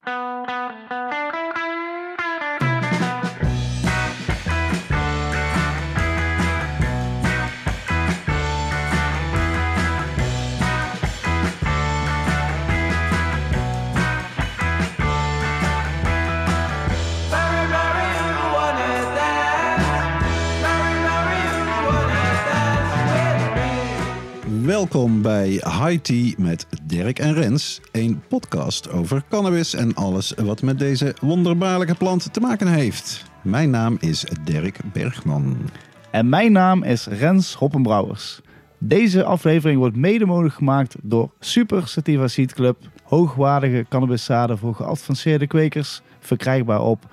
Welkom bij High Tea met Dirk en Rens, een podcast over cannabis en alles wat met deze wonderbaarlijke plant te maken heeft. Mijn naam is Dirk Bergman. En mijn naam is Rens Hoppenbrouwers. Deze aflevering wordt mede mogelijk gemaakt door Super Sativa Seed Club, hoogwaardige cannabiszaden voor geavanceerde kwekers, verkrijgbaar op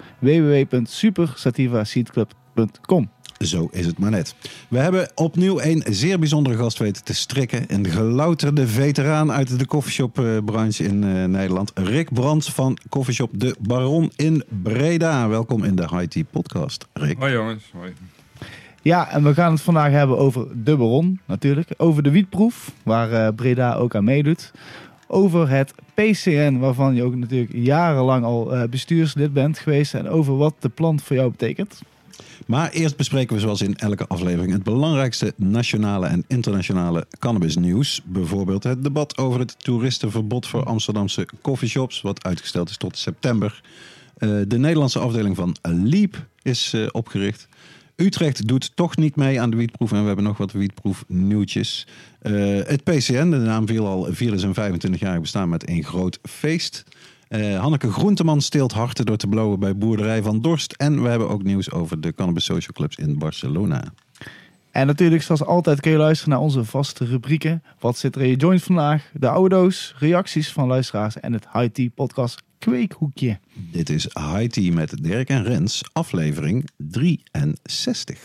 www.supersativaseedclub.com. Zo is het maar net. We hebben opnieuw een zeer bijzondere gast weten te strikken. Een gelouterde veteraan uit de coffeeshop-branche in Nederland. Rick Brands van Coffeeshop De Baron in Breda. Welkom in de High Tea podcast, Rick. Hoi jongens, hoi. Ja, en we gaan het vandaag hebben over De Baron natuurlijk. Over de wietproef, waar Breda ook aan meedoet. Over het PCN, waarvan je ook natuurlijk jarenlang al bestuurslid bent geweest. En over wat de plant voor jou betekent. Maar eerst bespreken we zoals in elke aflevering het belangrijkste nationale en internationale cannabisnieuws. Bijvoorbeeld het debat over het toeristenverbod voor Amsterdamse coffeeshops, wat uitgesteld is tot september. De Nederlandse afdeling van Leap is opgericht. Utrecht doet toch niet mee aan de wietproef en we hebben nog wat wietproefnieuwtjes. Het PCN, de naam viel al, vierde zijn 25-jarig bestaan met een groot feest. Hanneke Groenteman steelt harten door te blowen bij Boerderij van Dorst. En we hebben ook nieuws over de Cannabis Social Clubs in Barcelona. En natuurlijk, zoals altijd, kun je luisteren naar onze vaste rubrieken. Wat zit er in je joint vandaag? De oude doos, reacties van luisteraars en het High Tea podcast Kweekhoekje. Dit is High Tea met Dirk en Rens, aflevering 63.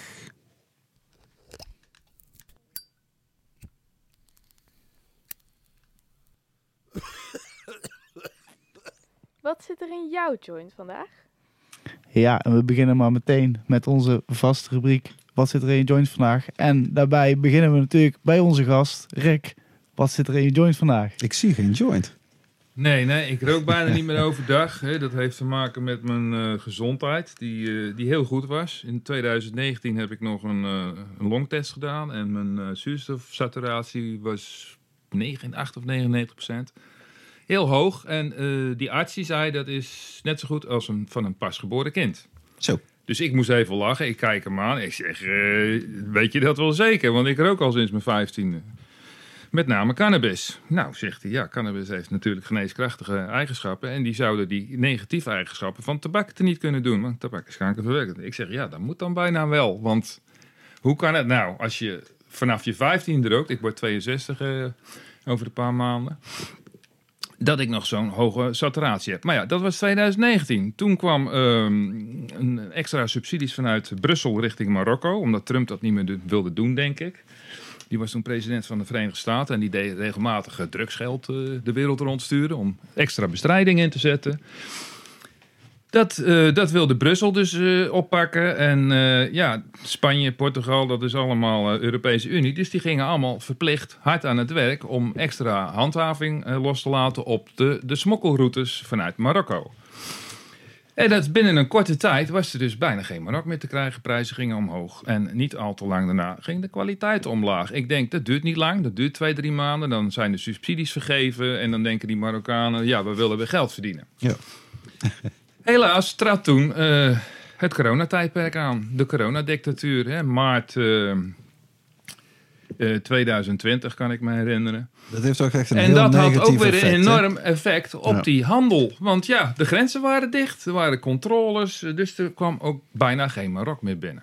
Wat zit er in jouw joint vandaag? Ja, en we beginnen maar meteen met onze vaste rubriek. Wat zit er in je joint vandaag? En daarbij beginnen we natuurlijk bij onze gast, Rick. Wat zit er in je joint vandaag? Ik zie geen joint. Nee, ik rook bijna niet meer overdag. Dat heeft te maken met mijn gezondheid, die heel goed was. In 2019 heb ik nog een longtest gedaan en mijn zuurstofsaturatie was 8 of 99%. Heel hoog. En die arts die zei dat is net zo goed als van een pasgeboren kind. Zo. Dus ik moest even lachen. Ik kijk hem aan. Ik zeg, weet je dat wel zeker? Want ik rook al sinds mijn 15e. Met name cannabis. Nou, zegt hij, ja, cannabis heeft natuurlijk geneeskrachtige eigenschappen. En die zouden die negatieve eigenschappen van tabak te niet kunnen doen. Want tabak is kankerverwekkend. Ik zeg, ja, dat moet dan bijna wel. Want hoe kan het nou als je vanaf je 15e rookt. Ik word 62 over een paar maanden. Dat ik nog zo'n hoge saturatie heb. Maar ja, dat was 2019. Toen kwam een extra subsidies vanuit Brussel richting Marokko. Omdat Trump dat niet meer wilde doen, denk ik. Die was toen president van de Verenigde Staten. En die deed regelmatig drugsgeld de wereld rondsturen. Om extra bestrijding in te zetten. Dat wilde Brussel dus oppakken. En Spanje, Portugal, dat is allemaal Europese Unie. Dus die gingen allemaal verplicht hard aan het werk om extra handhaving los te laten op de smokkelroutes vanuit Marokko. En dat binnen een korte tijd was er dus bijna geen Marok meer te krijgen. Prijzen gingen omhoog. En niet al te lang daarna ging de kwaliteit omlaag. Ik denk, dat duurt niet lang. Dat duurt 2-3 maanden. Dan zijn de subsidies vergeven. En dan denken die Marokkanen, ja, we willen weer geld verdienen. Ja. Helaas trad toen het coronatijdperk aan. De coronadictatuur. Hè? Maart 2020 kan ik me herinneren. Dat heeft ook echt een en heel dat negatief had ook weer effect, een enorm effect op die handel. Want ja, de grenzen waren dicht. Er waren controles. Dus er kwam ook bijna geen Marok meer binnen.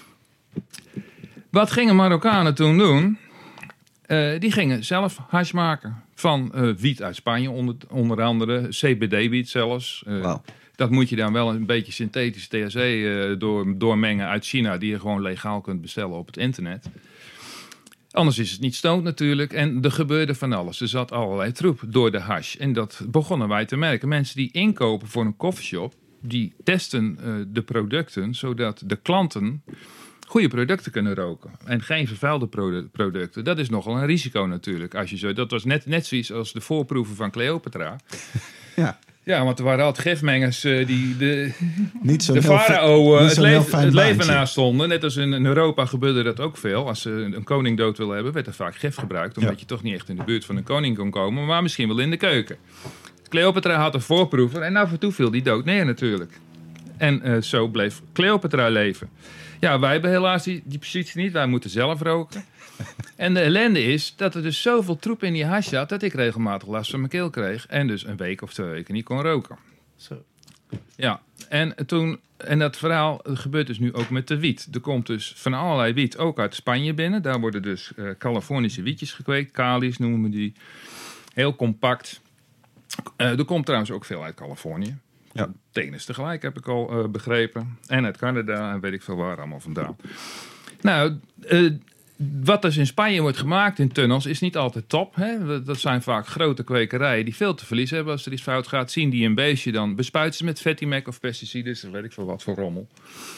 Wat gingen Marokkanen toen doen? Die gingen zelf hash maken. Van wiet uit Spanje onder andere. CBD-wiet zelfs. Wow. Dat moet je dan wel een beetje synthetische THC doormengen uit China. Die je gewoon legaal kunt bestellen op het internet. Anders is het niet stoned natuurlijk. En er gebeurde van alles. Er zat allerlei troep door de hash. En dat begonnen wij te merken. Mensen die inkopen voor een coffeeshop, die testen de producten, zodat de klanten goede producten kunnen roken. En geen vervuilde producten. Dat is nogal een risico natuurlijk. Als je zo, dat was net zoiets als de voorproeven van Cleopatra. Ja. Ja, want er waren altijd gifmengers die Niet zo'n de heel farao niet het zo'n heel fijn leven baantje. naast stonden. Net als in Europa gebeurde dat ook veel. Als ze een koning dood wilden hebben, werd er vaak gif gebruikt. Omdat je toch niet echt in de buurt van een koning kon komen, maar misschien wel in de keuken. Cleopatra had een voorproever en af en toe viel die dood neer natuurlijk. En zo bleef Cleopatra leven. Ja, wij hebben helaas die positie niet. Wij moeten zelf roken. En de ellende is dat er dus zoveel troep in die hash zat... dat ik regelmatig last van mijn keel kreeg. En dus een week of 2 weken niet kon roken. Zo. Ja, en dat verhaal gebeurt dus nu ook met de wiet. Er komt dus van allerlei wiet ook uit Spanje binnen. Daar worden dus Californische wietjes gekweekt. Cali's noemen we die. Heel compact. Er komt trouwens ook veel uit Californië. Ja. Tennis tegelijk heb ik al begrepen. En uit Canada en weet ik veel waar allemaal vandaan. Nou, wat dus in Spanje wordt gemaakt in tunnels is niet altijd top. Hè? Dat zijn vaak grote kwekerijen die veel te verliezen hebben als er iets fout gaat. Zien die een beestje, dan bespuiten ze met Vetimac of pesticiden. Dus weet ik veel wat voor rommel.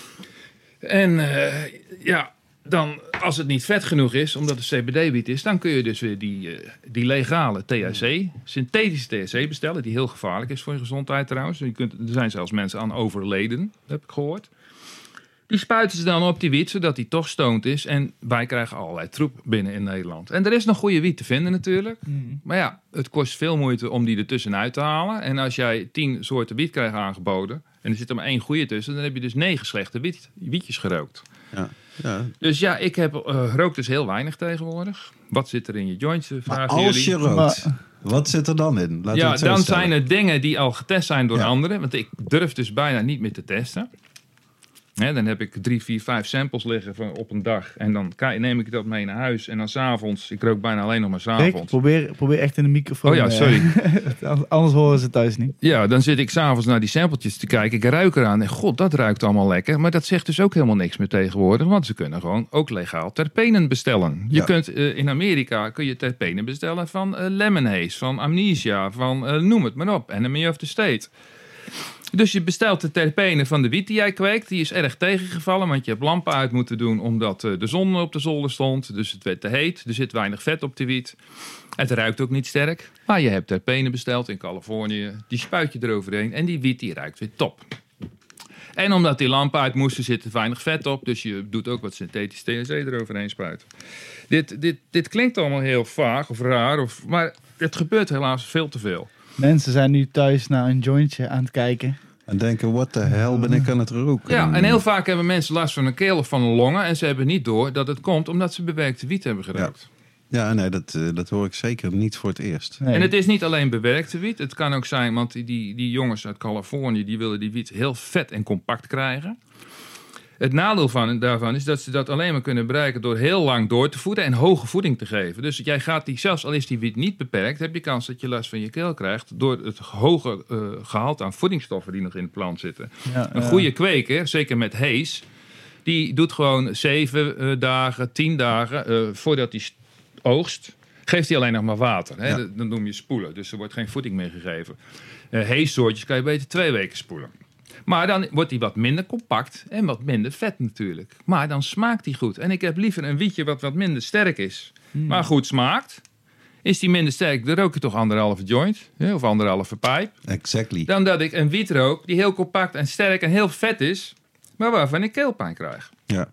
En dan als het niet vet genoeg is, omdat het CBD-wiet is, dan kun je dus weer die legale THC, synthetische THC bestellen, die heel gevaarlijk is voor je gezondheid trouwens. Er zijn zelfs mensen aan overleden, heb ik gehoord. Die spuiten ze dan op die wiet, zodat die toch stoned is. En wij krijgen allerlei troep binnen in Nederland. En er is nog goede wiet te vinden natuurlijk. Maar ja, het kost veel moeite om die ertussenuit te halen. En als jij 10 soorten wiet krijgt aangeboden, en er zit er maar 1 goede tussen, dan heb je dus 9 slechte wietjes gerookt. Ja. Ja. Dus ja, ik rook dus heel weinig tegenwoordig. Wat zit er in je joints? Maar Vragen als je jullie. rookt, wat zit er dan in? Laten we Ja, het zo dan stellen. zijn er dingen die al getest zijn door Ja. anderen. Want ik durf dus bijna niet meer te testen. Dan heb ik 3, 4, 5 samples liggen op een dag. En dan neem ik dat mee naar huis. En dan 's avonds, ik rook bijna alleen nog maar 's Rick, avonds. probeer echt in de microfoon. Oh ja, sorry. Anders horen ze thuis niet. Ja, dan zit ik 's avonds naar die sampletjes te kijken. Ik ruik eraan en god, dat ruikt allemaal lekker. Maar dat zegt dus ook helemaal niks meer tegenwoordig. Want ze kunnen gewoon ook legaal terpenen bestellen. Je Ja. kunt in Amerika kun je terpenen bestellen van lemon haze, van amnesia, van noem het maar op. Enemy of the State. Dus je bestelt de terpenen van de wiet die jij kweekt. Die is erg tegengevallen, want je hebt lampen uit moeten doen omdat de zon op de zolder stond. Dus het werd te heet. Er zit weinig vet op de wiet. Het ruikt ook niet sterk. Maar je hebt terpenen besteld in Californië. Die spuit je eroverheen en die wiet die ruikt weer top. En omdat die lampen uit moesten, zit er weinig vet op. Dus je doet ook wat synthetisch THC eroverheen spuiten. Dit klinkt allemaal heel vaag of raar. Maar het gebeurt helaas veel te veel. Mensen zijn nu thuis naar een jointje aan het kijken. En denken, wat de hel ben ik aan het roken? Ja, en heel vaak hebben mensen last van een keel of van een longen. En ze hebben niet door dat het komt omdat ze bewerkte wiet hebben gerookt. Ja, nee, dat hoor ik zeker niet voor het eerst. Nee. En het is niet alleen bewerkte wiet. Het kan ook zijn, want die jongens uit Californië, die willen die wiet heel vet en compact krijgen. Het nadeel daarvan is dat ze dat alleen maar kunnen bereiken door heel lang door te voeden en hoge voeding te geven. Dus jij gaat zelfs al is die wiet niet beperkt, heb je kans dat je last van je keel krijgt door het hoge gehalte aan voedingsstoffen die nog in de plant zitten. Ja, Een goede kweker, zeker met haze, die doet gewoon 7 dagen, 10 dagen voordat hij oogst, geeft hij alleen nog maar water. Hè? Ja. Dan noem je spoelen, dus er wordt geen voeding meer gegeven. Haze-soortjes kan je beter 2 weken spoelen. Maar dan wordt hij wat minder compact en wat minder vet natuurlijk. Maar dan smaakt hij goed. En ik heb liever een wietje wat minder sterk is, maar goed smaakt. Is die minder sterk, dan rook je toch 1,5 joint, of 1,5 pijp. Exactly. Dan dat ik een wiet rook die heel compact en sterk en heel vet is, maar waarvan ik keelpijn krijg. Ja.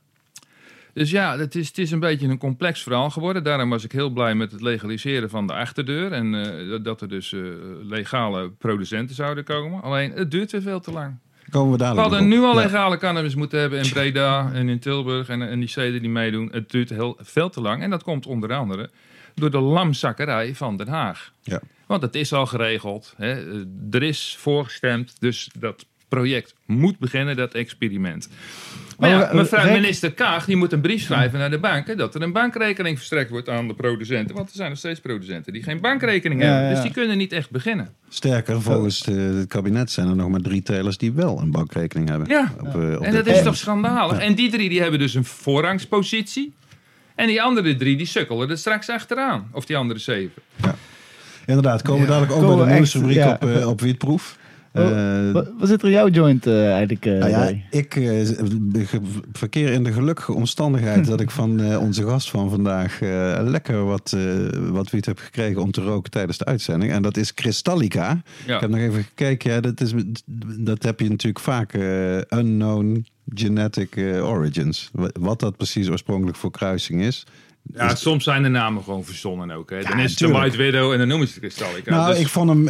Dus ja, het is een beetje een complex verhaal geworden. Daarom was ik heel blij met het legaliseren van de achterdeur. En dat er dus legale producenten zouden komen. Alleen, het duurt weer veel te lang. Komen we We dadelijk hadden nog op. nu al Ja. legale cannabis moeten hebben in Breda en in Tilburg en die steden die meedoen. Het duurt veel te lang. En dat komt onder andere door de lamzakkerij van Den Haag. Ja. Want het is al geregeld. Hè. Er is voorgestemd. Dus dat project moet beginnen, dat experiment. Maar ja, mevrouw Rick? minister Kaag die moet een brief schrijven naar de banken dat er een bankrekening verstrekt wordt aan de producenten. Want er zijn nog steeds producenten die geen bankrekening Ja, hebben. ja. Dus die kunnen niet echt beginnen. Sterker, volgens het kabinet zijn er nog maar 3 telers die wel een bankrekening hebben. Ja. Op En dit dat is moment. toch schandalig? Ja. En die 3 die hebben dus een voorrangspositie. En die andere 3 die sukkelen er straks achteraan. Of die andere 7. Inderdaad, komen we dadelijk ook Komen bij de we nieuwsrubriek echt, ja. op wietproef. Wat zit er in jouw joint eigenlijk Nou ja, bij? ik verkeer in de gelukkige omstandigheid dat ik van onze gast van vandaag lekker wat wiet heb gekregen om te roken tijdens de uitzending. En dat is Cristallica. Ja. Ik heb nog even gekeken. Ja, dat heb je natuurlijk vaak unknown genetic origins. Wat dat precies oorspronkelijk voor kruising is. Ja, soms zijn de namen gewoon verzonnen ook. Hè. Dan Ja, is het de tuurlijk. White Widow en dan noemen ze het Cristallica. Nou, Dus- ik vond hem...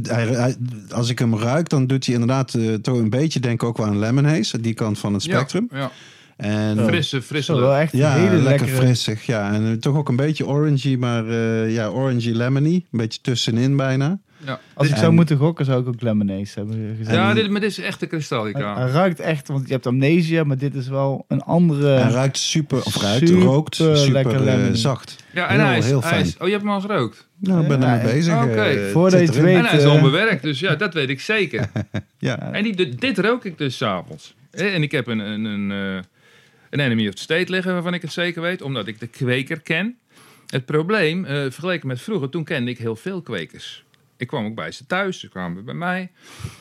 als ik hem ruik, dan doet hij inderdaad toch een beetje... denk ik ook wel aan lemon haze. Die kant van het spectrum. Ja. En Frisse Zo, wel lucht. echt ja, hele lekker lekkere... frissig. Ja, en toch ook een beetje orangey, maar orangey lemony. Een beetje tussenin bijna. Ja. Als ik En- zou moeten gokken, zou ik ook lemonade hebben gezegd. Ja, maar dit is echt de Cristallica. Hij ruikt echt, want je hebt amnesia, maar dit is wel een andere... Hij ruikt super, of ruikt, super rookt super lekker lemon. zacht. Ja, en heel hij fijn. is... Oh, je hebt hem al gerookt? Nou, ik ben Ja, ermee bezig. oké. Het Voordat zit je het erin. weet- En hij is eh, onbewerkt, dus ja, dat weet ik zeker. Ja. En dit rook ik dus 's avonds. En ik heb een Enemy of the State liggen waarvan ik het zeker weet, omdat ik de kweker ken. Het probleem, vergeleken met vroeger, toen kende ik heel veel kwekers. Ik kwam ook bij ze thuis, ze kwamen bij mij.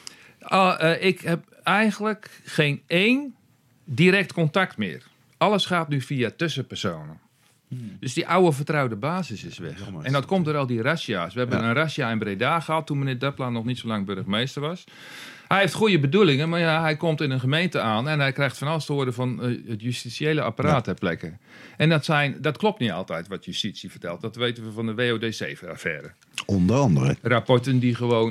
Ik heb eigenlijk geen één direct contact meer. Alles gaat nu via tussenpersonen. Dus die oude vertrouwde basis is weg. Jammer. En dat komt door al die razzia's. We hebben Ja. een razzia in Breda gehad toen meneer Depla nog niet zo lang burgemeester was. Hij heeft goede bedoelingen, maar ja, hij komt in een gemeente aan en hij krijgt van alles te horen van het justitiële apparaat ter plekke. En dat klopt niet altijd wat justitie vertelt. Dat weten we van de WOD7-affaire. Onder andere. Rapporten die gewoon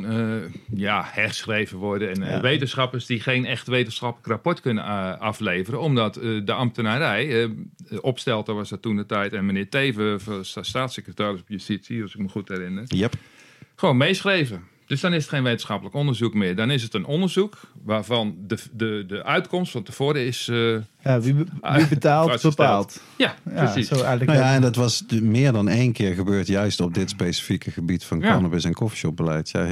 herschreven worden. En wetenschappers die geen echt wetenschappelijk rapport kunnen afleveren. Omdat de ambtenarij, Opstelter was dat toen de tijd. En meneer Teven, staatssecretaris op justitie, als ik me goed herinner. Yep. Gewoon meeschreven. Dus dan is het geen wetenschappelijk onderzoek meer. Dan is het een onderzoek waarvan de uitkomst van tevoren is... Ja, wie betaalt, Vastgesteld. bepaalt. ja, Ja, precies. zo eigenlijk. Nou ja, en dat was meer dan 1 keer gebeurd, juist op dit specifieke gebied van Ja. cannabis en coffeeshopbeleid. Ja,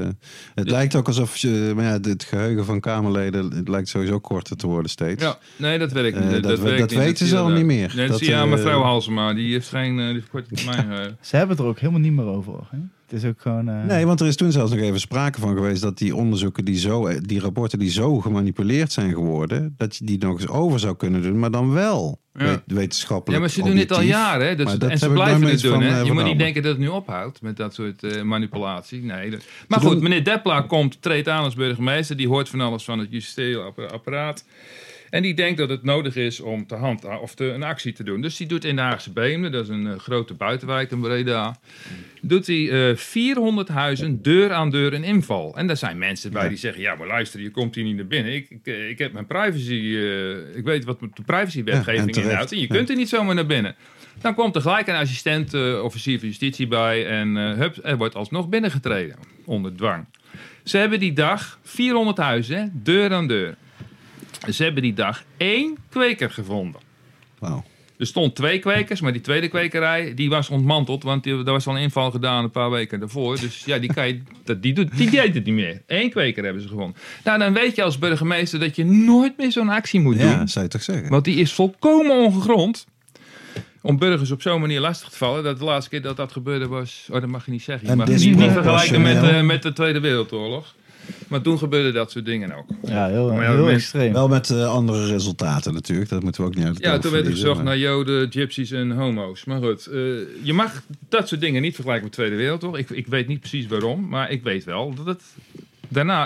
het lijkt ook alsof maar ja, het geheugen van Kamerleden het lijkt sowieso korter te worden steeds. Ja, nee, dat weet ik niet. dat werkt niet. weten ze al niet meer. Nee, dat zie je aan mevrouw Halsema. Die heeft geen die korte termijn. Ze hebben het er ook helemaal niet meer over. Hè? Het is ook gewoon... Nee, want er is toen zelfs nog even sprake van geweest dat die onderzoeken, die rapporten die zo gemanipuleerd zijn geworden, dat je die nog eens over zou kunnen doen, maar dan wel Ja. wetenschappelijk. Ja, maar ze doen dit al objectief. jaren. Hè? Maar dat En ze heb ik blijven nooit het doen. van, Hè? Je moet vernomen. niet denken dat het nu ophoudt met dat soort manipulatie. Nee. Maar Ze goed, doen- meneer Depla treedt aan als burgemeester. Die hoort van alles van het justitiële apparaat. En die denkt dat het nodig is om een actie te doen. Dus die doet in de Haagse Beemden, dat is een grote buitenwijk in Breda, doet hij 400 huizen deur aan deur een inval. En daar zijn mensen bij die zeggen, ja maar luister, je komt hier niet naar binnen. Ik heb mijn privacy, ik weet wat de Ja, privacywetgeving en terecht. inhoudt. En je Ja. kunt er niet zomaar naar binnen. Dan komt er gelijk een assistent officier van justitie bij en er wordt alsnog binnengetreden onder dwang. Ze hebben die dag 400 huizen, hè, deur aan deur. Ze hebben die dag 1 kweker gevonden. Wauw. Er stond 2 kwekers, maar die tweede kwekerij die was ontmanteld. Want er was al een inval gedaan een paar weken daarvoor. Dus ja, die deed het niet meer. 1 kweker hebben ze gevonden. Nou, dan weet je als burgemeester dat je nooit meer zo'n actie moet doen. Ja, zou je toch zeggen? Want die is volkomen ongegrond. Om burgers op zo'n manier lastig te vallen. Dat de laatste keer dat gebeurde was... Oh, dat mag je niet zeggen. Je En mag het niet vergelijken disproportioneel. met de Tweede Wereldoorlog. Maar toen gebeurde dat soort dingen ook. Ja, heel, Maar ja, heel mensen- extreem. Wel met andere resultaten natuurlijk. Dat moeten we ook niet uit het Ja, oog toen werd er verliezen, gezocht naar Joden, Gypsies en homo's. Maar goed, je mag dat soort dingen niet vergelijken met de Tweede Wereldoorlog. Ik weet niet precies waarom, maar ik weet wel dat het... Daarna,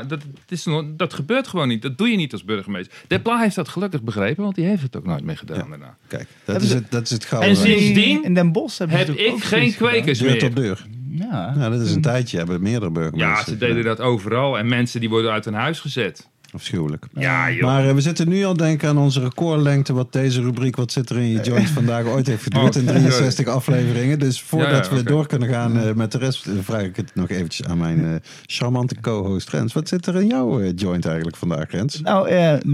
dat gebeurt gewoon niet. Dat doe je niet als burgemeester. De Pla heeft dat gelukkig begrepen, want die heeft het ook nooit meer gedaan daarna. Kijk, dat is het gouden. En sindsdien in Den Bosch hebben ze Heb natuurlijk ik ook geen zoiets gedaan. kwekers deur meer. tot deur. Ja. Nou, dat is een tijdje. Hebben meerdere burgemeesters. Ja, ze deden dat overal. En mensen die worden uit hun huis gezet. Afschuwelijk. Ja, joh. Maar we zitten nu al denken aan onze recordlengte. Wat deze rubriek, wat zit er in je joint vandaag ooit heeft geduurd. Oh, in 63 afleveringen. Dus voordat we oké. door kunnen gaan met de rest, vraag ik het nog eventjes aan mijn charmante co-host Rens. Wat zit er in jouw joint eigenlijk vandaag, Rens? Nou,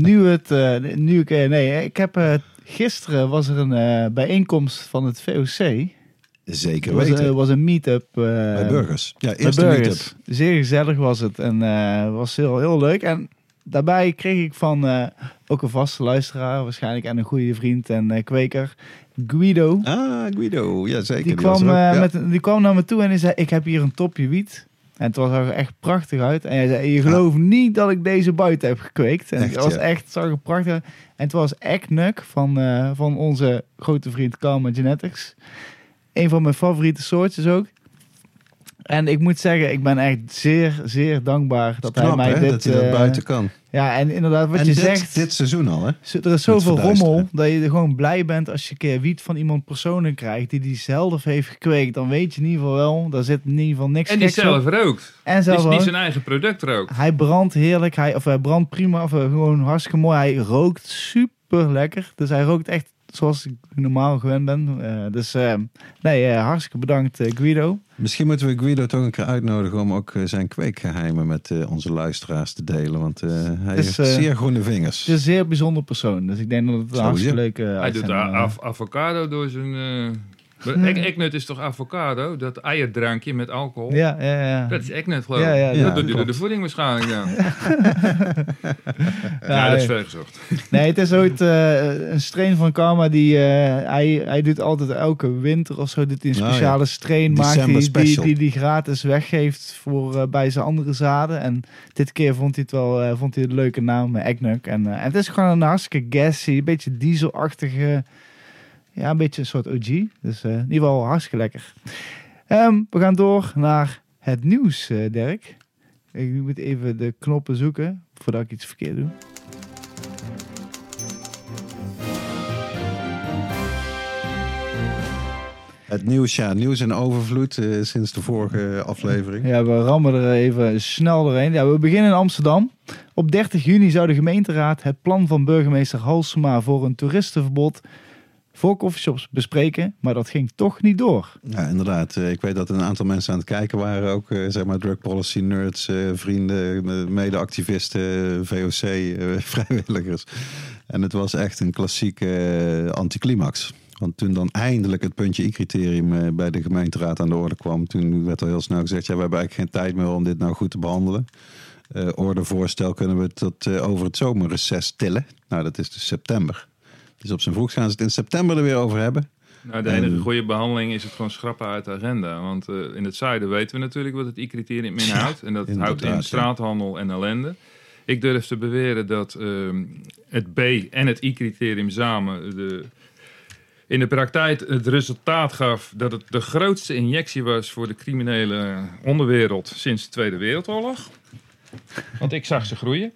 ik heb gisteren was er een bijeenkomst van het VOC. Zeker Er weten. was een meet-up. Bij burgers. Ja, Bij eerste burgers. meet-up. Zeer gezellig was het en was heel, heel leuk. En daarbij kreeg ik van ook een vaste luisteraar waarschijnlijk en een goede vriend en kweker, Guido. Ah, Guido. Ja, zeker. Die was kwam, er ook. Ja. die kwam naar me toe en hij zei, ik heb hier een topje wiet. En het was er echt prachtig uit. En hij zei, je gelooft niet dat ik deze buiten heb gekweekt. En Echt, het was ja. echt, zag er prachtig uit. En het was Eggnog van onze grote vriend Karma Genetics. Een van mijn favoriete soortjes ook. En ik moet zeggen, ik ben echt zeer, zeer dankbaar dat Knap, hij mij hè, dit... dat hij dat buiten kan. Ja, en inderdaad, wat En je dit, zegt... dit seizoen al, hè? Er is zoveel verduisteren. rommel dat je er gewoon blij bent als je een keer wiet van iemand persoonlijk krijgt die zelf heeft gekweekt. Dan weet je in ieder geval wel, daar zit in ieder geval niks En die geks op. zelf rookt. En zelf Die ook. zijn eigen product rookt. Hij brandt heerlijk, hij brandt prima, gewoon hartstikke mooi. Hij rookt super lekker, dus hij rookt echt zoals ik normaal gewend ben. Hartstikke bedankt Guido. Misschien moeten we Guido toch een keer uitnodigen om ook zijn kweekgeheimen met onze luisteraars te delen. Want hij Het is, heeft zeer groene vingers. Het is een zeer bijzonder persoon, dus ik denk dat het een Zo, hartstikke ja. leuke Hij doet uitzending, avocado door zijn... Eggnog is toch avocado? Dat eierdrankje met alcohol? Ja. Dat is Eggnog, geloof ik. Ja, ja, dat doet hij klopt. door de voeding waarschijnlijk dan. Ja, dat is ver gezocht. Nee, het is ooit een strain van Karma die hij doet altijd elke winter of zo doet hij een Oh, speciale strain December maakt special. die gratis weggeeft voor bij zijn andere zaden. En dit keer vond hij het wel vond hij het een leuke naam, Eggnog. En het is gewoon een hartstikke gassy, een beetje dieselachtige, ja, een beetje een soort OG. Dus in ieder geval hartstikke lekker. We gaan door naar het nieuws, Dirk. Ik moet even de knoppen zoeken voordat ik iets verkeerd doe. Het nieuws, ja, nieuws en overvloed sinds de vorige aflevering. Ja, we rammen er even snel doorheen. Ja, we beginnen in Amsterdam. Op 30 juni zou de gemeenteraad het plan van burgemeester Halsema voor een toeristenverbod voor coffeeshops bespreken, maar dat ging toch niet door. Ja, inderdaad. Ik weet dat een aantal mensen aan het kijken waren. Ook zeg maar drug policy nerds, vrienden, mede-activisten, VOC, vrijwilligers. En het was echt een klassieke anticlimax. Want toen dan eindelijk het puntje I-criterium bij de gemeenteraad aan de orde kwam, toen werd al heel snel gezegd, ja, we hebben eigenlijk geen tijd meer om dit nou goed te behandelen. Ordevoorstel kunnen we tot over het zomerreces tillen. Nou, dat is dus september. Dus op zijn vroegst gaan ze het in september er weer over hebben. Nou, de enige goede behandeling is het gewoon schrappen uit de agenda. Want in het zuiden weten we natuurlijk wat het I-criterium inhoudt. En dat houdt in straathandel en ellende. Ik durf te beweren dat het B en het I-criterium samen in de praktijk het resultaat gaf dat het de grootste injectie was voor de criminele onderwereld sinds de Tweede Wereldoorlog. Want ik zag ze groeien.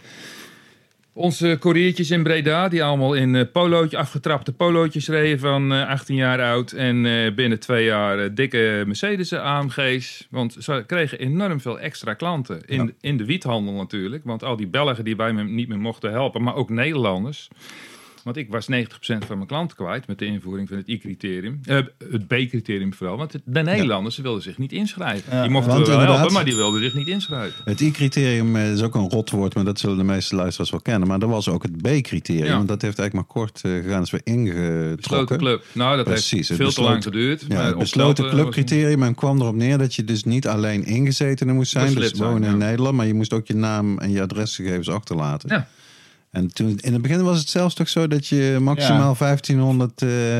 Onze koeriertjes in Breda, die allemaal in afgetrapte polootjes reden van 18 jaar oud. En binnen 2 jaar dikke Mercedes AMG's. Want ze kregen enorm veel extra klanten. In de wiethandel natuurlijk. Want al die Belgen die bij me niet meer mochten helpen, maar ook Nederlanders. Want ik was 90% van mijn klanten kwijt met de invoering van het I-criterium. Het B-criterium vooral. Want de Nederlanders ze wilden zich niet inschrijven. Ja. Die mochten Want wel inderdaad, helpen, maar die wilden zich niet inschrijven. Het I-criterium is ook een rotwoord, maar dat zullen de meeste luisteraars wel kennen. Maar er was ook het B-criterium, Ja. want dat heeft eigenlijk maar kort gegaan. Is weer ingetrokken. Besloten club. Nou, dat Precies, heeft het veel te lang besloten- geduurd. Ja, maar het besloten opstelten was clubcriterium en kwam erop neer dat je dus niet alleen ingezetene moest zijn, Moest dus lid zijn, wonen in ja. Nederland, maar je moest ook je naam en je adresgegevens achterlaten. Ja. En toen, in het begin was het zelfs toch zo dat je maximaal 1500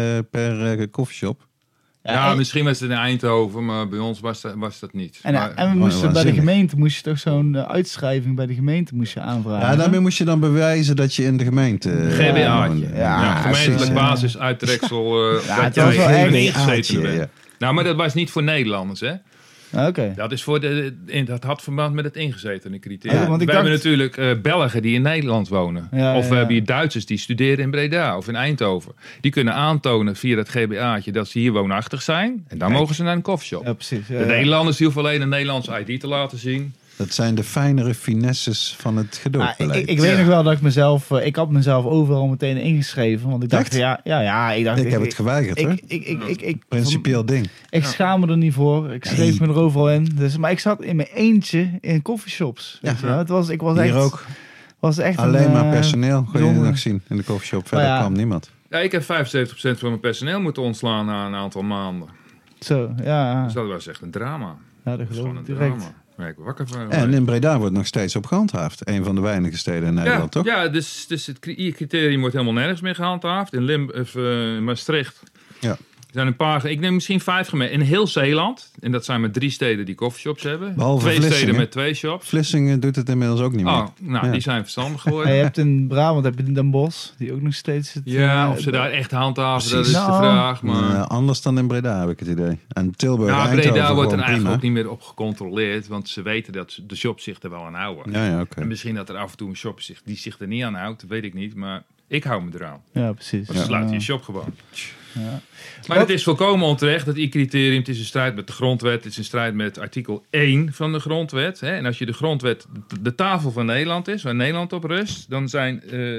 per koffieshop. Ja, en- misschien was het in Eindhoven, maar bij ons was dat niet. En Maar- we moesten bij de waanzinnig. gemeente, moest je toch zo'n uitschrijving bij de gemeente moest je aanvragen. Ja, daarmee moest je dan bewijzen dat je in de gemeente GBA'tje. woonde. Ja, gemeentelijk precies. basisuittreksel. het was wel echt- ingezeten bent. Ja. Nou, maar dat was niet voor Nederlanders, hè? Oké. Dat is dat had verband met het ingezetene criterium. Ja, want ik we dacht- hebben natuurlijk Belgen die in Nederland wonen. Ja, of we ja. hebben hier Duitsers die studeren in Breda of in Eindhoven. Die kunnen aantonen via dat GBA'tje dat ze hier woonachtig zijn. En dan mogen ze naar een coffeeshop. Ja, precies. De Nederlanders die hoeven alleen een Nederlandse ID te laten zien. Dat zijn de fijnere finesses van het gedoogbeleid. Ik weet nog wel dat ik had mezelf overal meteen ingeschreven. Want ik dacht, Echt? ik dacht... Ik heb het geweigerd, hoor. Principieel ding. Ik schaam me er niet voor. Ik schreef me er overal in. Dus, maar ik zat in mijn eentje in coffeeshops. Ja. Ik was Hier echt, ook. was echt Alleen een, maar personeel kon je bijzonder. nog zien in de koffieshop. Verder Maar ja. kwam niemand. Ja, ik heb 75% van mijn personeel moeten ontslaan na een aantal maanden. Zo, ja. Dus dat was echt een drama. Ja, dat Dat is geloof gewoon ik een direct. drama. Daar ben ik wakker van. En in Breda wordt nog steeds op gehandhaafd. Een van de weinige steden in Nederland, toch? Ja, dus het criterium wordt helemaal nergens meer gehandhaafd. In Maastricht Ja. Er zijn een paar, ik neem misschien 5 gemeenten. In heel Zeeland, en dat zijn maar 3 steden die coffeeshops hebben. Behalve 2 Vlissingen. steden met 2 shops. Vlissingen doet het inmiddels ook niet meer. Oh, nou, Ja. die zijn verstandig En geworden. je hebt in Brabant heb je Den Bosch, die ook nog steeds... Het, Ja, of ze daar echt handhaven, dat is Precies. de vraag. Maar... Anders dan in Breda heb ik het idee. En Tilburg, Nou, Eindhoven Breda wordt er gewoon eigenlijk prima. ook niet meer op gecontroleerd, want ze weten dat de shops zich er wel aan houden. Ja, oké. En misschien dat er af en toe een shop die zich er niet aan houdt, dat weet ik niet, maar ik hou me eraan. Ja, precies. Want ze sluiten je shop gewoon. Ja. Maar het is volkomen onterecht, dat I-criterium. Het is in strijd met de grondwet. Het is in strijd met artikel 1 van de grondwet. Hè? En als je de grondwet de tafel van Nederland is, waar Nederland op rust, dan zijn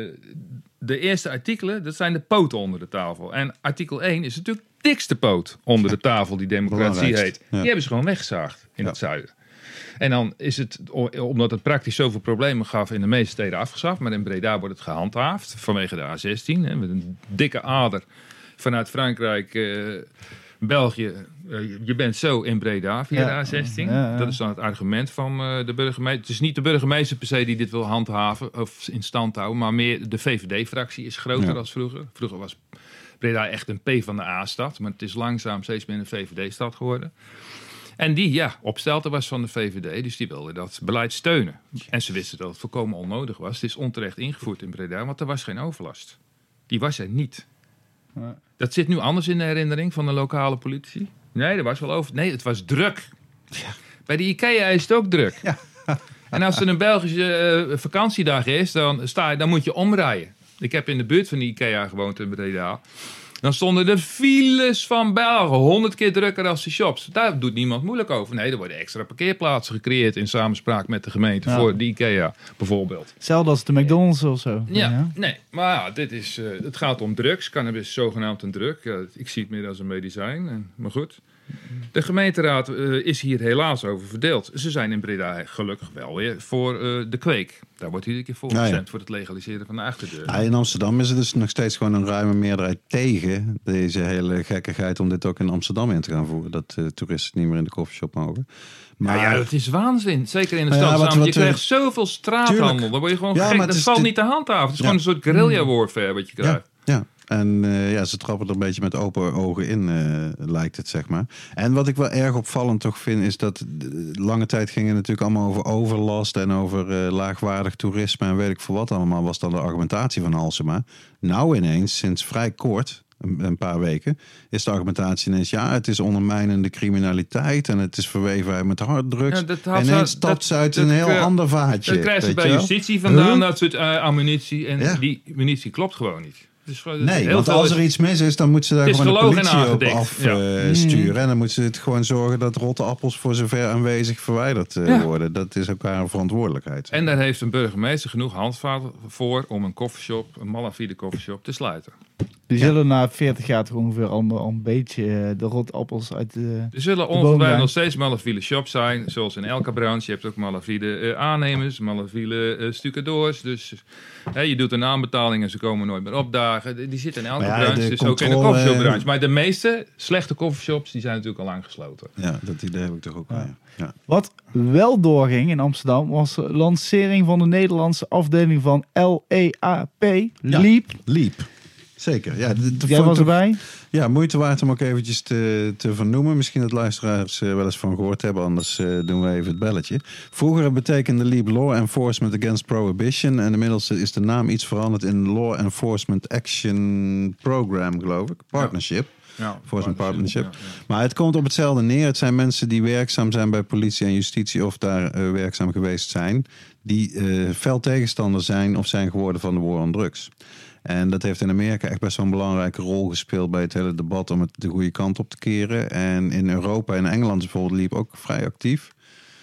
de eerste artikelen, dat zijn de poten onder de tafel. En artikel 1 is natuurlijk de dikste poot onder de tafel die democratie Belangrijkst, heet. ja. Die hebben ze gewoon weggezaagd in het zuiden. En dan is het, omdat het praktisch zoveel problemen gaf, in de meeste steden afgeschaft. Maar in Breda wordt het gehandhaafd vanwege de A16. Hè, met een dikke ader vanuit Frankrijk, België. Je bent zo in Breda via de A16. Ja. Dat is dan het argument van de burgemeester. Het is niet de burgemeester per se die dit wil handhaven of in stand houden. Maar meer de VVD-fractie is groter dan vroeger. Vroeger was Breda echt een PvdA-stad. Maar het is langzaam steeds meer een VVD-stad geworden. En die, opstelten was van de VVD, dus die wilde dat beleid steunen. En ze wisten dat het volkomen onnodig was. Het is onterecht ingevoerd in Breda, want er was geen overlast. Die was er niet. Ja. Dat zit nu anders in de herinnering van de lokale politie. Nee, er was wel over. Nee, het was druk. Ja. Bij de IKEA is het ook druk. Ja. En als er een Belgische vakantiedag is, dan moet je omrijden. Ik heb in de buurt van de IKEA gewoond in Breda. Dan stonden de files van Belgen 100 keer drukker dan de shops. Daar doet niemand moeilijk over. Nee, er worden extra parkeerplaatsen gecreëerd in samenspraak met de gemeente voor de IKEA bijvoorbeeld. Hetzelfde als de McDonald's of zo. Ja. Nee, maar dit is, het gaat om drugs. Cannabis is zogenaamd een drug. Ja, ik zie het meer als een medicijn. Maar goed. De gemeenteraad is hier helaas over verdeeld. Ze zijn in Breda gelukkig wel weer voor de kweek. Daar wordt iedere keer voor gestemd voor het legaliseren van de achterdeur. Ja, in Amsterdam is er dus nog steeds gewoon een ruime meerderheid tegen deze hele gekkigheid om dit ook in Amsterdam in te gaan voeren. Dat toeristen niet meer in de koffieshop mogen. Maar ja, dat is waanzin. Zeker in de Nou ja, stad. wat Je we- krijgt zoveel straathandel. Tuurlijk. Dan word je gewoon Ja, gek. maar Dat het is valt dit- niet te handhaven. Het is gewoon een soort guerrilla warfare wat je krijgt. Ja. En ze trappen er een beetje met open ogen in, lijkt het, zeg maar. En wat ik wel erg opvallend toch vind, is dat lange tijd ging het natuurlijk allemaal over overlast en over laagwaardig toerisme en weet ik veel wat allemaal, was dan de argumentatie van Halsema. Nou ineens, sinds vrij kort, een paar weken, is de argumentatie ineens, het is ondermijnende criminaliteit en het is verweven met harddrugs. Ja, dat en had ineens ze- stapt ze uit dat- een heel dat- ander vaatje. Dan krijgen ze weet bij je wel? justitie vandaan dat soort ammunitie. En Ja. die munitie klopt gewoon niet. Dus gewoon, Nee, heel want veel als is- er iets mis is, dan moet ze daar Het is gewoon de gelogen en politie op aangedikt. afsturen. En dan moet ze het gewoon zorgen dat rotte appels voor zover aanwezig verwijderd worden. Dat is ook haar verantwoordelijkheid. En daar heeft een burgemeester genoeg handvaten voor om een koffieshop, een malafide koffieshop, te sluiten. Die zullen na 40 jaar toch ongeveer al een beetje de rotappels uit de... Er zullen boom ongetwijfeld zijn. nog steeds malafide shops zijn, zoals in elke branche. Je hebt ook malafide aannemers, malafide stucadoors. Dus je doet een aanbetaling en ze komen nooit meer opdagen. Die zitten in elke Maar ja, branche, de dus ook in de controle- koffieshopbranche. Maar de meeste slechte koffieshops, die zijn natuurlijk al lang gesloten. Ja, dat idee heb ik toch ook wel. Ja. Wat wel doorging in Amsterdam was de lancering van de Nederlandse afdeling van LEAP, LEAP. Liep. Zeker. Ja, Jij was erbij? Ja, moeite waard om ook eventjes te vernoemen. Misschien dat luisteraars wel eens van gehoord hebben, anders doen we even het belletje. Vroeger betekende LEAP Law Enforcement Against Prohibition en inmiddels is de naam iets veranderd in Law Enforcement Action Program, geloof ik. Partnership. Ja, Voor zijn partnership. Ja. Maar het komt op hetzelfde neer. Het zijn mensen die werkzaam zijn bij politie en justitie of daar werkzaam geweest zijn. Die fel tegenstander zijn of zijn geworden van de war on drugs. En dat heeft in Amerika echt best wel een belangrijke rol gespeeld bij het hele debat om het de goede kant op te keren. En in Europa en Engeland bijvoorbeeld liep ook vrij actief.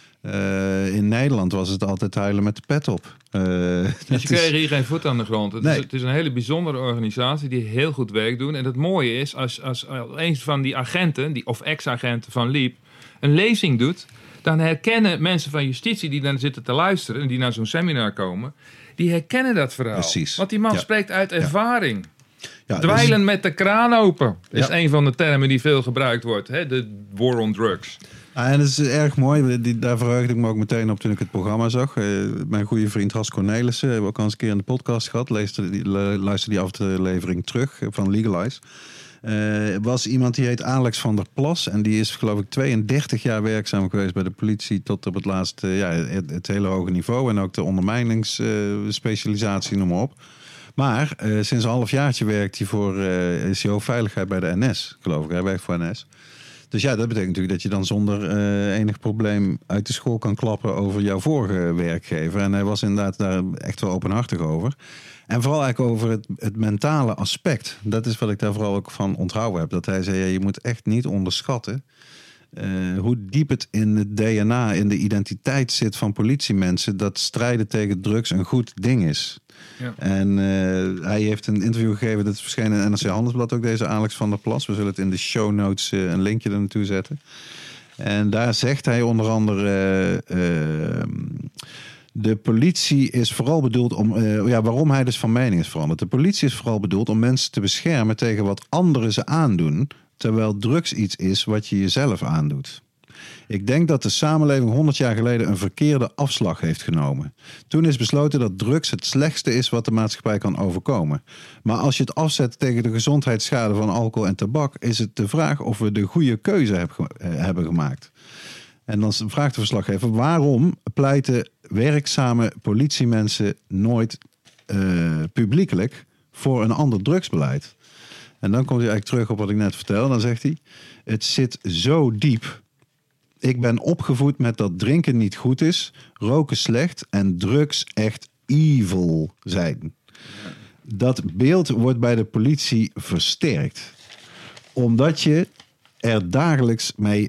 In Nederland was het altijd huilen met de pet op. Dus je kreeg hier geen voet aan de grond. Nee. Het is een hele bijzondere organisatie die heel goed werk doet. En het mooie is, als een van die agenten, of ex-agenten van LEAP, een lezing doet, dan herkennen mensen van justitie die dan zitten te luisteren en die naar zo'n seminar komen, die herkennen dat verhaal. Precies. Want die man spreekt uit ervaring. Ja, Dweilen met de kraan open is Ja. een van de termen die veel gebruikt wordt. Hè? De war on drugs. En dat is erg mooi. Daar verheugde ik me ook meteen op toen ik het programma zag. Mijn goede vriend Has Cornelissen hebben we ook al eens een keer in de podcast gehad. Luister die aflevering terug van Legalize. Was iemand die heet Alex van der Plas. En die is geloof ik 32 jaar werkzaam geweest bij de politie. Tot op het laatste, het hele hoge niveau. En ook de ondermijningsspecialisatie, noem maar op. Maar sinds een halfjaartje werkt hij is hij hoofdveiligheid bij de NS, geloof ik. Hij werkt voor NS. Dus ja, dat betekent natuurlijk dat je dan zonder enig probleem uit de school kan klappen over jouw vorige werkgever. En hij was inderdaad daar echt wel openhartig over. En vooral eigenlijk over het mentale aspect. Dat is wat ik daar vooral ook van onthouden heb. Dat hij zei, je moet echt niet onderschatten hoe diep het in het DNA, in de identiteit zit van politiemensen, dat strijden tegen drugs een goed ding is. Ja. En hij heeft een interview gegeven, dat is verschenen in het NRC Handelsblad ook, deze Alex van der Plas. We zullen het in de show notes een linkje er naartoe zetten. En daar zegt hij onder andere, de politie is vooral bedoeld om, waarom hij dus van mening is veranderd. De politie is vooral bedoeld om mensen te beschermen tegen wat anderen ze aandoen, terwijl drugs iets is wat je jezelf aandoet. Ik denk dat de samenleving 100 jaar geleden een verkeerde afslag heeft genomen. Toen is besloten dat drugs het slechtste is wat de maatschappij kan overkomen. Maar als je het afzet tegen de gezondheidsschade van alcohol en tabak, is het de vraag of we de goede keuze hebben gemaakt. En dan vraagt de verslaggever, waarom pleiten werkzame politiemensen nooit publiekelijk voor een ander drugsbeleid? En dan komt hij eigenlijk terug op wat ik net vertelde. Dan zegt hij, het zit zo diep. Ik ben opgevoed met dat drinken niet goed is, roken slecht en drugs echt evil zijn. Dat beeld wordt bij de politie versterkt. Omdat je er dagelijks mee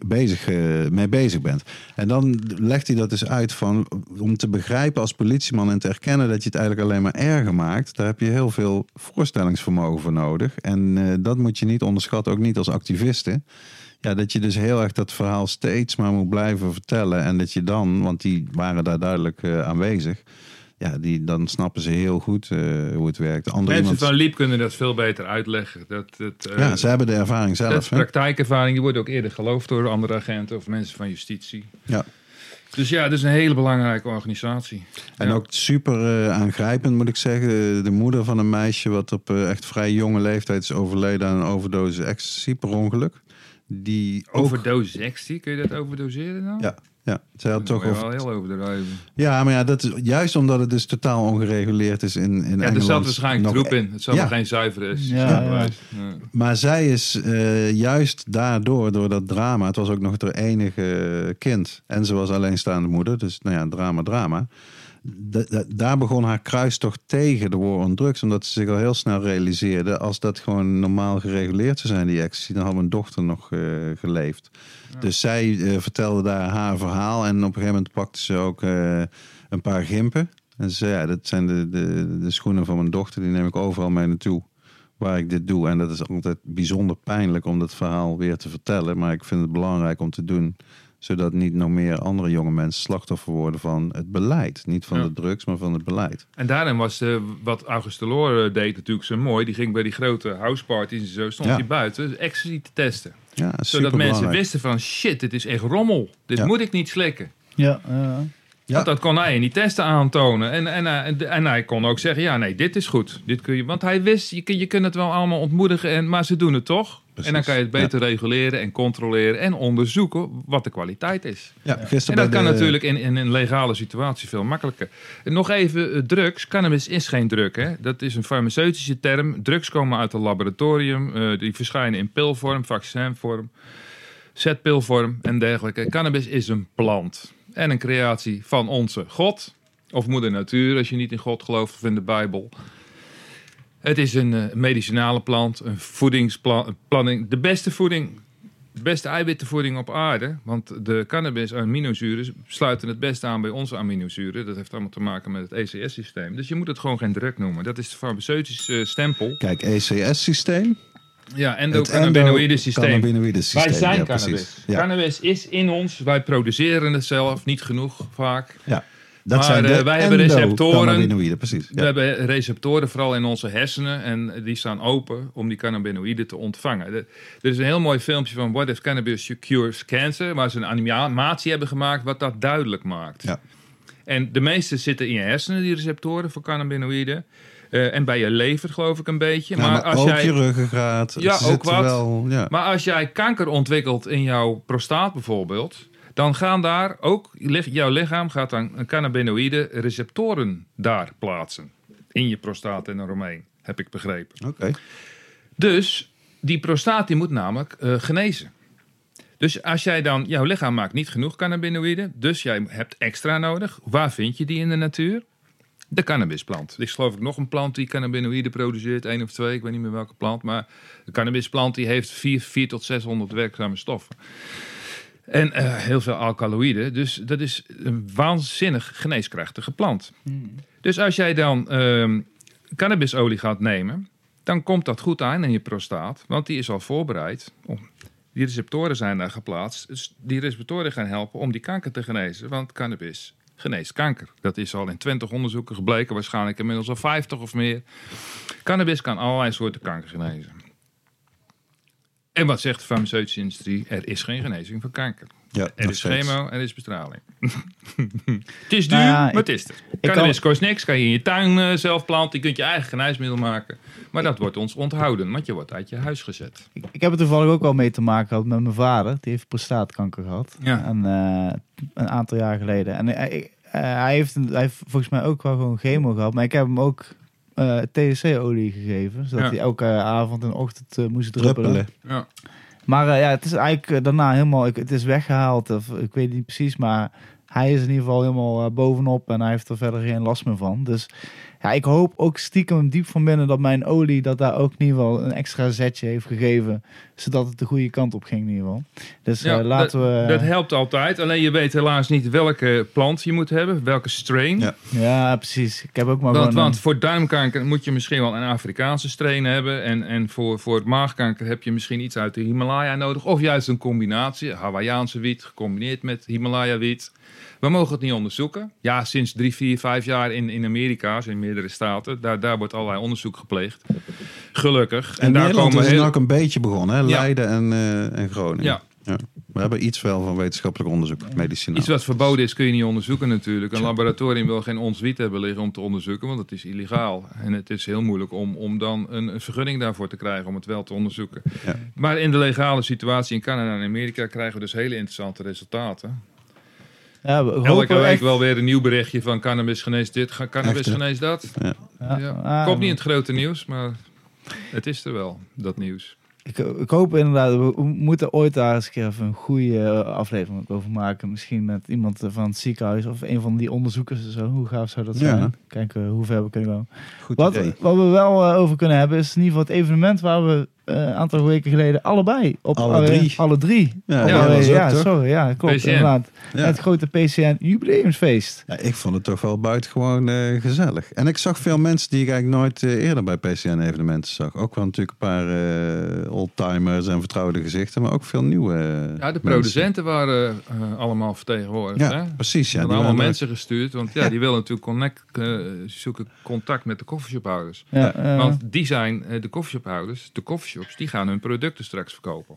bezig bent. En dan legt hij dat dus uit van, om te begrijpen als politieman en te erkennen dat je het eigenlijk alleen maar erger maakt. Daar heb je heel veel voorstellingsvermogen voor nodig. En dat moet je niet onderschatten, ook niet als activisten. Ja, dat je dus heel erg dat verhaal steeds maar moet blijven vertellen. En dat je dan, want die waren daar duidelijk aanwezig. Ja, dan snappen ze heel goed hoe het werkt. Mensen van Liep kunnen dat veel beter uitleggen. Ja, ze hebben de ervaring zelf. Dat is praktijkervaring. Die wordt ook eerder geloofd door andere agenten of mensen van justitie. Ja. Dus ja, het is een hele belangrijke organisatie. En ook super aangrijpend, moet ik zeggen. De moeder van een meisje wat op echt vrij jonge leeftijd is overleden aan een overdose ecstasy per ongeluk. Overdose ecstasy, kun je dat overdoseren dan? Ja. Ja, zij had toch wel heel overdreven. Ja, maar ja, dat is juist omdat het dus totaal ongereguleerd is in Engeland. Er zat waarschijnlijk troep in. Het zal maar geen zuivere is. Ja. Maar zij is juist door dat drama. Het was ook nog haar enige kind. En ze was alleenstaande moeder. Dus drama. Daar begon haar kruistocht tegen de war on drugs. Omdat ze zich al heel snel realiseerde, als dat gewoon normaal gereguleerd zou zijn, die ecstasy, dan had mijn dochter nog geleefd. Ja. Dus zij vertelde daar haar verhaal. En op een gegeven moment pakte ze ook een paar gimpen. En ze zei, dat zijn de schoenen van mijn dochter. Die neem ik overal mee naartoe waar ik dit doe. En dat is altijd bijzonder pijnlijk om dat verhaal weer te vertellen. Maar ik vind het belangrijk om te doen, zodat niet nog meer andere jonge mensen slachtoffer worden van het beleid. Niet van de drugs, maar van het beleid. En daarin was wat August Delors deed natuurlijk zo mooi. Die ging bij die grote houseparties en zo, stond hij buiten ecstasy te testen. Ja, zodat mensen wisten van, shit, dit is echt rommel. Dit moet ik niet slikken. Ja. Want dat kon hij in die testen aantonen. En hij kon ook zeggen, ja, nee, dit is goed. Dit kun je, want hij wist, je kunt het wel allemaal ontmoedigen, maar ze doen het toch. Precies. En dan kan je het beter reguleren en controleren en onderzoeken wat de kwaliteit is. Ja, en dat kan natuurlijk in een legale situatie veel makkelijker. En nog even, drugs. Cannabis is geen drug. Hè? Dat is een farmaceutische term. Drugs komen uit een laboratorium. Die verschijnen in pilvorm, vaccinvorm, zetpilvorm en dergelijke. Cannabis is een plant. En een creatie van onze God. Of moeder natuur, als je niet in God gelooft of in de Bijbel. Het is een medicinale plant, een voedingsplanning. De beste voeding, de beste eiwittenvoeding op aarde. Want de cannabis-aminozuren sluiten het beste aan bij onze aminozuren. Dat heeft allemaal te maken met het ECS-systeem. Dus je moet het gewoon geen drug noemen. Dat is het farmaceutische stempel. Kijk, ECS-systeem. Ja, endocannabinoïde systeem. Wij zijn cannabis. Precies. Ja. Cannabis is in ons. Wij produceren het zelf. Niet genoeg vaak. Ja. Wij hebben receptoren. Precies. Ja. We hebben receptoren vooral in onze hersenen. En die staan open om die cannabinoïden te ontvangen. Er is een heel mooi filmpje van What if Cannabis Cures Cancer. Waar ze een animatie hebben gemaakt wat dat duidelijk maakt. Ja. En de meeste zitten in je hersenen, die receptoren voor cannabinoïden. En bij je lever geloof ik een beetje. Ja, maar als ook jij je ruggengraat. Ja, Het zit ook wat. Wel, ja. Maar als jij kanker ontwikkelt in jouw prostaat bijvoorbeeld, dan gaan daar ook, jouw lichaam gaat dan cannabinoïde receptoren daar plaatsen. In je prostaat en eromheen, heb ik begrepen. Oké. Dus die prostaat die moet namelijk genezen. Dus als jij dan, jouw lichaam maakt niet genoeg cannabinoïden, dus jij hebt extra nodig. Waar vind je die in de natuur? De cannabisplant. Er is geloof ik nog een plant die cannabinoïden produceert. 1 of 2, ik weet niet meer welke plant. Maar de cannabisplant die heeft 4 tot 600 werkzame stoffen. En heel veel alkaloïden. Dus dat is een waanzinnig geneeskrachtige plant. Dus als jij dan cannabisolie gaat nemen, dan komt dat goed aan in je prostaat. Want die is al voorbereid. Die receptoren zijn daar geplaatst. Dus die receptoren gaan helpen om die kanker te genezen. Want cannabis geneest kanker. Dat is al in 20 onderzoeken gebleken. Waarschijnlijk inmiddels al 50 of meer. Cannabis kan allerlei soorten kanker genezen. En wat zegt de farmaceutische industrie? Er is geen genezing van kanker. Ja, Er nog is steeds. chemo, er is bestraling. Het is duur, Nou ja, maar het is er. Cannabis kost niks. Kan je in je tuin zelf planten. Je kunt je eigen geneesmiddel maken. Maar dat wordt ons onthouden. Want je wordt uit je huis gezet. Ik heb er toevallig ook wel mee te maken gehad met mijn vader. Die heeft prostaatkanker gehad. Ja. En, een aantal jaar geleden. En hij heeft volgens mij ook wel gewoon chemo gehad. Maar ik heb hem ook THC-olie gegeven. Zodat Ja. hij elke avond en ochtend moest druppelen. Druppelen. Ja. Maar het is eigenlijk daarna helemaal... Het is weggehaald. Of, ik weet niet precies, maar hij is in ieder geval helemaal bovenop. En hij heeft er verder geen last meer van. Dus ja, ik hoop ook stiekem diep van binnen dat mijn olie... dat daar ook in ieder geval een extra zetje heeft gegeven. Zodat het de goede kant op ging in ieder geval. Dus Ja, laten we... Dat helpt altijd. Alleen je weet helaas niet welke plant je moet hebben. Welke strain. Ja. Ja, precies. Ik heb ook maar Want voor duimkanker moet je misschien wel een Afrikaanse strain hebben. En voor maagkanker heb je misschien iets uit de Himalaya nodig. Of juist een combinatie. Hawaïaanse wiet gecombineerd met Himalaya wiet. We mogen het niet onderzoeken. Ja, sinds 3, 4, 5 jaar in Amerika, in meerdere staten. Daar wordt allerlei onderzoek gepleegd. Gelukkig. En daar Nederland komen is heel... het ook een beetje begonnen. Hè? Ja. Leiden en Groningen. Ja. Ja. We hebben iets wel van wetenschappelijk onderzoek, medicinaal. Iets wat verboden is kun je niet onderzoeken natuurlijk. Een laboratorium wil geen ons wiet hebben liggen om te onderzoeken, want het is illegaal. En het is heel moeilijk om dan een vergunning daarvoor te krijgen om het wel te onderzoeken. Ja. Maar in de legale situatie in Canada en Amerika krijgen we dus hele interessante resultaten. Ja, we Elke hopen week echt- wel weer een nieuw berichtje van cannabis geneest dit, cannabis Echt, hè? geneest dat. Ja. Ja. Komt niet in het grote nieuws, maar het is er wel, dat nieuws. Ik hoop inderdaad, we moeten ooit daar eens een keer even een goede aflevering ook over maken. Misschien met iemand van het ziekenhuis of een van die onderzoekers en zo. Hoe gaaf zou dat Ja. zijn? Kijken hoe ver we kunnen gaan. Goed idee. Wat we wel over kunnen hebben is in ieder geval het evenement waar we een aantal weken geleden allebei op Alle drie. alle drie. Ja, Op- ja, was ook, ja, toch? sorry, ja, klopt. PCN. Inderdaad. Ja. Het grote PCN jubileumsfeest. Ja, ik vond het toch wel buitengewoon gezellig. En ik zag veel mensen die ik eigenlijk nooit eerder bij PCN-evenementen zag. Ook wel natuurlijk een paar oldtimers en vertrouwde gezichten, maar ook veel nieuwe Ja, de mensen. producenten waren allemaal vertegenwoordigd. Ja, hè? precies. Ja, Er die waren allemaal waren mensen gestuurd, want ja, die willen natuurlijk zoeken contact met de coffeeshophouders. Ja, Want die zijn de coffeeshophouders, de coffeeshops, die gaan hun producten straks verkopen.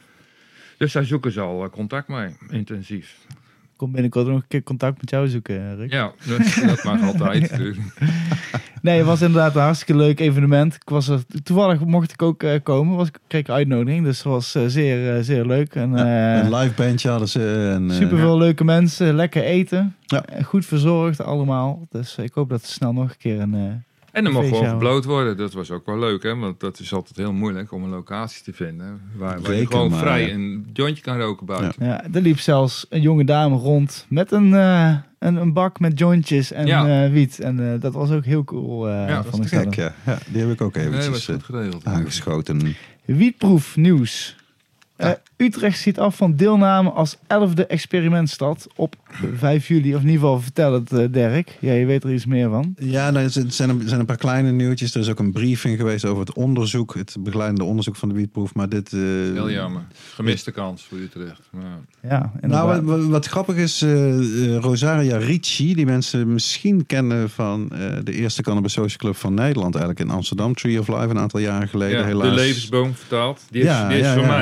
Dus daar zoeken ze al contact mee, intensief. kom binnenkort nog een keer contact met jou zoeken, Rick. Ja, dat mag altijd natuurlijk. Nee, het was inderdaad een hartstikke leuk evenement. Ik was er, toevallig mocht ik ook komen. Kreeg ik een uitnodiging, dus het was zeer leuk. En, een live bandje hadden ze. En, superveel leuke mensen, lekker eten. Ja. Goed verzorgd allemaal. Dus ik hoop dat er snel nog een keer een... En er mocht feestje gewoon houden. gebloot worden. Dat was ook wel leuk, hè? Want dat is altijd heel moeilijk om een locatie te vinden. Waar je Zeker, gewoon maar, vrij ja. een jointje kan roken buiten. Ja, er liep zelfs een jonge dame rond met een bak met jointjes en Ja. wiet. En dat was ook heel cool. dat van Te de gek, ja. Ja, die heb ik ook Nee, dat eventjes was goed geregeld. aangeschoten. Wietproef nieuws. Utrecht ziet af van deelname als 11e experimentstad op 5 juli. Of in ieder geval vertel het Dirk. Ja, je weet er iets meer van. Ja, er zijn een paar kleine nieuwtjes. Er is ook een briefing geweest over het onderzoek, het begeleidende onderzoek van de wietproef. Maar dit... Heel jammer. Gemiste kans voor Utrecht. Maar Ja, inderdaad. Nou, wat grappig is, Rosaria Ricci, die mensen misschien kennen van de eerste Cannabis Social Club van Nederland, eigenlijk in Amsterdam, Tree of Life, een aantal jaren geleden, ja, helaas. de levensboom vertaald. Die is, Ja, die is ja, van ja. mij, hè, die naam.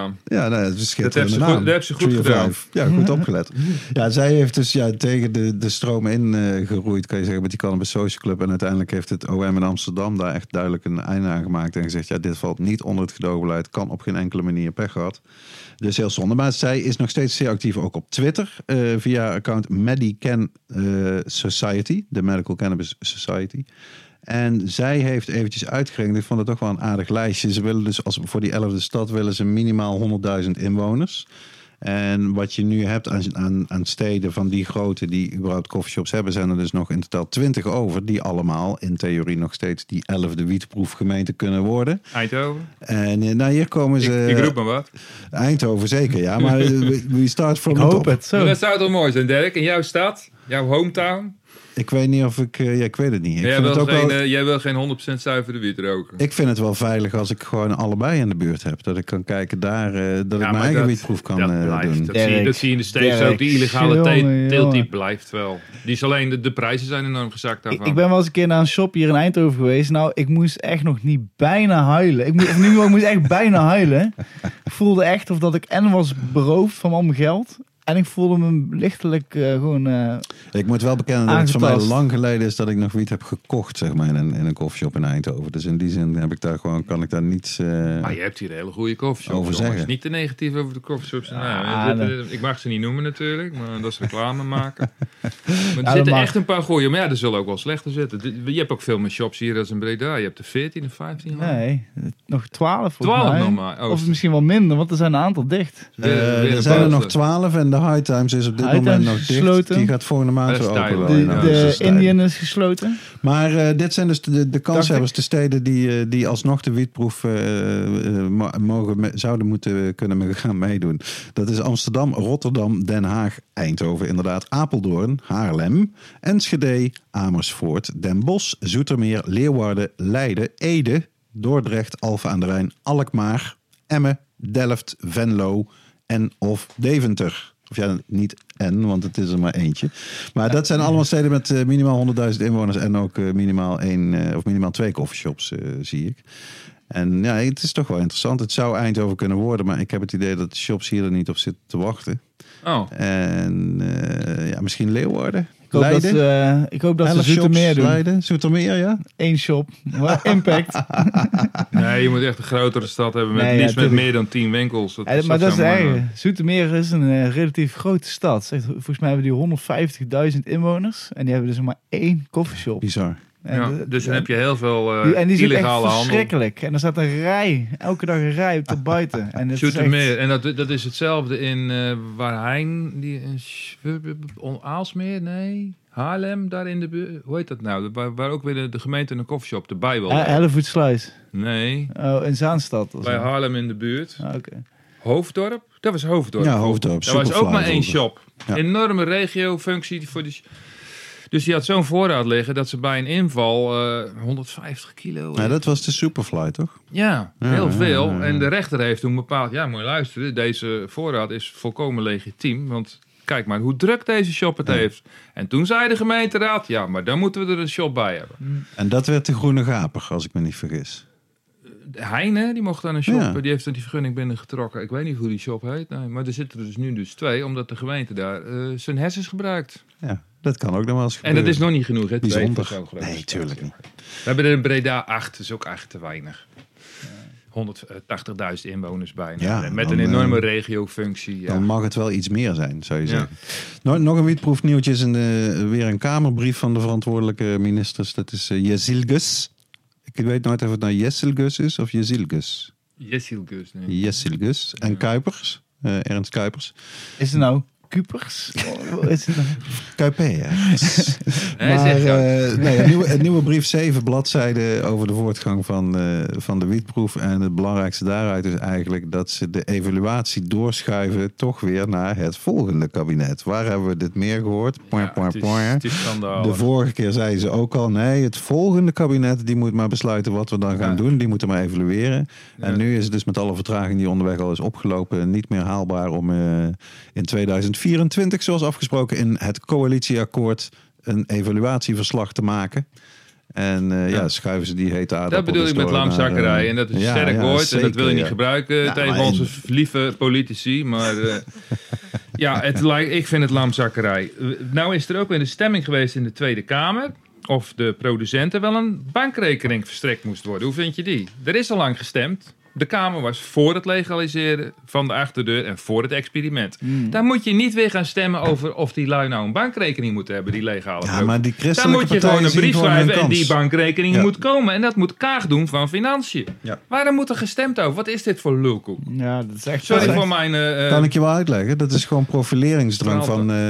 naam. Ja, nou, het is een schitterende Dat heeft ze naam. goed- dat heeft ze goed 3 of gedaan. 5. Ja, goed opgelet. Ja, zij heeft dus tegen de stroom in geroeid, kan je zeggen, met die Cannabis Social Club. En uiteindelijk heeft het OM in Amsterdam daar echt duidelijk een einde aan gemaakt. En gezegd, ja, dit valt niet onder het gedoogbeleid. Kan op geen enkele manier pech gehad. Dus heel zonde. Maar zij is nog steeds zeer actief ook op Twitter. Via account Medican Society. De Medical Cannabis Society. En zij heeft eventjes uitgerekend, ik vond het toch wel een aardig lijstje. Ze willen dus voor die 11e stad willen ze minimaal 100.000 inwoners. En wat je nu hebt aan steden van die grootte die überhaupt coffeeshops hebben, zijn er dus nog in totaal 20 over. Die allemaal in theorie nog steeds die 11e wietproefgemeente kunnen worden. Eindhoven? En nou, hier komen ze... Ik roep maar wat. Eindhoven zeker, ja. Maar we start from Ik the hoop top. het. Zo. Maar dat zou toch mooi zijn, Dirk? In jouw stad? Jouw hometown? Ik weet niet of ik... ik weet het niet. Ik Jij vind het wil, ook wel... jij wil geen 100% zuivere wiet roken. Ik vind het wel veilig als ik gewoon allebei in de buurt heb. Dat ik kan kijken daar, dat ik mijn maar eigen wietproef kan dat blijft. doen. Dat zie je in de States Dirk, ook. Die illegale jongen, teelt die jongen. blijft wel. Die is alleen, de prijzen zijn enorm gezakt daarvan. Ik ben wel eens een keer naar een shop hier in Eindhoven geweest. Nou, ik moest echt nog niet bijna huilen. Ik moest echt bijna huilen. Ik voelde echt of dat ik was beroofd van al mijn geld. En ik voelde me lichtelijk gewoon... Ik moet wel bekennen dat het voor mij aangetast. lang geleden is dat ik nog wiet heb gekocht, zeg maar, in een koffieshop in Eindhoven. Dus in die zin heb ik daar gewoon, kan ik daar niets Maar je hebt hier hele goede koffieshops. over jongens. zeggen. Niet te negatief over de koffieshops. Ah, Ik mag ze niet noemen natuurlijk, maar dat is reclame maken. Maar er dat zitten mag. echt een paar goeie. Maar ja, er zullen ook wel slechter zitten. Je hebt ook veel meer shops hier als in Breda. Je hebt er 14 of 15. Nee, nog 12 volgens 12 mij. nog maar. Oh, Of misschien wel minder, want er zijn een aantal dicht. er zijn er nog 12 en de High Times is op dit High moment Times nog is dicht. gesloten. Die gaat volgende maand Dat is weer open. tijden. wel. De, Ja, dat de is tijden. Indian is gesloten. Maar dit zijn dus de kanshebbers, de steden die alsnog de wietproef zouden moeten kunnen gaan meedoen. Dat is Amsterdam, Rotterdam, Den Haag, Eindhoven, inderdaad, Apeldoorn, Haarlem, Enschede, Amersfoort, Den Bosch, Zoetermeer, Leeuwarden, Leiden, Ede, Dordrecht, Alphen aan de Rijn, Alkmaar, Emmen, Delft, Venlo en of Deventer. Of ja, niet en, want het is er maar eentje. Maar dat zijn allemaal steden met minimaal 100.000 inwoners en ook minimaal 1 of minimaal 2 coffeeshops, zie ik. En ja, het is toch wel interessant. Het zou Eindhoven kunnen worden, maar ik heb het idee dat de shops hier er niet op zitten te wachten. Oh. En ja, misschien Leeuwarden. Ik hoop dat ze 11 Zoetermeer shops, doen. Leiden, Zoetermeer, ja. 1 shop. Wat impact. Nee, je moet echt een grotere stad hebben met Nee, niets met tuurlijk. meer dan 10 winkels. Maar dat is zo mooi, eigen. Zoetermeer is een relatief grote stad. Volgens mij hebben die 150.000 inwoners. En die hebben dus maar 1 coffeeshop. Bizar. En Ja, de- dus dan heb je heel veel en die is ook echt illegale handel. verschrikkelijk. En er staat een rij. Elke dag een rij tot buiten. En het is Zoetermeer. echt- En dat is hetzelfde in waar Hein, Aalsmeer, nee, Haarlem, daar in de buurt. Hoe heet dat nou? Waar ook weer de gemeente een koffieshop erbij wil. Hellevoetsluis. Nee, Oh, in Zaanstad. of bij zo. Haarlem in de buurt. Ah, oké. Hoofddorp? Dat was Hoofddorp. Ja, Hoofddorp. Dat was ook Superfly maar 1 vroeger. shop. Ja. Enorme regiofunctie voor die... Dus die had zo'n voorraad liggen dat ze bij een inval 150 kilo... Ja, dat was de Superfly, toch? Ja, Ja, heel ja, veel. ja, ja. En de rechter heeft toen bepaald... Ja, moet je luisteren. Deze voorraad is volkomen legitiem. Want kijk maar hoe druk deze shop het heeft. En toen zei de gemeenteraad... Ja, maar dan moeten we er een shop bij hebben. En dat werd de Groene Gaper, als ik me niet vergis. Heine, die mocht aan een shop. Ja. Die heeft die vergunning binnengetrokken. Ik weet niet hoe die shop heet. Nee, maar er zitten er dus nu 2. Omdat de gemeente daar zijn hersens gebruikt. Ja, dat kan ook nog wel eens En gebeuren. dat is nog niet genoeg. Hè? 2 Bijzonder. voor zo'n grote Nee, stad. tuurlijk niet. We hebben er in Breda 8. Dat is ook eigenlijk te weinig. 180.000 inwoners bijna. Ja, Met dan, een enorme regiofunctie. Ja. Dan mag het wel iets meer zijn, zou je Ja. zeggen. Nog een wietproefnieuwtje is weer een Kamerbrief van de verantwoordelijke ministers. Dat is Jezilgus. Ik weet nooit of het nou Jezilgus is of Jezilgus. Jessilgus. Nee. Jezilgus. En Kuipers. Ernst Kuipers. Is het nou Kupers? Is het nou... Kuipers. Hij Maar zegt ja. nee, een nieuwe brief, 7 bladzijden over de voortgang van de wietproef. En het belangrijkste daaruit is eigenlijk dat ze de evaluatie doorschuiven toch weer naar het volgende kabinet. Waar hebben we dit meer gehoord? Het is schandalig. De vorige keer zeiden ze ook al, nee, het volgende kabinet die moet maar besluiten wat we dan gaan Ja. doen. Die moeten maar evalueren. Ja. En nu is het dus met alle vertraging die onderweg al is opgelopen niet meer haalbaar om in 2024, zoals afgesproken in het coalitieakkoord, een evaluatieverslag te maken. En schuiven ze die hete aardappel. Dat bedoel ik met lamzakkerij. En dat is een sterk woord. Zeker, en dat wil je niet gebruiken tegen onze lieve politici. Maar ik vind het lamzakkerij. Nou is er ook weer een stemming geweest in de Tweede Kamer. Of de producenten wel een bankrekening verstrekt moest worden. Hoe vind je die? Er is al lang gestemd. De Kamer was voor het legaliseren van de achterdeur en voor het experiment. Daar moet je niet weer gaan stemmen over of die lui nou een bankrekening moeten hebben, die legale. Ja, maar die dan moet je gewoon een brief schrijven en die bankrekening moet komen. En dat moet Kaag doen van Financiën. Ja. Waarom moet er gestemd over? Wat is dit voor lulkoek? Ja, dat is echt... Sorry voor mijn... Kan ik je wel uitleggen? Dat is gewoon profileringsdrang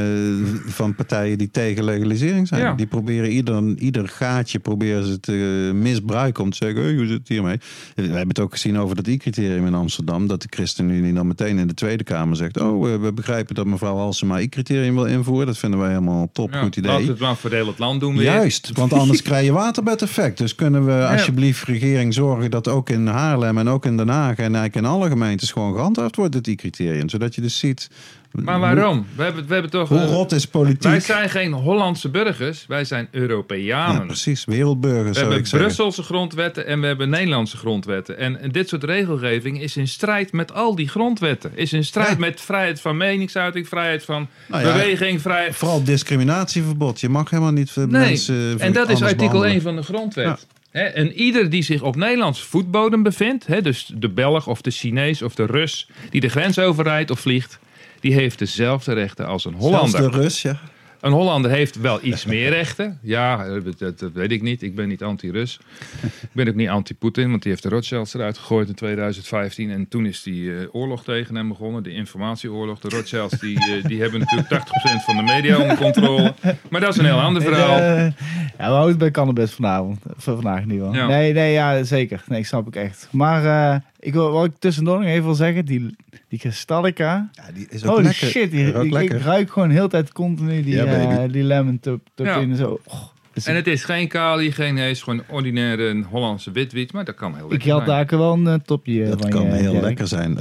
van partijen die tegen legalisering zijn. Ja. Die proberen ieder gaatje proberen ze te misbruiken om te zeggen, hoe zit het hiermee? We hebben het ook gezien over dat I-criterium in Amsterdam, dat de ChristenUnie dan meteen in de Tweede Kamer zegt, we begrijpen dat mevrouw Halsema I-criterium wil invoeren. Dat vinden wij helemaal top, goed idee. Laten we het maar verdelen het land doen weer. Juist, want anders krijg je waterbed-effect. Dus kunnen we alsjeblieft regering zorgen dat ook in Haarlem en ook in Den Haag en eigenlijk in alle gemeentes gewoon gehandhaafd wordt, het I-criterium. Zodat je dus ziet... Maar waarom? We hebben toch... Hoe rot is politiek? Wij zijn geen Hollandse burgers. Wij zijn Europeanen. Ja, precies, wereldburgers. We hebben Brusselse grondwetten en we hebben Nederlandse grondwetten. En dit soort regelgeving is in strijd met al die grondwetten. Is in strijd met vrijheid van meningsuiting, vrijheid van beweging, vrijheid... Vooral discriminatieverbod. Je mag helemaal niet mensen... En dat is artikel 1 van de grondwet. Ja. En ieder die zich op Nederlands voetbodem bevindt, dus de Belg of de Chinees of de Rus die de grens overrijdt of vliegt, die heeft dezelfde rechten als een Hollander. Zelfs de Rus, ja. Een Hollander heeft wel iets meer rechten. Ja, dat weet ik niet. Ik ben niet anti-Rus. Ik ben ook niet anti-Poetin, want die heeft de Rothschilds eruit gegooid in 2015. En toen is die oorlog tegen hem begonnen, de informatieoorlog. De Rothschilds die hebben natuurlijk 80% van de media onder controle. Maar dat is een heel ander verhaal. We houden het bij cannabis vandaag in ieder geval. Ja. Nee, zeker. Nee, snap ik echt. Maar wat ik tussendoor nog even wil zeggen, die Kristallica. Ja, die is ook lekker. Shit, ik ruik gewoon heel de tijd continu die lemon top in zo. En het is geen kali, geen hees, gewoon ordinaire Hollandse witwiet, maar dat kan heel lekker zijn. Ik had daar wel een topje dat van. Dat kan heel lekker zijn.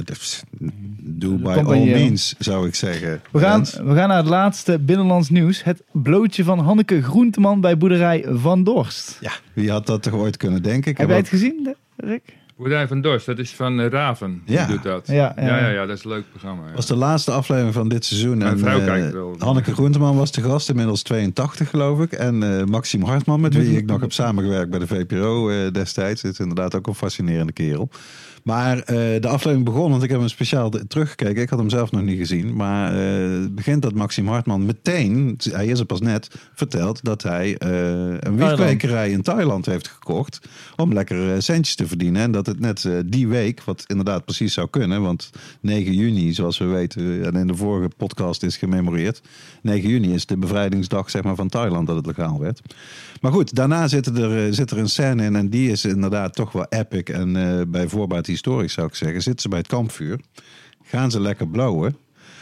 Doe by all means, zou ik zeggen. We gaan naar het laatste binnenlands nieuws. Het blootje van Hanneke Groenteman bij boerderij Van Dorst. Ja, wie had dat toch ooit kunnen denken? Heb jij het gezien, Rick? Boerderij van Dorst, dat is van Raven. Die doet dat. Ja, dat is een leuk programma. Dat was de laatste aflevering van dit seizoen. Mijn vrouw kijkt wel. Hanneke Groenteman was de gast, inmiddels 82 geloof ik. En Maxime Hartman, met wie ik nog heb samengewerkt bij de VPRO destijds. Het is inderdaad ook een fascinerende kerel. Maar de aflevering begon, want ik heb hem speciaal teruggekeken. Ik had hem zelf nog niet gezien. Maar het begint dat Maxime Hartman meteen, hij is er pas net, vertelt dat hij een wiegkwekerij in Thailand heeft gekocht. Om lekker centjes te verdienen. En dat het net die week, wat inderdaad precies zou kunnen. Want 9 juni, zoals we weten, en in de vorige podcast is gememoreerd. 9 juni is de bevrijdingsdag zeg maar, van Thailand dat het legaal werd. Maar goed, daarna zit er een scène in en die is inderdaad toch wel epic. En bij voorbaat historisch zou ik zeggen. Zitten ze bij het kampvuur. Gaan ze lekker blauwen.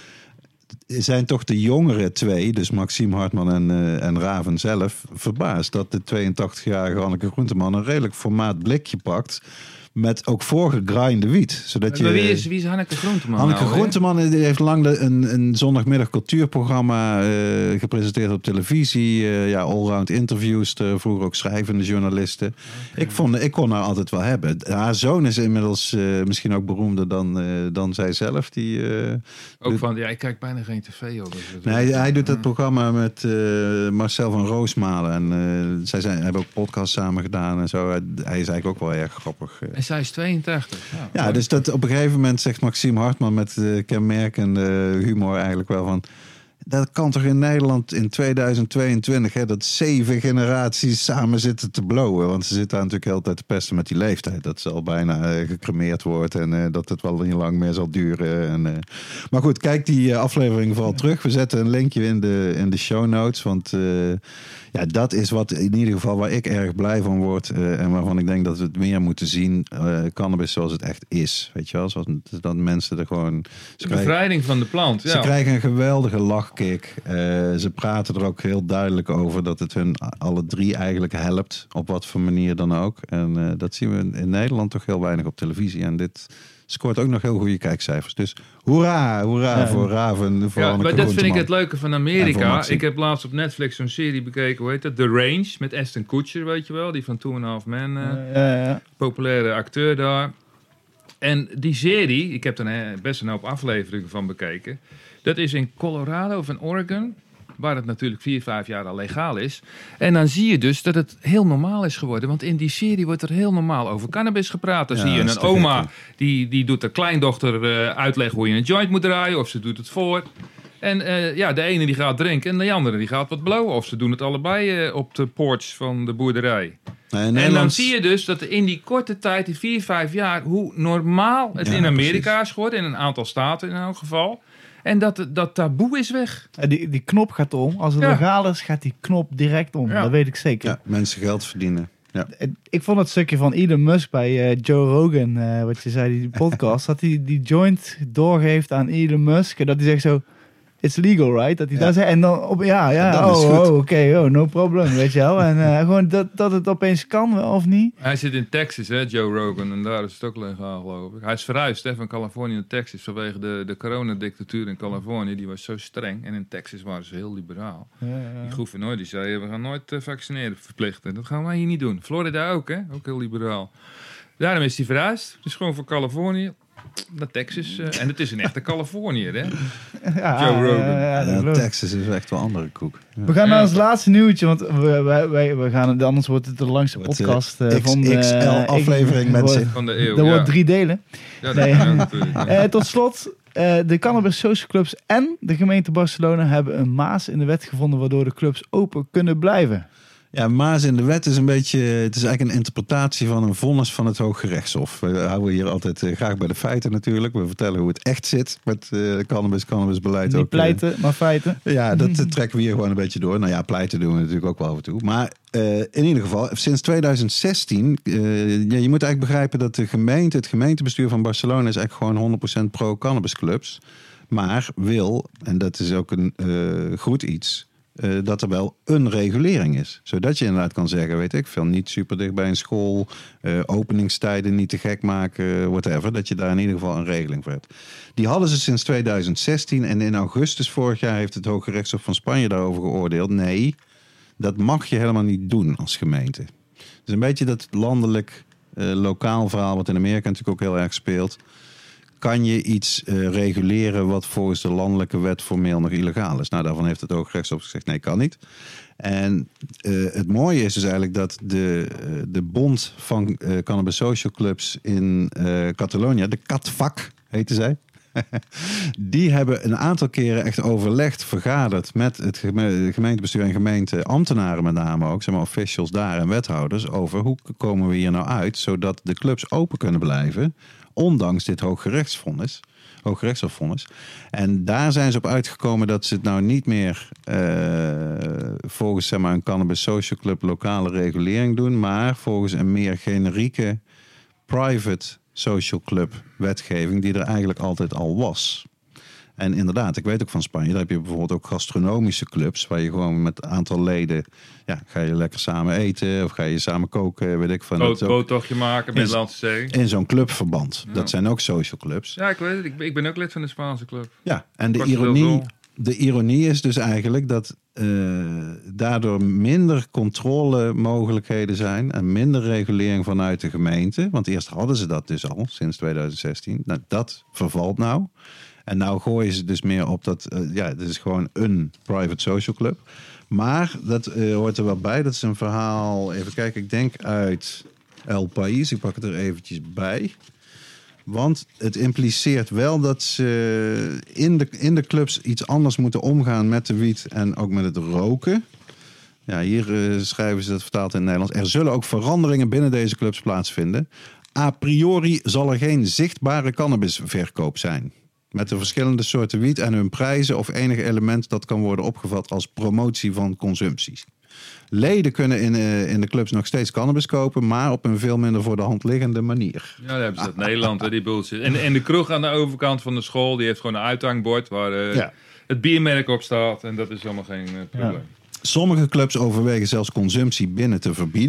Zijn toch de jongere twee, dus Maxime Hartman en Raven zelf, verbaasd dat de 82-jarige Hanneke Groenteman een redelijk formaat blikje pakt. Met ook voorgegrinde wiet. Zodat maar wie is Hanneke Groenteman? Hanneke Groenteman heeft lang een zondagmiddag cultuurprogramma gepresenteerd op televisie. Allround interviews, vroeger ook schrijvende journalisten. Okay. Ik kon haar altijd wel hebben. Haar zoon is inmiddels misschien ook beroemder dan zij zelf. Ik kijk bijna geen tv. Nee, hij doet dat programma met Marcel van Roosmalen. En zij hebben ook podcasts samen gedaan en zo. Hij is eigenlijk ook wel erg grappig. En zij is 82. Ja, dus dat op een gegeven moment zegt Maxime Hartman met kenmerkende humor eigenlijk wel van... Dat kan toch in Nederland in 2022, dat 7 generaties samen zitten te blowen. Want ze zitten daar natuurlijk heel tijd te pesten met die leeftijd. Dat ze al bijna gecremeerd wordt en dat het wel niet lang meer zal duren. Maar goed, kijk die aflevering vooral terug. We zetten een linkje in de show notes, want... dat is wat in ieder geval waar ik erg blij van word. En waarvan ik denk dat we het meer moeten zien. Cannabis zoals het echt is. Weet je wel? Zoals dat mensen er gewoon... De bevrijding van de plant. Ze krijgen een geweldige lachkick. Ze praten er ook heel duidelijk over. Dat het hun alle drie eigenlijk helpt. Op wat voor manier dan ook. En dat zien we in Nederland toch heel weinig op televisie. En dit Scoort ook nog heel goede kijkcijfers. Dus hoera voor Raven. Voor Ja, Anneke maar dat vind ik Groenteman. het leuke van En voor Amerika. Maxi. Ik heb laatst op Netflix zo'n serie bekeken, hoe heet dat? The Range, met Ashton Kutcher, weet je wel. Die van Two and a Half Men, populaire acteur daar. En die serie, ik heb er best een hoop afleveringen van bekeken. Dat is in Colorado of in Oregon, waar het natuurlijk 4-5 jaar al legaal is. En dan zie je dus dat het heel normaal is geworden. Want in die serie wordt er heel normaal over cannabis gepraat. Dan Ja, zie je dat is een te oma, gek, die doet de kleindochter uitleggen hoe je een joint moet draaien. Of ze doet het voor. En de ene die gaat drinken en de andere die gaat wat blowen. Of ze doen het allebei op de porch van de boerderij. Nee, En dan Nederlands- zie je dus dat in die korte tijd, die 4-5 jaar, hoe normaal het Ja, in Amerika precies. is geworden. In een aantal staten in elk geval. En dat taboe is weg. Die knop gaat om. Als het Ja. legaal is, gaat die knop direct om. Ja. Dat weet ik zeker. Ja, mensen geld verdienen. Ja. Ik vond het stukje van Elon Musk bij Joe Rogan, wat je zei, die podcast, dat hij die joint doorgeeft aan Elon Musk. En dat hij zegt zo, it's legal, right? Dat hij Ja. daar zegt. En dan op, Dat is goed. oké, no problem, weet je wel. En gewoon dat het opeens kan, wel of niet. Hij zit in Texas, hè, Joe Rogan. En daar is het ook legaal, geloof ik. Hij is verhuisd van Californië naar Texas vanwege de coronadictatuur in Californië. Die was zo streng. En in Texas waren ze heel liberaal. Die gouverneur die zei, we gaan nooit vaccineren verplichten. Dat gaan wij hier niet doen. Florida ook, hè? Ook heel liberaal. Daarom is hij verhuisd. Dus gewoon van Californië naar Texas. En het is een echte Californiër, hè? Joe Rogan. Ja, dat geloof ik. Texas is echt wel andere koek. Ja. We gaan naar ons laatste nieuwtje, want we gaan, anders wordt het de langste Wordt, podcast van de XXL-aflevering, mensen. Van de eeuw, Er ja. wordt 3 delen. Ja, dat Nee. kan ook natuurlijk. Ja. Tot slot, de Cannabis Social Clubs en de gemeente Barcelona hebben een maas in de wet gevonden waardoor de clubs open kunnen blijven. Ja, maas in de wet is een beetje... Het is eigenlijk een interpretatie van een vonnis van het Hooggerechtshof. We houden hier altijd graag bij de feiten natuurlijk. We vertellen hoe het echt zit met cannabisbeleid. Niet ook, pleiten, maar feiten. Ja, dat trekken we hier gewoon een beetje door. Nou ja, pleiten doen we natuurlijk ook wel af en toe. Maar in ieder geval, sinds 2016... je moet eigenlijk begrijpen dat het gemeentebestuur van Barcelona... is eigenlijk gewoon 100% pro-cannabisclubs. Maar wil, en dat is ook een goed iets... dat er wel een regulering is. Zodat je inderdaad kan zeggen, weet ik veel, niet super dicht bij een school, openingstijden niet te gek maken, whatever. Dat je daar in ieder geval een regeling voor hebt. Die hadden ze sinds 2016 en in augustus vorig jaar heeft het Hooggerechtshof van Spanje daarover geoordeeld. Nee, dat mag je helemaal niet doen als gemeente. Dus een beetje dat landelijk, lokaal verhaal wat in Amerika natuurlijk ook heel erg speelt. Kan je iets reguleren wat volgens de landelijke wet formeel nog illegaal is? Nou, daarvan heeft het Hooggerechtshof gezegd, nee, kan niet. En het mooie is dus eigenlijk dat de bond van Cannabis Social Clubs in Catalonië, de CatFac heette zij, die hebben een aantal keren echt overlegd, vergaderd met het gemeentebestuur en gemeenteambtenaren met name ook, zeg maar officials daar en wethouders, over hoe komen we hier nou uit, zodat de clubs open kunnen blijven, ondanks dit Hooggerechtshofvonnis. En daar zijn ze op uitgekomen dat ze het nou niet meer volgens zeg maar, een Cannabis Social Club lokale regulering doen, maar volgens een meer generieke private social club wetgeving die er eigenlijk altijd al was. En inderdaad, ik weet ook van Spanje, daar heb je bijvoorbeeld ook gastronomische clubs, waar je gewoon met een aantal leden, ja, ga je lekker samen eten of ga je samen koken, weet ik van. Boottochtje maken bij de Middellandse Zee. In zo'n clubverband. Ja. Dat zijn ook social clubs. Ja, ik weet het. Ik ben ook lid van de Spaanse club. Ja, en Costa del Sol. de ironie is dus eigenlijk dat daardoor minder controlemogelijkheden zijn en minder regulering vanuit de gemeente. Want eerst hadden ze dat dus al sinds 2016. Nou, dat vervalt nou. En nou gooien ze dus meer op dat, dit is gewoon een private social club. Maar dat hoort er wel bij. Dat is een verhaal, even kijken, ik denk uit El País. Ik pak het er eventjes bij. Want het impliceert wel dat ze in de clubs iets anders moeten omgaan met de wiet en ook met het roken. Ja, hier schrijven ze dat vertaald in het Nederlands. Er zullen ook veranderingen binnen deze clubs plaatsvinden. A priori zal er geen zichtbare cannabisverkoop zijn. Met de verschillende soorten wiet en hun prijzen of enig element dat kan worden opgevat als promotie van consumpties. Leden kunnen in de clubs nog steeds cannabis kopen, maar op een veel minder voor de hand liggende manier. Ja, daar hebben ze dat Nederland, hè, die bullshit. En de kroeg aan de overkant van de school, die heeft gewoon een uithangbord waar het biermerk op staat. En dat is allemaal geen probleem. Sommige clubs overwegen zelfs consumptie binnen te verbieden.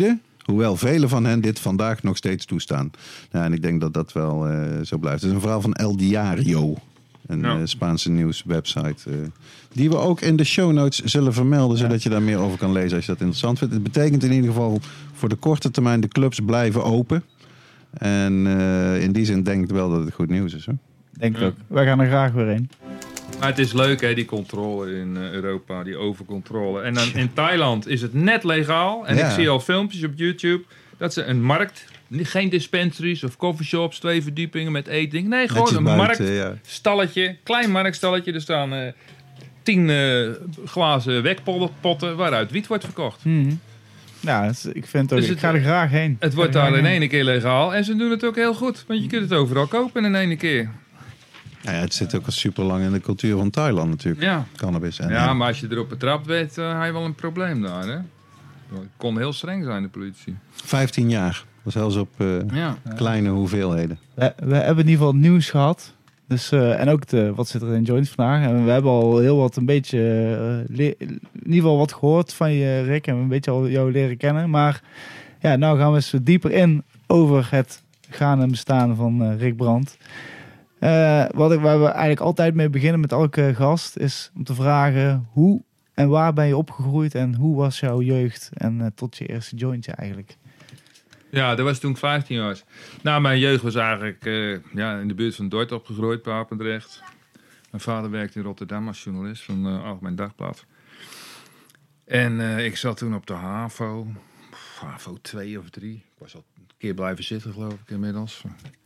Hoewel velen van hen dit vandaag nog steeds toestaan. Ja, en ik denk dat dat wel zo blijft. Het is een verhaal van El Diario. Een Spaanse nieuwswebsite. Die we ook in de show notes zullen vermelden. Zodat je daar meer over kan lezen als je dat interessant vindt. Het betekent in ieder geval voor de korte termijn de clubs blijven open. En in die zin denk ik wel dat het goed nieuws is. Hoor. Denk ik ook. Wij gaan er graag weer in. Maar het is leuk, hè, die controle in Europa, die overcontrole. En dan in Thailand is het net legaal. En ik zie al filmpjes op YouTube dat ze een markt, geen dispensaries of coffeeshops, 2 verdiepingen met eetding. Nee, gewoon een marktstalletje, klein marktstalletje. Er staan 10 glazen wekpotten waaruit wiet wordt verkocht. Mm-hmm. Ja, ik vind ook, dus ik ga er graag heen. Het wordt daar in één keer legaal en ze doen het ook heel goed. Want je kunt het overal kopen in één keer. Nou ja, het zit ook al super lang in de cultuur van Thailand natuurlijk. Ja. Cannabis. Maar als je erop betrapt werd, had je wel een probleem daar. Hè? Het kon heel streng zijn, de politie. 15 jaar. Dat is zelfs op kleine hoeveelheden. We hebben in ieder geval nieuws gehad. Dus, en ook wat zit er in joints vandaag. En we hebben al heel wat een beetje, in ieder geval wat gehoord van je, Rick. En een beetje al jou leren kennen. Maar ja, nou gaan we eens dieper in over het gaan en bestaan van Rick Brandt. Waar we eigenlijk altijd mee beginnen met elke gast is om te vragen hoe en waar ben je opgegroeid en hoe was jouw jeugd en tot je eerste jointje eigenlijk? Ja, dat was toen ik 15 was. Nou, mijn jeugd was eigenlijk in de buurt van Dordt opgegroeid, Papendrecht. Mijn vader werkte in Rotterdam als journalist van Algemeen Dagblad. En ik zat toen op de HAVO 2 of 3. Ik was al een keer blijven zitten, geloof ik, inmiddels.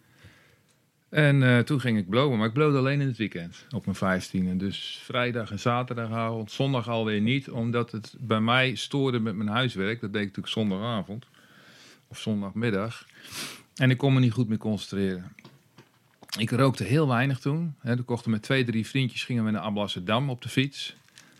En toen ging ik blowen, maar ik blowde alleen in het weekend op mijn 15e. Dus vrijdag en zaterdagavond, zondag alweer niet. Omdat het bij mij stoorde met mijn huiswerk. Dat deed ik natuurlijk zondagavond of zondagmiddag. En ik kon me niet goed meer concentreren. Ik rookte heel weinig toen. We kochten met 2, 3 vriendjes, gingen we naar Alblasserdam op de fiets.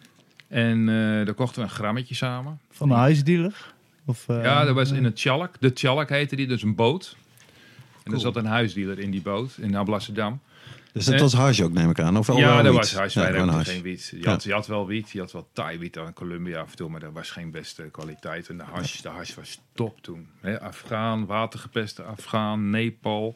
En daar kochten we een grammetje samen. Van een huisdealer? Ja, dat was in het Tjalk. De Tjalk heette die, dus een boot. En er zat een huisdealer in die boot, in Alblasserdam. Dus dat was hash ook, neem ik aan? Of ja, dat was hash. Wij rookten geen wiet. Je had wel wiet, je had wel Thai-wiet aan Colombia af en toe, maar dat was geen beste kwaliteit. En de hash was top toen. Afghaan, watergepeste Afghaan, Nepal.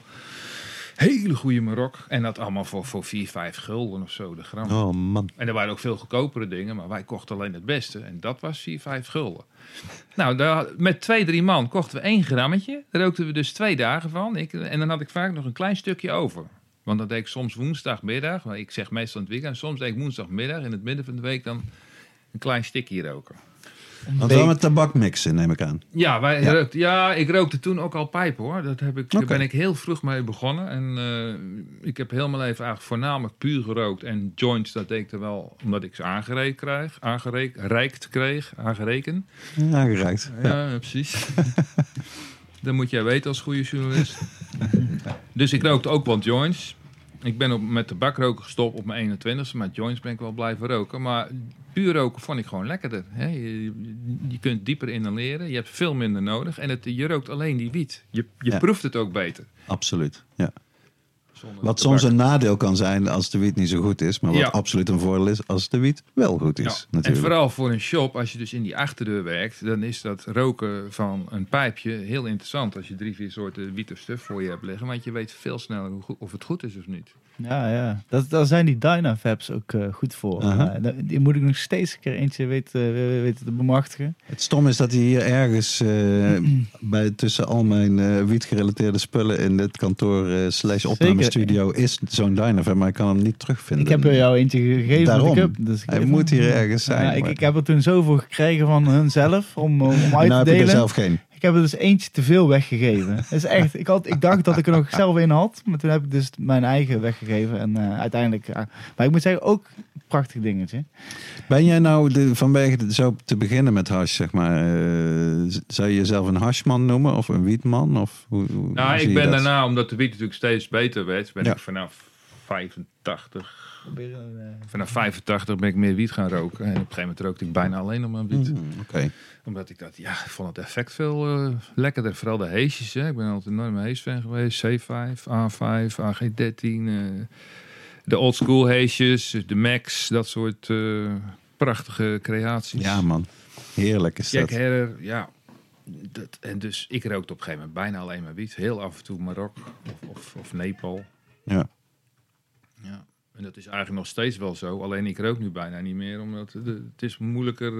Hele goede Marok. En dat allemaal voor 4, 5 gulden of zo, de gram. Oh man. En er waren ook veel goedkopere dingen, maar wij kochten alleen het beste. En dat was 4, 5 gulden. Nou, met 2, 3 man kochten we 1 grammetje. Daar rookten we dus 2 dagen van. En dan had ik vaak nog een klein stukje over. Want dat deed ik soms woensdagmiddag. Maar ik zeg meestal in het weekend. Soms deed ik woensdagmiddag. In het midden van de week dan een klein stikje roken. Want wel met tabak mixen, neem ik aan. Ja, ik rookte toen ook al pijpen, hoor. Daar ben ik heel vroeg mee begonnen. En ik heb heel mijn leven eigenlijk voornamelijk puur gerookt. En joints, dat deed ik er wel omdat ik ze aangereikt kreeg. Aangereikt. Ja, precies. Dat moet jij weten als goede journalist. Dus ik rookte ook wel joints. Ik ben met tabakroken gestopt op mijn 21ste. Maar joints ben ik wel blijven roken. Maar puur roken vond ik gewoon lekkerder. Hè? Je kunt dieper inhaleren. Je hebt veel minder nodig. En je rookt alleen die wiet. Je proeft het ook beter. Absoluut, ja. Wat soms een nadeel kan zijn als de wiet niet zo goed is. Maar wat absoluut een voordeel is als de wiet wel goed is. Ja. Natuurlijk. En vooral voor een shop, als je dus in die achterdeur werkt. Dan is dat roken van een pijpje heel interessant. Als je 3, 4 soorten wiet of stuf voor je hebt liggen. Want je weet veel sneller of het goed is of niet. Ja. Daar zijn die Dynavapes ook goed voor. Die moet ik nog steeds een keer eentje weten te bemachtigen. Het stom is dat hij hier ergens tussen al mijn wietgerelateerde spullen in dit kantoor /opnamestudio is zo'n Dynavape, maar ik kan hem niet terugvinden. Ik heb er jou eentje gegeven. Daarom. Hij moet hier ergens zijn. Ja, ik heb er toen zoveel gekregen van hunzelf om uit te delen. Heb ik er zelf geen. Ik heb er dus eentje te veel weggegeven. Dat is echt, ik dacht dat ik er nog zelf in had. Maar toen heb ik dus mijn eigen weggegeven. En uiteindelijk... maar ik moet zeggen, ook een prachtig dingetje. Ben jij nou, vanwege zo te beginnen met hash, zeg maar... zou je jezelf een hashman noemen? Of een wietman? Of hoe ik ben daarna, omdat de wiet natuurlijk steeds beter werd... ben ik vanaf 85... Vanaf 85 ben ik meer wiet gaan roken. En op een gegeven moment rookte ik bijna alleen nog maar wiet. Omdat ik dat, ik vond het effect veel lekkerder. Vooral de heesjes. Ik ben altijd een enorme hees-fan geweest. C5, A5, AG13. De old school heesjes, de Max. Dat soort prachtige creaties. Ja man, heerlijk is Jack dat. Herrer, En dus ik rookte op een gegeven moment bijna alleen maar wiet. Heel af en toe Marokko of Nepal. Ja. Ja. En dat is eigenlijk nog steeds wel zo. Alleen ik rook nu bijna niet meer. Omdat het is moeilijker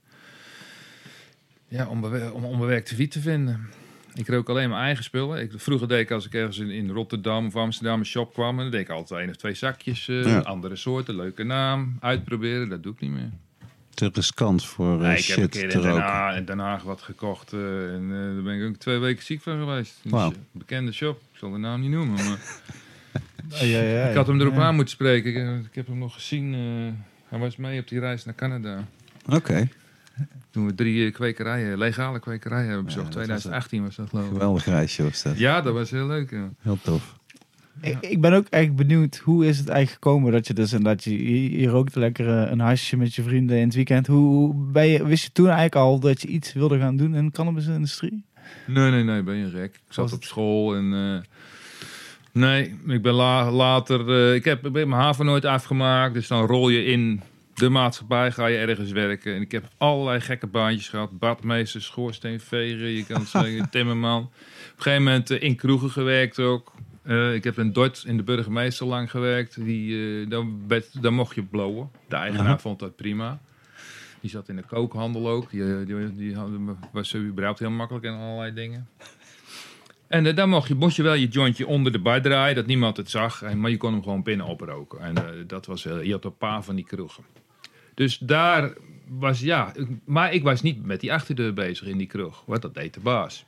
om onbewerkte wiet te vinden. Ik rook alleen mijn eigen spullen. Vroeger deed ik als ik ergens in Rotterdam of Amsterdam een shop kwam... dan deed ik altijd 1 of 2 zakjes. Andere soorten, leuke naam. Uitproberen, dat doe ik niet meer. Te riskant voor Ik heb shit een keer te roken. in Den Haag wat gekocht. En daar ben ik ook 2 weken ziek van geweest. Dus, Wauw. bekende shop. Ik zal de naam niet noemen. Maar Ja. ik had hem erop aan moeten spreken. Ik heb hem nog gezien. Hij was mee op die reis naar Canada. Oké, Toen we 3 kwekerijen, legale kwekerijen hebben bezocht. dat was 2018 was dat geloof ik. geweldig reisje was dat. Ja, dat was heel leuk. Ja. Heel tof. Ik ben ook echt benieuwd, hoe is het eigenlijk gekomen dat je dus inderdaad, je rookt lekker een hasje met je vrienden in het weekend. Wist je toen eigenlijk al dat je iets wilde gaan doen in de cannabisindustrie? Nee, ben je gek. Ik zat op school en... nee, ik ben later... ik ben mijn haven nooit afgemaakt. Dus dan rol je in de maatschappij, ga je ergens werken. En ik heb allerlei gekke baantjes gehad. Badmeester, schoorsteenveger, je kan het zeggen, timmerman. Op een gegeven moment in kroegen gewerkt ook. Ik heb in Dort in de burgemeester lang gewerkt. Dan mocht je blowen. De eigenaar vond dat prima. Die zat in de kookhandel ook. Die was überhaupt heel makkelijk in allerlei dingen. En dan moest je wel je jointje onder de bar draaien, dat niemand het zag. Maar je kon hem gewoon binnen oproken. En dat was, je had een paar van die kroegen. Dus daar was, maar ik was niet met die achterdeur bezig in die kroeg. Want dat deed de baas.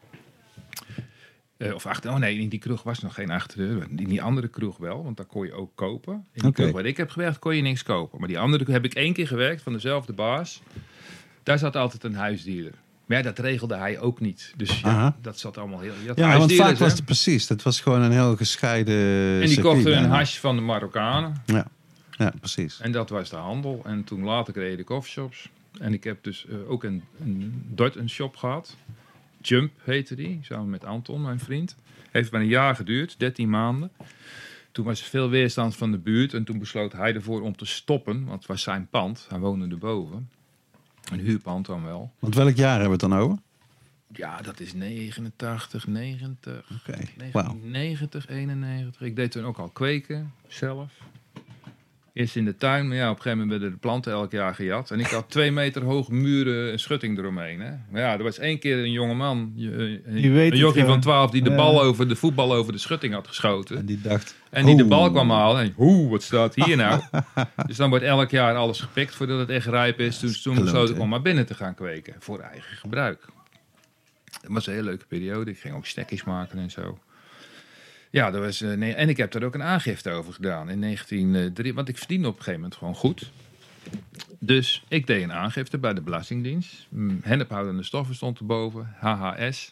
In die kroeg was nog geen achterdeur. In die andere kroeg wel, want daar kon je ook kopen. In die kroeg waar ik heb gewerkt, kon je niks kopen. Maar die andere heb ik 1 keer gewerkt van dezelfde baas. Daar zat altijd een huisdealer. Maar ja, dat regelde hij ook niet. Dus dat zat allemaal heel... Ja, want vaak was het precies. Dat was gewoon een heel gescheiden En die kochten een hash van de Marokkanen. Ja, precies. En dat was de handel. En toen later kreeg je de coffeeshops. En ik heb dus ook een shop gehad. Jump heette die, samen met Anton, mijn vriend. Heeft maar een jaar geduurd, 13 maanden. Toen was er veel weerstand van de buurt. En toen besloot hij ervoor om te stoppen. Want het was zijn pand. Hij woonde erboven. Een huurpand dan wel. Want welk jaar hebben we het dan over? Ja, dat is 89, 90. Oké, 90, 91. Ik deed toen ook al kweken, zelf. Eerst in de tuin, maar ja, op een gegeven moment werden de planten elk jaar gejat. En ik had 2 meter hoge muren en schutting eromheen. Hè. Maar ja, er was 1 keer een jongeman, een jochie van 12, die de voetbal over de schutting had geschoten. En die dacht... En die de bal kwam halen. En wat staat hier nou? Dus dan wordt elk jaar alles gepikt voordat het echt rijp is. Dus toen besloot ik om maar binnen te gaan kweken. Voor eigen gebruik. Dat was een hele leuke periode. Ik ging ook stekjes maken en zo. Ja, dat was, en ik heb daar ook een aangifte over gedaan in 1903. Want ik verdiende op een gegeven moment gewoon goed. Dus ik deed een aangifte bij de Belastingdienst. Hennephoudende stoffen stond erboven. HHS.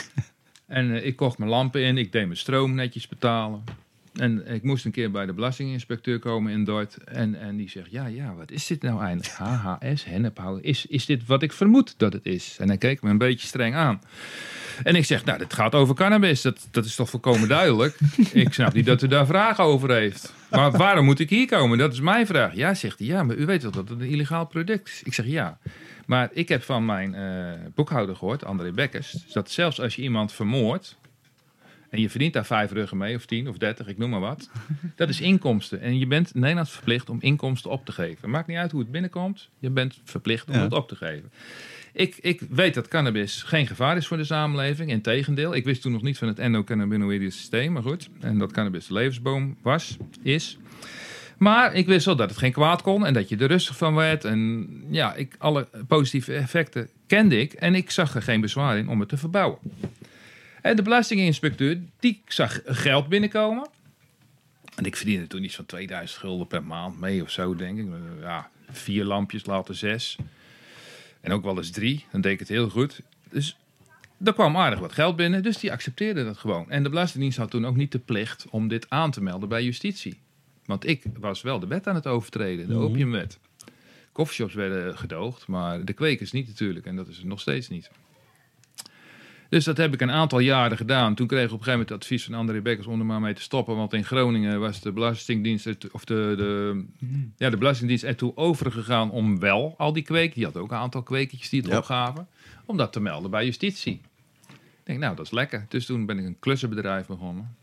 En ik kocht mijn lampen in. Ik deed mijn stroom netjes betalen. En ik moest een keer bij de belastinginspecteur komen in Dort. En die zegt, ja, wat is dit nou eigenlijk? HHS, hennephouden. Is dit wat ik vermoed dat het is? En hij keek me een beetje streng aan. En ik zeg, dit gaat over cannabis. Dat is toch volkomen duidelijk? Ik snap niet dat u daar vragen over heeft. Maar waarom moet ik hier komen? Dat is mijn vraag. Ja, zegt hij. Ja, maar u weet toch dat het een illegaal product is? Ik zeg, ja. Maar ik heb van mijn boekhouder gehoord, André Bekkers, dat zelfs als je iemand vermoordt, en je verdient daar 5 ruggen mee, of 10 of 30, ik noem maar wat. Dat is inkomsten. En je bent Nederlands verplicht om inkomsten op te geven. Maakt niet uit hoe het binnenkomt. Je bent verplicht om het op te geven. Ik weet dat cannabis geen gevaar is voor de samenleving. Integendeel. Ik wist toen nog niet van het endocannabinoïde systeem. Maar goed. En dat cannabis de levensboom is. Maar ik wist wel dat het geen kwaad kon. En dat je er rustig van werd. En ja, alle positieve effecten kende ik. En ik zag er geen bezwaar in om het te verbouwen. En de belastinginspecteur, die zag geld binnenkomen. En ik verdiende toen iets van 2000 gulden per maand mee of zo, denk ik. Ja, 4 lampjes, later 6. En ook wel eens 3. Dan deed ik het heel goed. Dus er kwam aardig wat geld binnen. Dus die accepteerde dat gewoon. En de Belastingdienst had toen ook niet de plicht om dit aan te melden bij justitie. Want ik was wel de wet aan het overtreden. De opiumwet. Coffeeshops werden gedoogd. Maar de kwekers niet natuurlijk. En dat is het nog steeds niet. Dus dat heb ik een aantal jaren gedaan. Toen kreeg ik op een gegeven moment het advies van André Bekkers om er maar mee te stoppen. Want in Groningen was de Belastingdienst, de Belastingdienst ertoe overgegaan om wel al die kweken. Die had ook een aantal kwekertjes die het opgaven. Om dat te melden bij justitie. Ik denk, nou, dat is lekker. Dus toen ben ik een klussenbedrijf begonnen.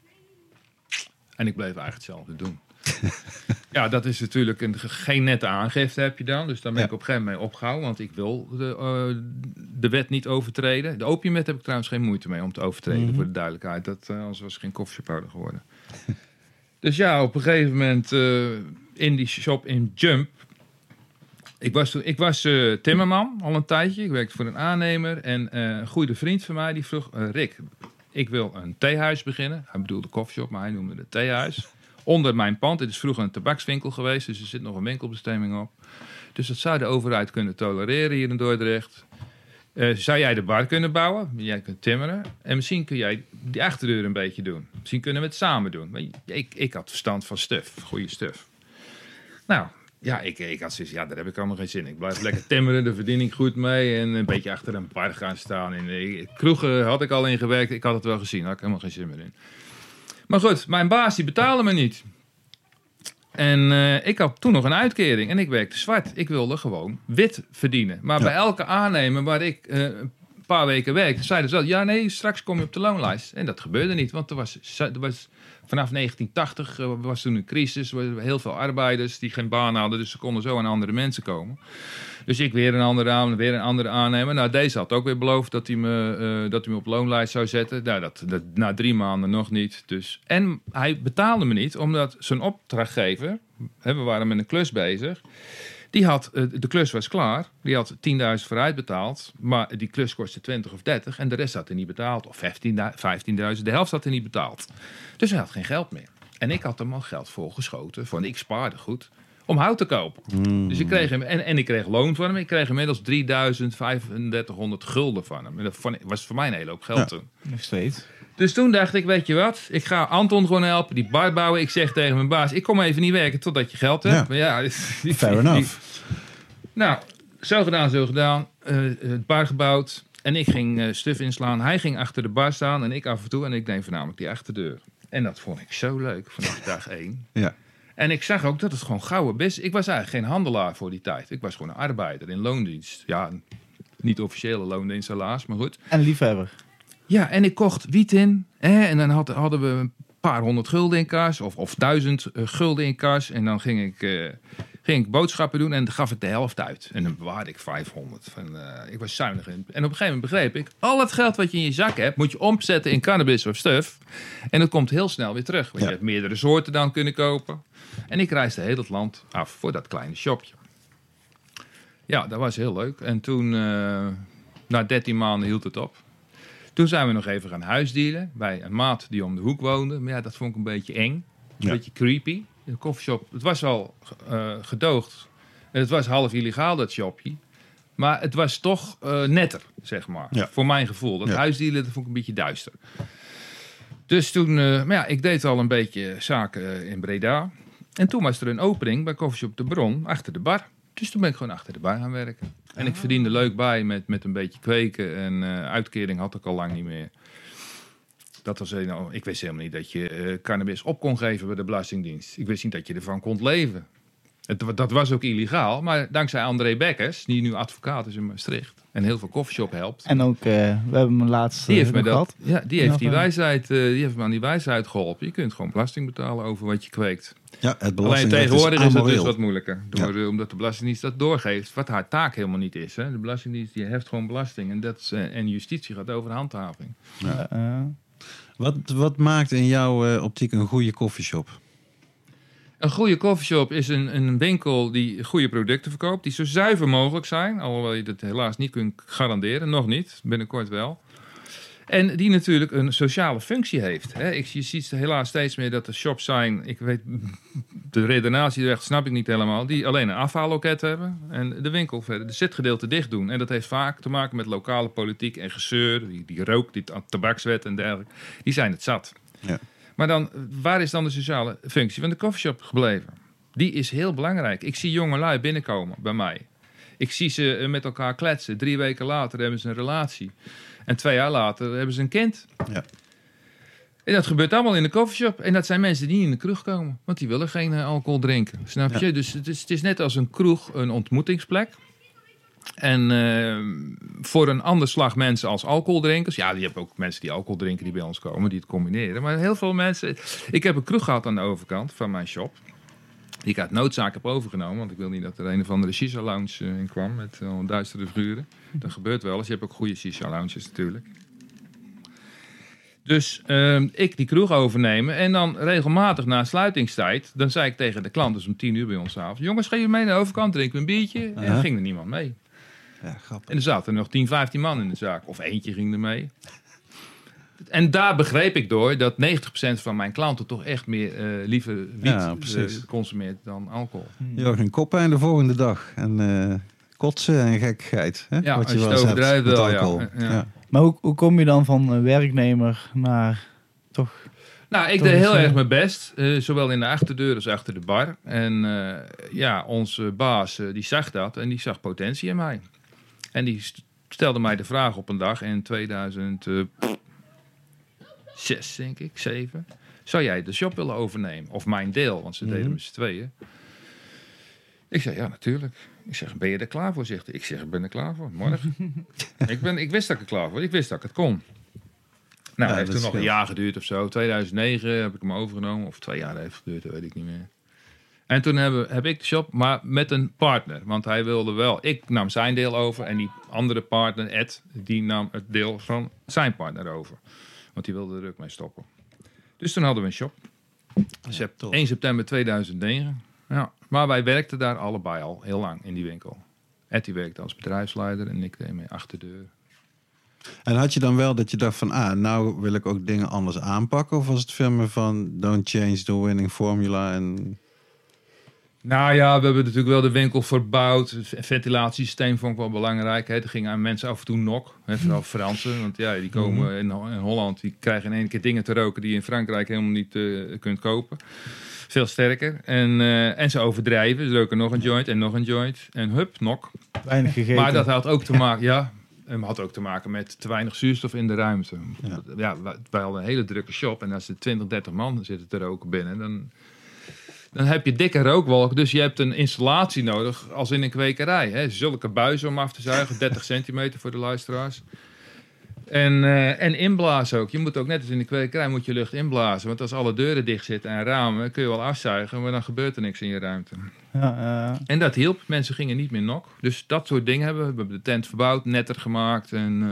En ik bleef eigenlijk hetzelfde doen. Ja, dat is natuurlijk geen nette aangifte heb je dan. Dus daar ben ik op een gegeven moment mee opgehouden. Want ik wil de wet niet overtreden. De opiumwet heb ik trouwens geen moeite mee om te overtreden. Voor de duidelijkheid. Anders was ik geen koffieshop geworden. Dus ja, op een gegeven moment in die shop in Jump. Ik was timmerman al een tijdje. Ik werkte voor een aannemer. En een goede vriend van mij die vroeg... Rick, ik wil een theehuis beginnen. Hij bedoelde koffieshop, maar hij noemde het theehuis. Onder mijn pand. Het is vroeger een tabakswinkel geweest. Dus er zit nog een winkelbestemming op. Dus dat zou de overheid kunnen tolereren hier in Dordrecht. Zou jij de bar kunnen bouwen? Jij kunt timmeren. En misschien kun jij die achterdeur een beetje doen. Misschien kunnen we het samen doen. Maar ik had verstand van stuf. Goede stuf. Nou, ja, ik had zoiets. Ja, daar heb ik allemaal geen zin in. Ik blijf lekker timmeren. De verdien ik goed mee. En een beetje achter een bar gaan staan. In kroegen had ik al in gewerkt. Ik had het wel gezien. Daar had ik helemaal geen zin meer in. Maar goed, mijn baas die betaalde me niet. En ik had toen nog een uitkering. En ik werkte zwart. Ik wilde gewoon wit verdienen. Maar bij elke aannemer waar ik een paar weken werkte... zeiden ze, ja nee, straks kom je op de loonlijst. En dat gebeurde niet. Want er was vanaf 1980 was toen een crisis. Er waren heel veel arbeiders die geen baan hadden. Dus ze konden zo aan andere mensen komen. Dus ik weer een andere aannemer. Nou, deze had ook weer beloofd dat hij me op loonlijst zou zetten. Nou, dat na 3 maanden nog niet. Dus. En hij betaalde me niet, omdat zijn opdrachtgever... we waren met een klus bezig... Die had, de klus was klaar. Die had 10.000 vooruit betaald. Maar die klus kostte 20 of 30. En de rest had hij niet betaald. Of 15.000. De helft had hij niet betaald. Dus hij had geen geld meer. En ik had hem al geld volgeschoten. Van ik spaarde goed. Om hout te kopen. Dus ik kreeg hem. En ik kreeg loon van hem. Ik kreeg inmiddels 3.3500 gulden van hem. En dat was voor mij een hele hoop geld toen. Nog steeds. Dus toen dacht ik, weet je wat? Ik ga Anton gewoon helpen, die bar bouwen. Ik zeg tegen mijn baas, ik kom even niet werken totdat je geld hebt. Ja. Maar ja, Fair enough. Nou, zo gedaan. Het bar gebouwd. En ik ging stuf inslaan. Hij ging achter de bar staan en ik af en toe. En ik deed voornamelijk die achterdeur. En dat vond ik zo leuk vanaf dag 1. Ja. En ik zag ook dat het gewoon gouden business. Ik was eigenlijk geen handelaar voor die tijd. Ik was gewoon een arbeider in loondienst. Ja, niet officiële loondienst helaas, maar goed. En liefhebber. Ja, en ik kocht wiet in. En dan hadden we een paar 100 gulden in kas. Of 1000 gulden in kas. En dan ging ik boodschappen doen en gaf het de helft uit. En dan bewaarde ik 500. Ik was zuinig in. En op een gegeven moment begreep ik... al het geld wat je in je zak hebt... moet je omzetten in cannabis of stuf. En dat komt heel snel weer terug. Want je hebt meerdere soorten dan kunnen kopen. En ik reisde heel het land af voor dat kleine shopje. Ja, dat was heel leuk. En toen, na 13 maanden hield het op. Toen zijn we nog even gaan huisdealen bij een maat die om de hoek woonde. Maar ja, dat vond ik een beetje eng. Een beetje creepy. De koffieshop, het was al gedoogd. En het was half illegaal, dat shopje. Maar het was toch netter, zeg maar. Ja. Voor mijn gevoel. Dat huisdealen, dat vond ik een beetje duister. Dus toen, maar ja, ik deed al een beetje zaken in Breda. En toen was er een opening bij Koffieshop de Bron, achter de bar. Dus toen ben ik gewoon achter de bar gaan werken. En ik verdiende leuk bij met een beetje kweken. En uitkering had ik al lang niet meer. Dat was ik wist helemaal niet dat je cannabis op kon geven bij de Belastingdienst. Ik wist niet dat je ervan kon leven. Dat was ook illegaal. Maar dankzij André Bekkers, die nu advocaat is in Maastricht. En heel veel koffieshop helpt. En ook, we hebben hem laatst die heeft me gehad. Ja, die heeft me aan die wijsheid geholpen. Je kunt gewoon belasting betalen over wat je kweekt. Ja, het alleen tegenwoordig is het dus wat moeilijker. Omdat de Belastingdienst dat doorgeeft. Wat haar taak helemaal niet is. Hè. De Belastingdienst die heft gewoon belasting. En justitie gaat over handhaving. Ja. Wat maakt in jouw optiek een goede koffieshop? Een goede koffieshop is een winkel die goede producten verkoopt. Die zo zuiver mogelijk zijn. Alhoewel je dat helaas niet kunt garanderen. Nog niet. Binnenkort wel. En die natuurlijk een sociale functie heeft. Je ziet helaas steeds meer dat er shops zijn. Ik weet, de redenatie echt snap ik niet helemaal. Die alleen een afhaalloket hebben. En de winkel verder, de zitgedeelte dicht doen. En dat heeft vaak te maken met lokale politiek en gezeur. Die rook, die tabakswet en dergelijke. Die zijn het zat. Ja. Maar dan, waar is dan de sociale functie van de koffieshop gebleven? Die is heel belangrijk. Ik zie jongelui binnenkomen bij mij. Ik zie ze met elkaar kletsen. 3 weken later hebben ze een relatie. En 2 jaar later hebben ze een kind. Ja. En dat gebeurt allemaal in de coffeeshop. En dat zijn mensen die niet in de kroeg komen. Want die willen geen alcohol drinken. Snap je? Ja. Dus het is net als een kroeg een ontmoetingsplek. En voor een ander slag mensen als alcoholdrinkers. Ja, je hebt ook mensen die alcohol drinken die bij ons komen. Die het combineren. Maar heel veel mensen... Ik heb een kroeg gehad aan de overkant van mijn shop. Die ik uit noodzaak heb overgenomen. Want ik wil niet dat er een of andere shisha-lounge in kwam. Met duistere figuren. Dat gebeurt wel eens. Je hebt ook goede shisha-lounges natuurlijk. Dus ik die kroeg overnemen. En dan regelmatig na sluitingstijd. Dan zei ik tegen de klant, dus om 10:00 bij ons avond. Jongens, ga je mee naar de overkant, drinken we een biertje. En dan ging er niemand mee. Ja, grappig. En er zaten nog 10, 15 man in de zaak. Of eentje ging er mee. En daar begreep ik door dat 90% van mijn klanten toch echt meer liever wiet consumeert dan alcohol. Ja, geen koppijn de volgende dag. En kotsen en gekkigheid. Hè? Ja, Wat als je wel het eens hebt overdrijft met wel, alcohol. ja. Maar hoe kom je dan van werknemer naar toch... Nou, ik Toch deed is, heel erg mijn best. Zowel in de achterdeur als achter de bar. En onze baas die zag dat en die zag potentie in mij. En die stelde mij de vraag op een dag in 2006, denk ik, 7. Zou jij de shop willen overnemen? Of mijn deel, want ze deden met z'n tweeën. Ik zei, ja, natuurlijk. Ik zeg, ben je er klaar voor? Zegt hij. Ik zeg, ik ben er klaar voor. Morgen. ik wist dat ik er klaar voor. Ik wist dat ik het kon. Nou, het heeft toen nog een jaar geduurd of zo. 2009 heb ik hem overgenomen. Of 2 jaar heeft geduurd, dat weet ik niet meer. En toen heb ik de shop, maar met een partner. Want hij wilde wel... Ik nam zijn deel over. En die andere partner, Ed, die nam het deel van zijn partner over. Want die wilde er ook mee stoppen. Dus toen hadden we een shop. Ja, 1 september 2009. Ja. Maar wij werkten daar allebei al heel lang in die winkel. Ed die werkte als bedrijfsleider en ik deed mee achterdeur. En had je dan wel dat je dacht van... nou wil ik ook dingen anders aanpakken? Of was het veel meer van... don't change the winning formula en... Nou ja, we hebben natuurlijk wel de winkel verbouwd. Het ventilatiesysteem vond ik wel belangrijk. Hè. Er gingen mensen af en toe nok. Vooral Fransen. Want ja, die komen in Holland. Die krijgen in één keer dingen te roken die je in Frankrijk helemaal niet kunt kopen. Veel sterker. En ze overdrijven. Ze roken nog een joint en nog een joint. En hup, nok. Weinig gegeten. Maar dat had ook te maken... Ja, het had ook te maken met te weinig zuurstof in de ruimte. Ja, wij hadden een hele drukke shop. En als er 20, 30 man zitten te roken binnen... Dan heb je dikke rookwolk. Dus je hebt een installatie nodig als in een kwekerij. Hè. Zulke buizen om af te zuigen. 30 centimeter voor de luisteraars. En inblazen ook. Je moet ook net als in de kwekerij moet je lucht inblazen. Want als alle deuren dicht zitten en ramen... kun je wel afzuigen, maar dan gebeurt er niks in je ruimte. En dat hielp. Mensen gingen niet meer nok. Dus dat soort dingen hebben we. We hebben de tent verbouwd, netter gemaakt. En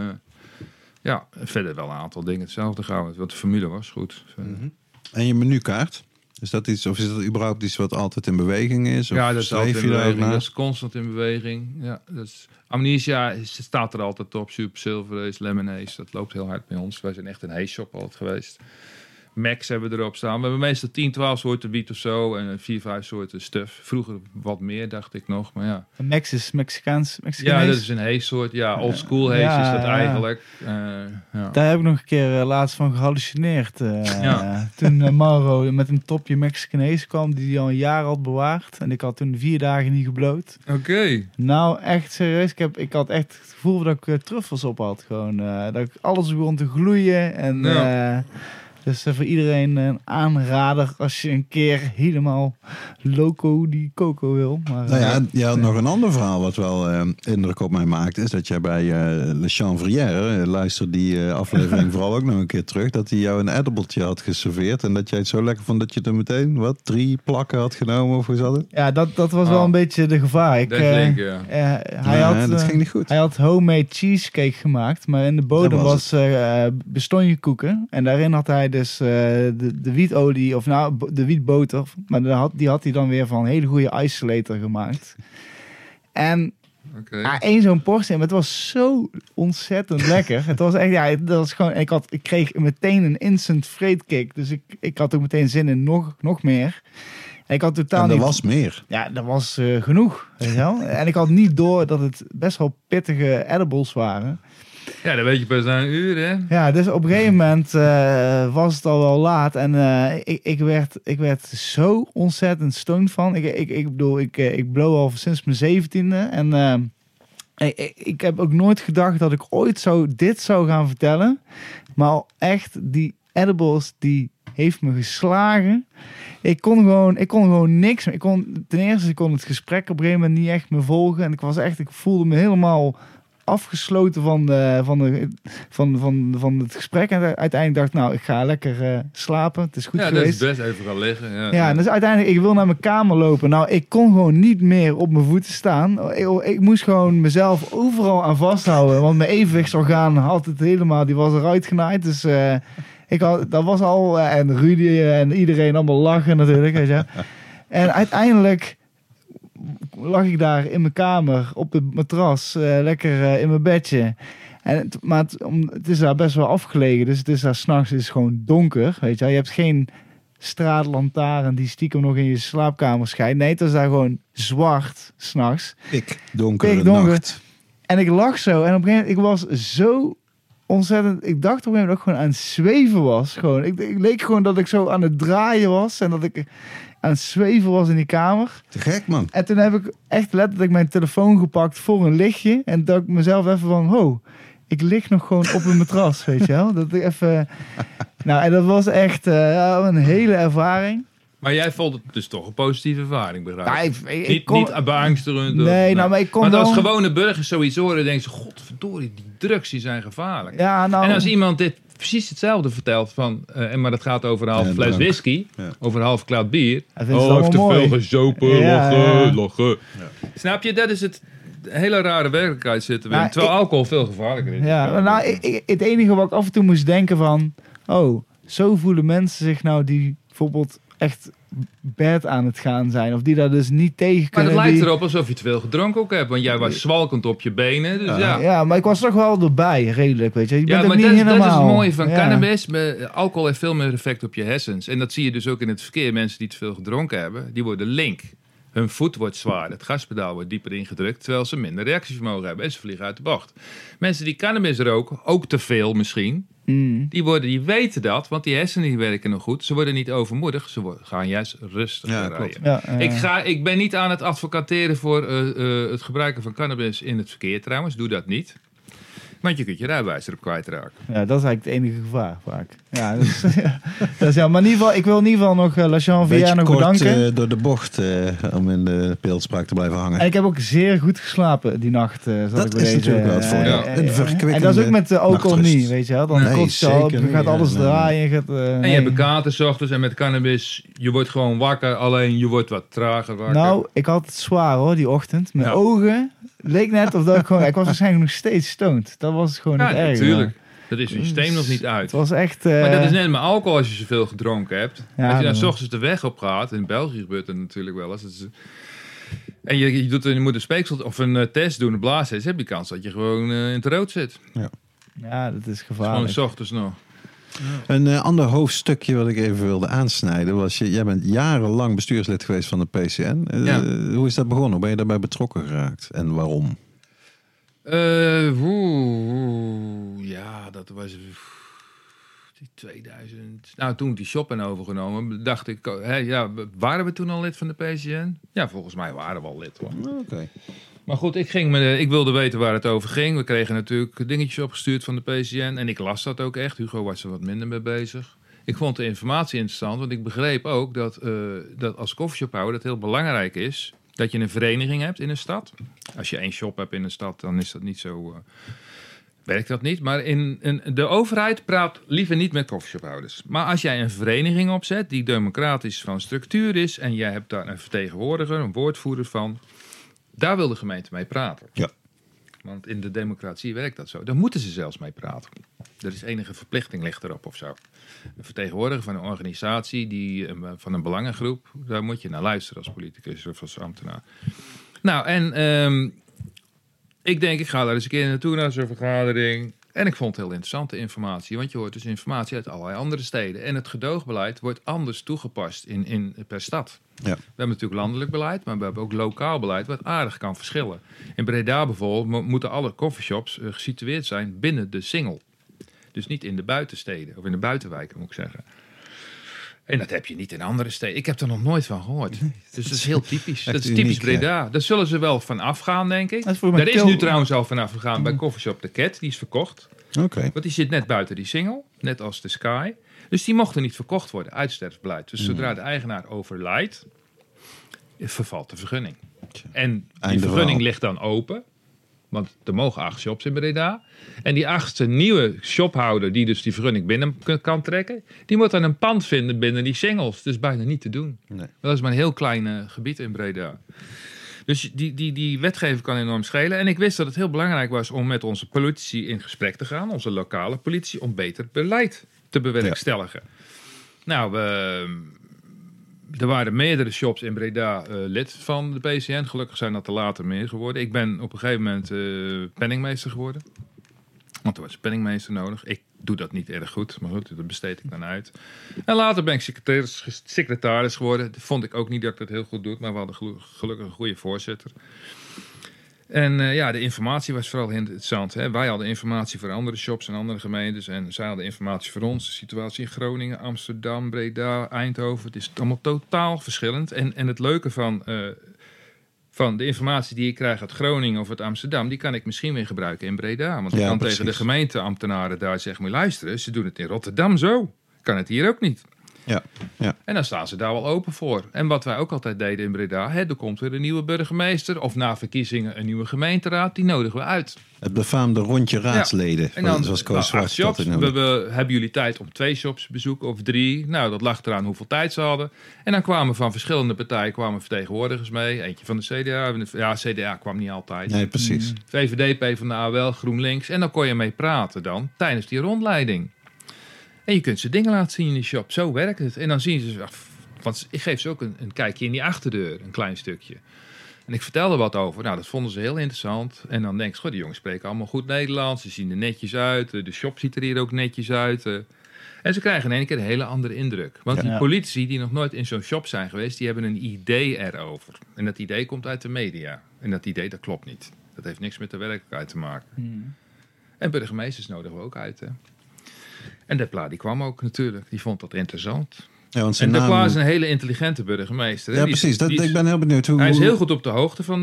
verder wel een aantal dingen hetzelfde gehouden. Want de formule was goed. En je menukaart? Is dat iets, of is dat überhaupt iets wat altijd in beweging is? Of ja, dat is altijd in beweging. naar? Dat is constant in beweging. Ja, dat is, Amnesia staat er altijd op. Super Silver Ace, Lemon Ace. Dat loopt heel hard bij ons. Wij zijn echt een Haze-shop altijd geweest. Max hebben we erop staan. We hebben meestal 10, 12 soorten wiet of zo. En 4, 5 soorten stuf. Vroeger wat meer, dacht ik nog. Maar ja. Max is Mexicaans. Ja, dat is een Haze-soort. Ja, old school Haze is dat eigenlijk. Daar heb ik nog een keer laatst van gehallucineerd. Toen Mauro met een topje Mexican Haze kwam, die hij al een jaar had bewaard. En ik had toen 4 dagen niet gebloot. Oké. Nou, echt serieus. Ik had echt het gevoel dat ik truffels op had. Gewoon, dat ik alles begon te gloeien. En... Dus voor iedereen een aanrader als je een keer helemaal loco die coco wil. Maar, nou ja, je had nog een ander verhaal wat wel indruk op mij maakt. Is dat jij bij Le Chanvrière, luister die aflevering vooral ook nog een keer terug. Dat hij jou een edibletje had geserveerd. En dat jij het zo lekker vond dat je er meteen 3 plakken had genomen. Of hoe zat het? Ja, dat was wel een beetje de gevaar. Dat ging niet goed. Hij had homemade cheesecake gemaakt. Maar in de bodem was bestonjekoeken. En daarin had hij dus de wietolie, of nou, de wietboter. Maar die had hij dan weer van een hele goede isolator gemaakt. En één zo'n portie. Maar het was zo ontzettend lekker. Het was echt, dat was gewoon... Ik kreeg meteen een instant vreedkick. Dus ik had ook meteen zin in nog meer. En ik had totaal er was meer. Ja, dat was genoeg. Weet je wel? En ik had niet door dat het best wel pittige edibles waren. Ja, dat weet je pas na een uur, hè? Ja, dus op een gegeven moment was het al wel laat. En ik werd zo ontzettend stoned van. Ik bedoel, ik blow al sinds mijn 17e. En Ik heb ook nooit gedacht dat ik ooit dit zou gaan vertellen. Maar echt, die edibles, die heeft me geslagen. Ik kon gewoon niks. Ten eerste, ik kon het gesprek op een gegeven moment niet echt meer volgen. En ik voelde me helemaal afgesloten van het gesprek. En uiteindelijk dacht ik, nou, ik ga lekker slapen. Het is goed geweest. Dat is best even gaan liggen. Ja, dus uiteindelijk, ik wil naar mijn kamer lopen. Nou, ik kon gewoon niet meer op mijn voeten staan. Ik moest gewoon mezelf overal aan vasthouden. Want mijn evenwichtsorgaan had het helemaal, die was eruit genaaid. Dus dat was al, en Rudy en iedereen allemaal lachen natuurlijk. Weet je. En uiteindelijk lag ik daar in mijn kamer op het matras, lekker in mijn bedje. Maar het is daar best wel afgelegen, dus het is daar 's nachts gewoon donker. Weet je, je hebt geen straatlantaarn die stiekem nog in je slaapkamer schijnt. Nee, het is daar gewoon zwart 's nachts. Pikdonker. Nacht. En ik lag zo en op een gegeven moment, ik was zo ontzettend. Ik dacht op een gegeven moment dat ik gewoon aan het zweven was. Gewoon. Ik leek gewoon dat ik zo aan het draaien was en dat ik aan het zweven was in die kamer. Te gek, man. En toen heb ik echt letterlijk mijn telefoon gepakt voor een lichtje. En dacht ik mezelf even van, ik lig nog gewoon op een matras, weet je wel. Dat ik even. Nou, en dat was echt een hele ervaring. Maar jij vond het dus toch een positieve ervaring, begrijp ik? Ja, Niet beangsterend. Nee, nou, maar ik kon Want als wel gewone burgers zoiets horen, denken ze, godverdorie, die drugs die zijn gevaarlijk. Ja, nou, En als iemand dit precies hetzelfde vertelt, maar dat gaat over een half fles drank. whisky, over een half klaar bier. Hij vindt het allemaal te mooi. veel gezopen, lachen. Ja. Snap je, dat is het hele rare werkelijkheid zitten we in. Nou, Terwijl alcohol veel gevaarlijker is. Ja, nou, het enige wat ik af en toe moest denken van, zo voelen mensen zich nou die bijvoorbeeld echt bad aan het gaan zijn. Of die daar dus niet tegen Maar kunnen. het lijkt erop alsof je te veel gedronken ook hebt. Want jij was zwalkend op je benen. Dus Ja, maar ik was toch wel erbij, redelijk, weet je. Je bent ook maar niet dat is helemaal. het mooie van Ja. cannabis. Alcohol heeft veel meer effect op je hersens. En dat zie je dus ook in het verkeer. Mensen die te veel gedronken hebben, die worden link. Hun voet wordt zwaar, het gaspedaal wordt dieper ingedrukt, terwijl ze minder reactievermogen hebben en ze vliegen uit de bocht. Mensen die cannabis roken, ook te veel misschien, die weten dat, want die hersenen die werken nog goed. Ze worden niet overmoedig, ze gaan juist rustig rijden. Ik ben niet aan het advocateren voor het gebruiken van cannabis in het verkeer trouwens, doe dat niet. Want je kunt je rijbewijs erop kwijtraken. Ja, dat is eigenlijk het enige gevaar vaak. Ja, dat is, maar in ieder geval, ik wil in ieder geval nog Lachlan Vier nog bedanken. Door de bocht om in de beeldspraak te blijven hangen. En ik heb ook zeer goed geslapen die nacht. Dat is natuurlijk wel het voordeel. En dat is ook met alcohol niet, weet je wel. Dan gaat alles draaien. En je hebt een kater 's ochtends en met cannabis, je wordt gewoon wakker, alleen je wordt wat trager wakker. Nou, ik had het zwaar hoor, die ochtend. Mijn ogen leek net of dat ik was waarschijnlijk nog steeds stoned. Dat was gewoon het erg. Natuurlijk. Dat is je systeem nog niet uit. Het was echt. Maar dat is net met alcohol als je zoveel gedronken hebt. Ja, als je dan 's ochtends de weg op gaat, in België gebeurt dat natuurlijk wel eens. En je moet een speeksel of een test doen, een blaastest, heb je kans dat je gewoon in het rood zit. Ja, dat is gevaarlijk. Gewoon 's ochtends nog. Ja. Een ander hoofdstukje wat ik even wilde aansnijden was, jij bent jarenlang bestuurslid geweest van de PCN. Hoe is dat begonnen? Hoe ben je daarbij betrokken geraakt en waarom? Ja, dat was 2000. Nou, toen die shop ben overgenomen, dacht ik, waren we toen al lid van de PCN? Ja, volgens mij waren we al lid. Oké. Maar goed, ik wilde weten waar het over ging. We kregen natuurlijk dingetjes opgestuurd van de PCN en ik las dat ook echt. Hugo was er wat minder mee bezig. Ik vond de informatie interessant, want ik begreep ook dat als coffeeshophouder het heel belangrijk is dat je een vereniging hebt in een stad. Als je één shop hebt in een stad, dan is dat niet zo. Werkt dat niet. Maar de overheid praat liever niet met coffeeshophouders. Maar als jij een vereniging opzet die democratisch van structuur is en jij hebt daar een vertegenwoordiger, een woordvoerder van, daar wil de gemeente mee praten. Ja. Want in de democratie werkt dat zo. Daar moeten ze zelfs mee praten. Er is enige verplichting ligt erop of zo. Een vertegenwoordiger van een organisatie, van een belangengroep, daar moet je naar luisteren als politicus of als ambtenaar. Nou, en ik denk, ik ga daar eens een keer naartoe naar zo'n vergadering. En ik vond het heel interessante informatie, want je hoort dus informatie uit allerlei andere steden. En het gedoogbeleid wordt anders toegepast per stad. Ja. We hebben natuurlijk landelijk beleid, maar we hebben ook lokaal beleid wat aardig kan verschillen. In Breda bijvoorbeeld moeten alle coffeeshops gesitueerd zijn binnen de singel. Dus niet in de buitensteden of in de buitenwijken, moet ik zeggen. En dat heb je niet in andere steden. Ik heb er nog nooit van gehoord. Dus dat is heel typisch. Dat is uniek, typisch Breda. Daar zullen ze wel van afgaan, denk ik. Dat is voor mij Daar is Til- nu trouwens al vanaf gegaan bij Coffeeshop de Cat. Die is verkocht. Oké. Want die zit net buiten die Singel. Net als de Sky. Dus die mochten niet verkocht worden. Uitsterfbeleid. Dus zodra de eigenaar overlijdt, vervalt de vergunning. En die Einde vergunning verhaal. ligt dan open. Want er mogen 8 shops in Breda. En die 8e nieuwe shophouder die dus die vergunning binnen kan trekken, die moet dan een pand vinden binnen die Singels. Dus bijna niet te doen. Nee. Dat is maar een heel klein gebied in Breda. Dus die wetgeving kan enorm schelen. En ik wist dat het heel belangrijk was om met onze politici in gesprek te gaan. Onze lokale politici, om beter beleid te bewerkstelligen. Nou, er waren meerdere shops in Breda lid van de PCN. Gelukkig zijn dat er later meer geworden. Ik ben op een gegeven moment penningmeester geworden. Want er was een penningmeester nodig. Ik doe dat niet erg goed, maar goed, dat besteed ik dan uit. En later ben ik secretaris geworden. Dat vond ik ook niet dat ik dat heel goed doe, maar we hadden gelukkig een goede voorzitter. En de informatie was vooral interessant. Hè? Wij hadden informatie voor andere shops en andere gemeentes. En zij hadden informatie voor ons. De situatie in Groningen, Amsterdam, Breda, Eindhoven. Het is allemaal totaal verschillend. En het leuke van de informatie die ik krijg uit Groningen of uit Amsterdam, die kan ik misschien weer gebruiken in Breda. Want ik kan precies. tegen de gemeenteambtenaren daar zeggen, moet je luisteren, ze doen het in Rotterdam zo. Kan het hier ook niet. Ja. En dan staan ze daar wel open voor. En wat wij ook altijd deden in Breda, er komt weer een nieuwe burgemeester of na verkiezingen een nieuwe gemeenteraad, die nodigen we uit. Het befaamde rondje raadsleden. En dan zoals Koos 8 Zwart dat shops. noemde. We hebben jullie tijd om 2 shops te bezoeken of 3. Nou, dat lag eraan hoeveel tijd ze hadden. En dan kwamen van verschillende partijen vertegenwoordigers mee. Eentje van de CDA. Ja, CDA kwam niet altijd. Nee, precies. VVD, PvdA wel, GroenLinks. En dan kon je mee praten dan tijdens die rondleiding. En je kunt ze dingen laten zien in die shop. Zo werkt het. En dan zien ze... Want ik geef ze ook een kijkje in die achterdeur. Een klein stukje. En ik vertelde wat over. Nou, dat vonden ze heel interessant. En dan denk ik, goh, die jongens spreken allemaal goed Nederlands. Ze zien er netjes uit. De shop ziet er hier ook netjes uit. En ze krijgen in één keer een hele andere indruk. Want die politici die nog nooit in zo'n shop zijn geweest, die hebben een idee erover. En dat idee komt uit de media. En dat idee, dat klopt niet. Dat heeft niks met de werkelijkheid te maken. En burgemeesters nodigen we ook uit, hè. En De Pla, die kwam ook natuurlijk. Die vond dat interessant. Ja, want En zijn De Pla naam... is een hele intelligente burgemeester. Hè? Ja, Die is- precies. die is- Ik ben heel benieuwd hoe... Hij is heel goed op de hoogte van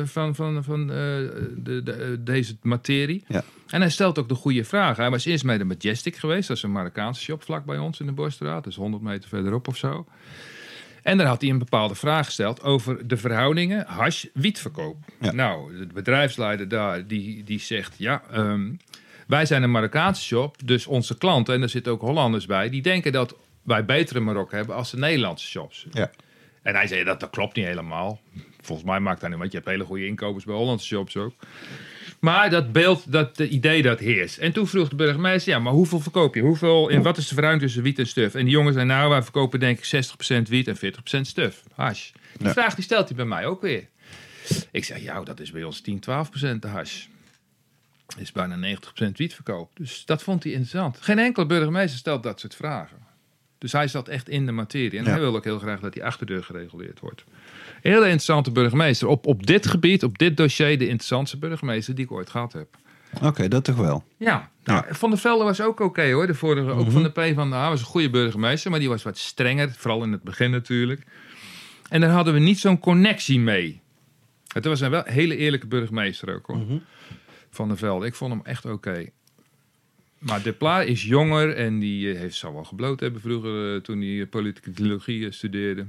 deze materie. Ja. En hij stelt ook de goede vragen. Hij was eerst bij de Majestic geweest. Dat is een Marokkaanse shop vlak bij ons in de Borstraat. Dus 100 meter verderop of zo. En daar had hij een bepaalde vraag gesteld over de verhoudingen hash-wietverkoop. Ja. Nou, de bedrijfsleider daar die zegt... wij zijn een Marokkaanse shop, dus onze klanten... en er zitten ook Hollanders bij... die denken dat wij betere Marok hebben als de Nederlandse shops. Ja. En hij zei, dat klopt niet helemaal. Volgens mij maakt dat niet, want je hebt hele goede inkopers bij Hollandse shops ook. Maar dat beeld, dat idee dat heerst. En toen vroeg de burgemeester, ja, maar hoeveel verkoop je? En wat is de verhouding tussen wiet en stuf? En die jongens zei, nou, wij verkopen denk ik 60% wiet en 40% stuf. Hash. Die vraag die stelt hij bij mij ook weer. Ik zeg, ja, dat is bij ons 10-12% de hash. Dat is bijna 90% wietverkoop. Dus dat vond hij interessant. Geen enkele burgemeester stelt dat soort vragen. Dus hij zat echt in de materie. En hij wil ook heel graag dat die achterdeur gereguleerd wordt. Een hele interessante burgemeester. Op dit gebied, op dit dossier, de interessantste burgemeester die ik ooit gehad heb. Oké, dat toch wel. Ja, nou, Van der Velde was ook oké, hoor. De vorige, ook van de PvdA, was een goede burgemeester. Maar die was wat strenger, vooral in het begin natuurlijk. En daar hadden we niet zo'n connectie mee. Het was een wel hele eerlijke burgemeester ook, hoor. Van der Velde. Ik vond hem echt oké. Maar De Pla is jonger en die zal wel gebloot hebben vroeger toen hij politicologie studeerde.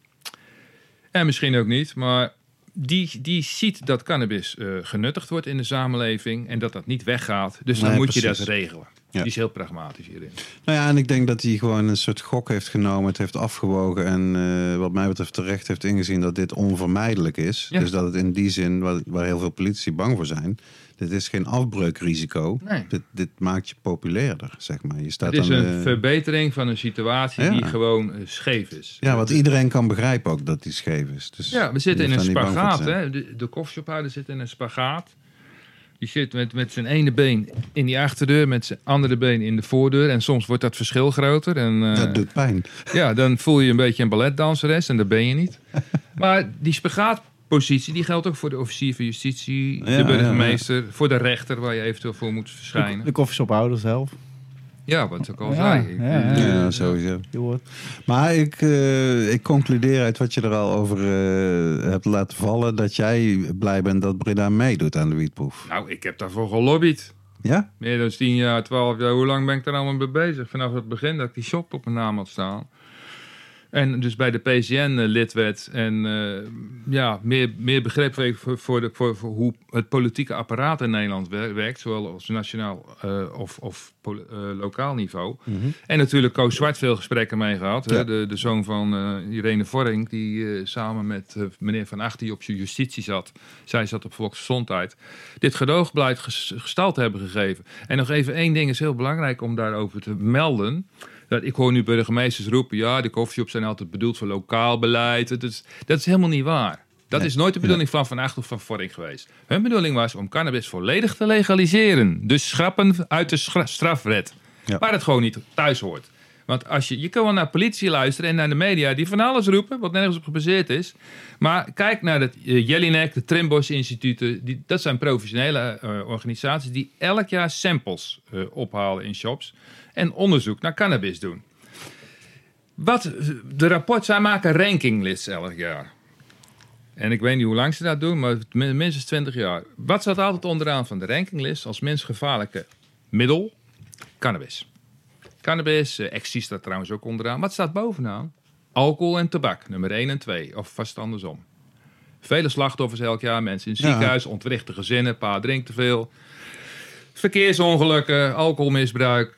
En misschien ook niet, maar die ziet dat cannabis genuttigd wordt in de samenleving en dat dat niet weggaat. Dus dan Nee, moet je precies. dat regelen. Ja. Die is heel pragmatisch hierin. Nou ja, en ik denk dat hij gewoon een soort gok heeft genomen. Het heeft afgewogen en wat mij betreft terecht heeft ingezien dat dit onvermijdelijk is. Ja. Dus dat het in die zin, waar heel veel politici bang voor zijn... Dit is geen afbreukrisico. Nee. Dit maakt je populairder, zeg maar. Je staat Het is aan een verbetering van een situatie die gewoon scheef is. Ja, want iedereen kan begrijpen ook dat die scheef is. Dus ja, we zitten je in een hoeft daar niet bang voor te spagaat. zijn. Hè? De koffieshophouder zit in een spagaat. Die zit met zijn ene been in die achterdeur, met zijn andere been in de voordeur. En soms wordt dat verschil groter. En, Dat doet pijn. ja, dan voel je een beetje een balletdanseres en dat ben je niet. Maar die spagaatpositie, die geldt ook voor de officier van justitie, Ja, de burgemeester, voor de rechter waar je eventueel voor moet verschijnen. De koffieshophouder zelf. Ja, wat ik al zei. Ja, sowieso. Je hoort. Maar ik concludeer uit wat je er al over hebt laten vallen, dat jij blij bent dat Breda meedoet aan de wietproef. Nou, ik heb daarvoor gelobbyd. Ja? Meer dan 10 jaar, 12 jaar. Hoe lang ben ik daar allemaal mee bezig? Vanaf het begin dat ik die shop op mijn naam had staan. En dus bij de PCN lid werd. En meer begrip voor hoe het politieke apparaat in Nederland werkt. Zowel als nationaal of lokaal niveau. Mm-hmm. En natuurlijk Koos Zwart veel gesprekken mee gehad. Ja. Hè? De zoon van Irene Vorink. Die samen met meneer Van Acht die op justitie zat. Zij zat op volksgezondheid. Dit gedoogbeleid gestalte hebben gegeven. En nog even één ding is heel belangrijk om daarover te melden. Dat ik hoor nu burgemeesters roepen, ja, de coffeeshops zijn altijd bedoeld voor lokaal beleid. Dat is helemaal niet waar. Dat is nooit de bedoeling van Acht of van Vorink geweest. Hun bedoeling was om cannabis volledig te legaliseren. Dus schrappen uit de strafwet. Ja. Waar het gewoon niet thuis hoort. Want je kan wel naar politie luisteren en naar de media die van alles roepen, wat nergens op gebaseerd is. Maar kijk naar het Jelinek, de Trimbos instituten. Dat zijn professionele organisaties die elk jaar samples ophalen in shops. En onderzoek naar cannabis doen. Zij maken rankinglists elk jaar. En ik weet niet hoe lang ze dat doen, maar minstens 20 jaar. Wat staat altijd onderaan van de rankinglist als minst gevaarlijke middel? Cannabis. Cannabis, ecstasy staat trouwens ook onderaan. Wat staat bovenaan? Alcohol en tabak, nummer 1 en 2. Of vast andersom. Vele slachtoffers elk jaar, mensen in het ziekenhuis, ontwrichte gezinnen, pa drinkt te veel. Verkeersongelukken, alcoholmisbruik.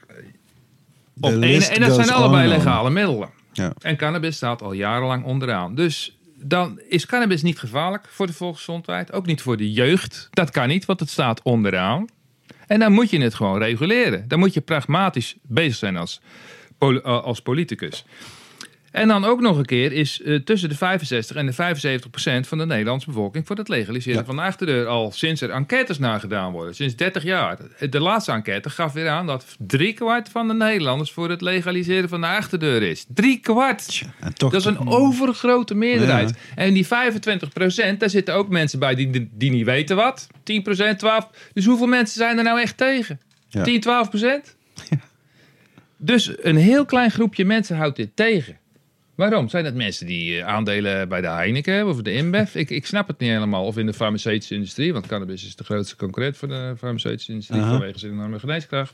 En dat zijn allebei legale middelen. Ja. En cannabis staat al jarenlang onderaan. Dus dan is cannabis niet gevaarlijk voor de volksgezondheid. Ook niet voor de jeugd. Dat kan niet, want het staat onderaan. En dan moet je het gewoon reguleren. Dan moet je pragmatisch bezig zijn als politicus. En dan ook nog een keer is tussen de 65 en de 75% van de Nederlandse bevolking voor het legaliseren van de achterdeur. Al sinds er enquêtes naar gedaan worden. Sinds 30 jaar. De laatste enquête gaf weer aan dat 3/4 van de Nederlanders voor het legaliseren van de achterdeur is. 3/4! Dat is een overgrote meerderheid. Ja. En die 25%, daar zitten ook mensen bij die niet weten wat. 10%, 12%. Dus hoeveel mensen zijn er nou echt tegen? Ja. 10, 12%? Ja. Dus een heel klein groepje mensen houdt dit tegen. Waarom? Zijn dat mensen die aandelen bij de Heineken hebben of de InBev? Ik snap het niet helemaal. Of in de farmaceutische industrie. Want cannabis is de grootste concurrent voor de farmaceutische industrie. Vanwege zijn enorme geneeskracht.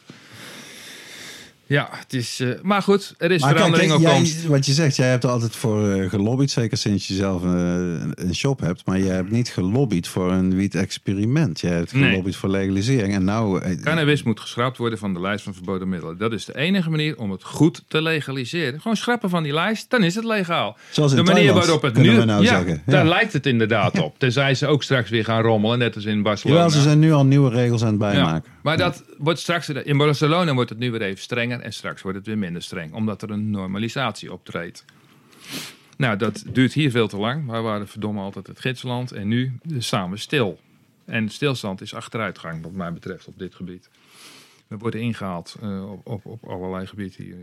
Ja, het is... maar goed, er is verandering op komst. Wat je zegt, jij hebt er altijd voor gelobbyd. Zeker sinds je zelf een shop hebt. Maar je hebt niet gelobbyd voor een wiet-experiment. Je hebt gelobbyd voor legalisering. En nou, cannabis moet geschrapt worden van de lijst van verboden middelen. Dat is de enige manier om het goed te legaliseren. Gewoon schrappen van die lijst, dan is het legaal. Zoals in de manier Thailand, waarop het nu... nou zeggen. Ja. Daar lijkt het inderdaad op. Tenzij ze ook straks weer gaan rommelen. Net als in Barcelona. Jawel, ze zijn nu al nieuwe regels aan het bijmaken. Ja, maar dat wordt straks... In Barcelona wordt het nu weer even strenger. En straks wordt het weer minder streng. Omdat er een normalisatie optreedt. Nou, dat duurt hier veel te lang. Wij waren verdomme altijd het gidsland. En nu staan we stil. En stilstand is achteruitgang wat mij betreft op dit gebied. We worden ingehaald op allerlei gebieden hier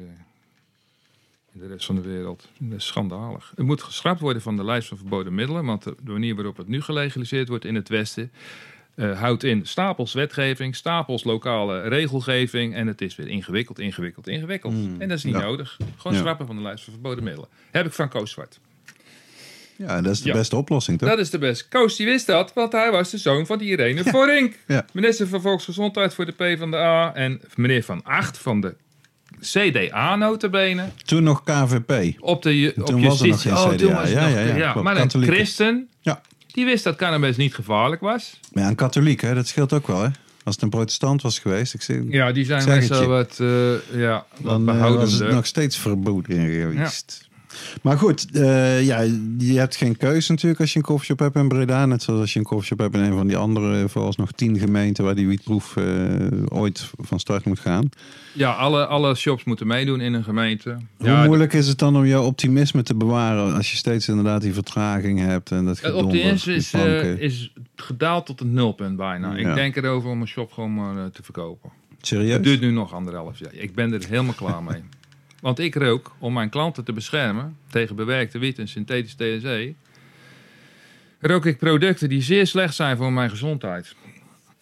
in de rest van de wereld. Dat is schandalig. Het moet geschrapt worden van de lijst van verboden middelen. Want de manier waarop het nu gelegaliseerd wordt in het Westen... houdt in stapels wetgeving, stapels lokale regelgeving. En het is weer ingewikkeld. En dat is niet nodig. Gewoon schrappen van de lijst van verboden middelen. Heb ik van Koos Zwart. Ja, dat is de beste oplossing, toch? Dat is de beste. Koos die wist dat, want hij was de zoon van die Irene Vorink. Ja. Minister van Volksgezondheid voor de PvdA. En meneer Van Acht van de CDA notabene. Toen nog KVP. Op justitie. Toen was het nog maar een christen... Ja. Die wist dat cannabis niet gevaarlijk was. Maar ja, een katholiek, hè? Dat scheelt ook wel, hè? Als het een protestant was geweest. Ja, die zijn meestal wat behoudender. Was het nog steeds verboden geweest. Ja. Maar goed, je hebt geen keuze natuurlijk als je een koffieshop hebt in Breda. Net zoals als je een koffieshop hebt in een van die andere, vooralsnog 10 gemeenten waar die wietproef ooit van start moet gaan. Ja, alle shops moeten meedoen in een gemeente. Hoe moeilijk is het dan om jouw optimisme te bewaren als je steeds inderdaad die vertraging hebt en dat gedonder? Het optimisme is gedaald tot een nulpunt bijna. Ik denk erover om een shop gewoon maar te verkopen. Serieus? Het duurt nu nog 1,5 jaar. Ik ben er helemaal klaar mee. Want ik rook, om mijn klanten te beschermen tegen bewerkte wiet en synthetisch THC, rook ik producten die zeer slecht zijn voor mijn gezondheid.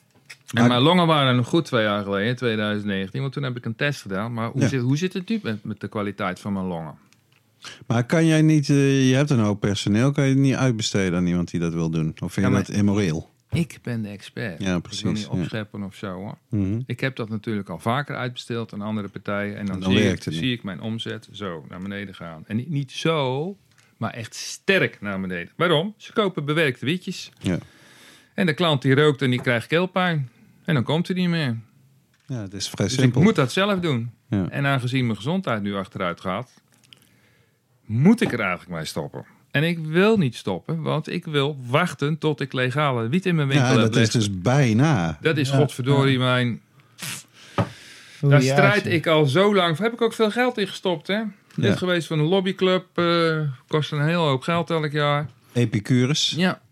En mijn longen waren nog goed 2 jaar geleden, 2019. Want toen heb ik een test gedaan. Maar hoe zit het nu met de kwaliteit van mijn longen? Maar kan jij niet, je hebt een hoop personeel, kan je het niet uitbesteden aan iemand die dat wil doen? Of vind je dat immoreel? Ik ben de expert. Ja, precies. Ik wil niet opscheppen of zo, hoor. Mhm. Ik heb dat natuurlijk al vaker uitbesteld aan andere partijen. En dan zie ik mijn omzet zo naar beneden gaan. En niet zo, maar echt sterk naar beneden. Waarom? Ze kopen bewerkte wietjes. Ja. En de klant die rookt en die krijgt keelpijn. En dan komt hij niet meer. Ja, het is vrij Dus simpel. ik moet dat zelf doen. Ja. En aangezien mijn gezondheid nu achteruit gaat, moet ik er eigenlijk mee stoppen. En ik wil niet stoppen, want ik wil wachten tot ik legale wiet in mijn winkel heb. Ja, dat is dus bijna. Dat is godverdorie mijn... Daar strijd ik al zo lang. Heb ik ook veel geld in gestopt, hè? Lid geweest van een lobbyclub. Kost een hele hoop geld elk jaar. Epicurus. Ja.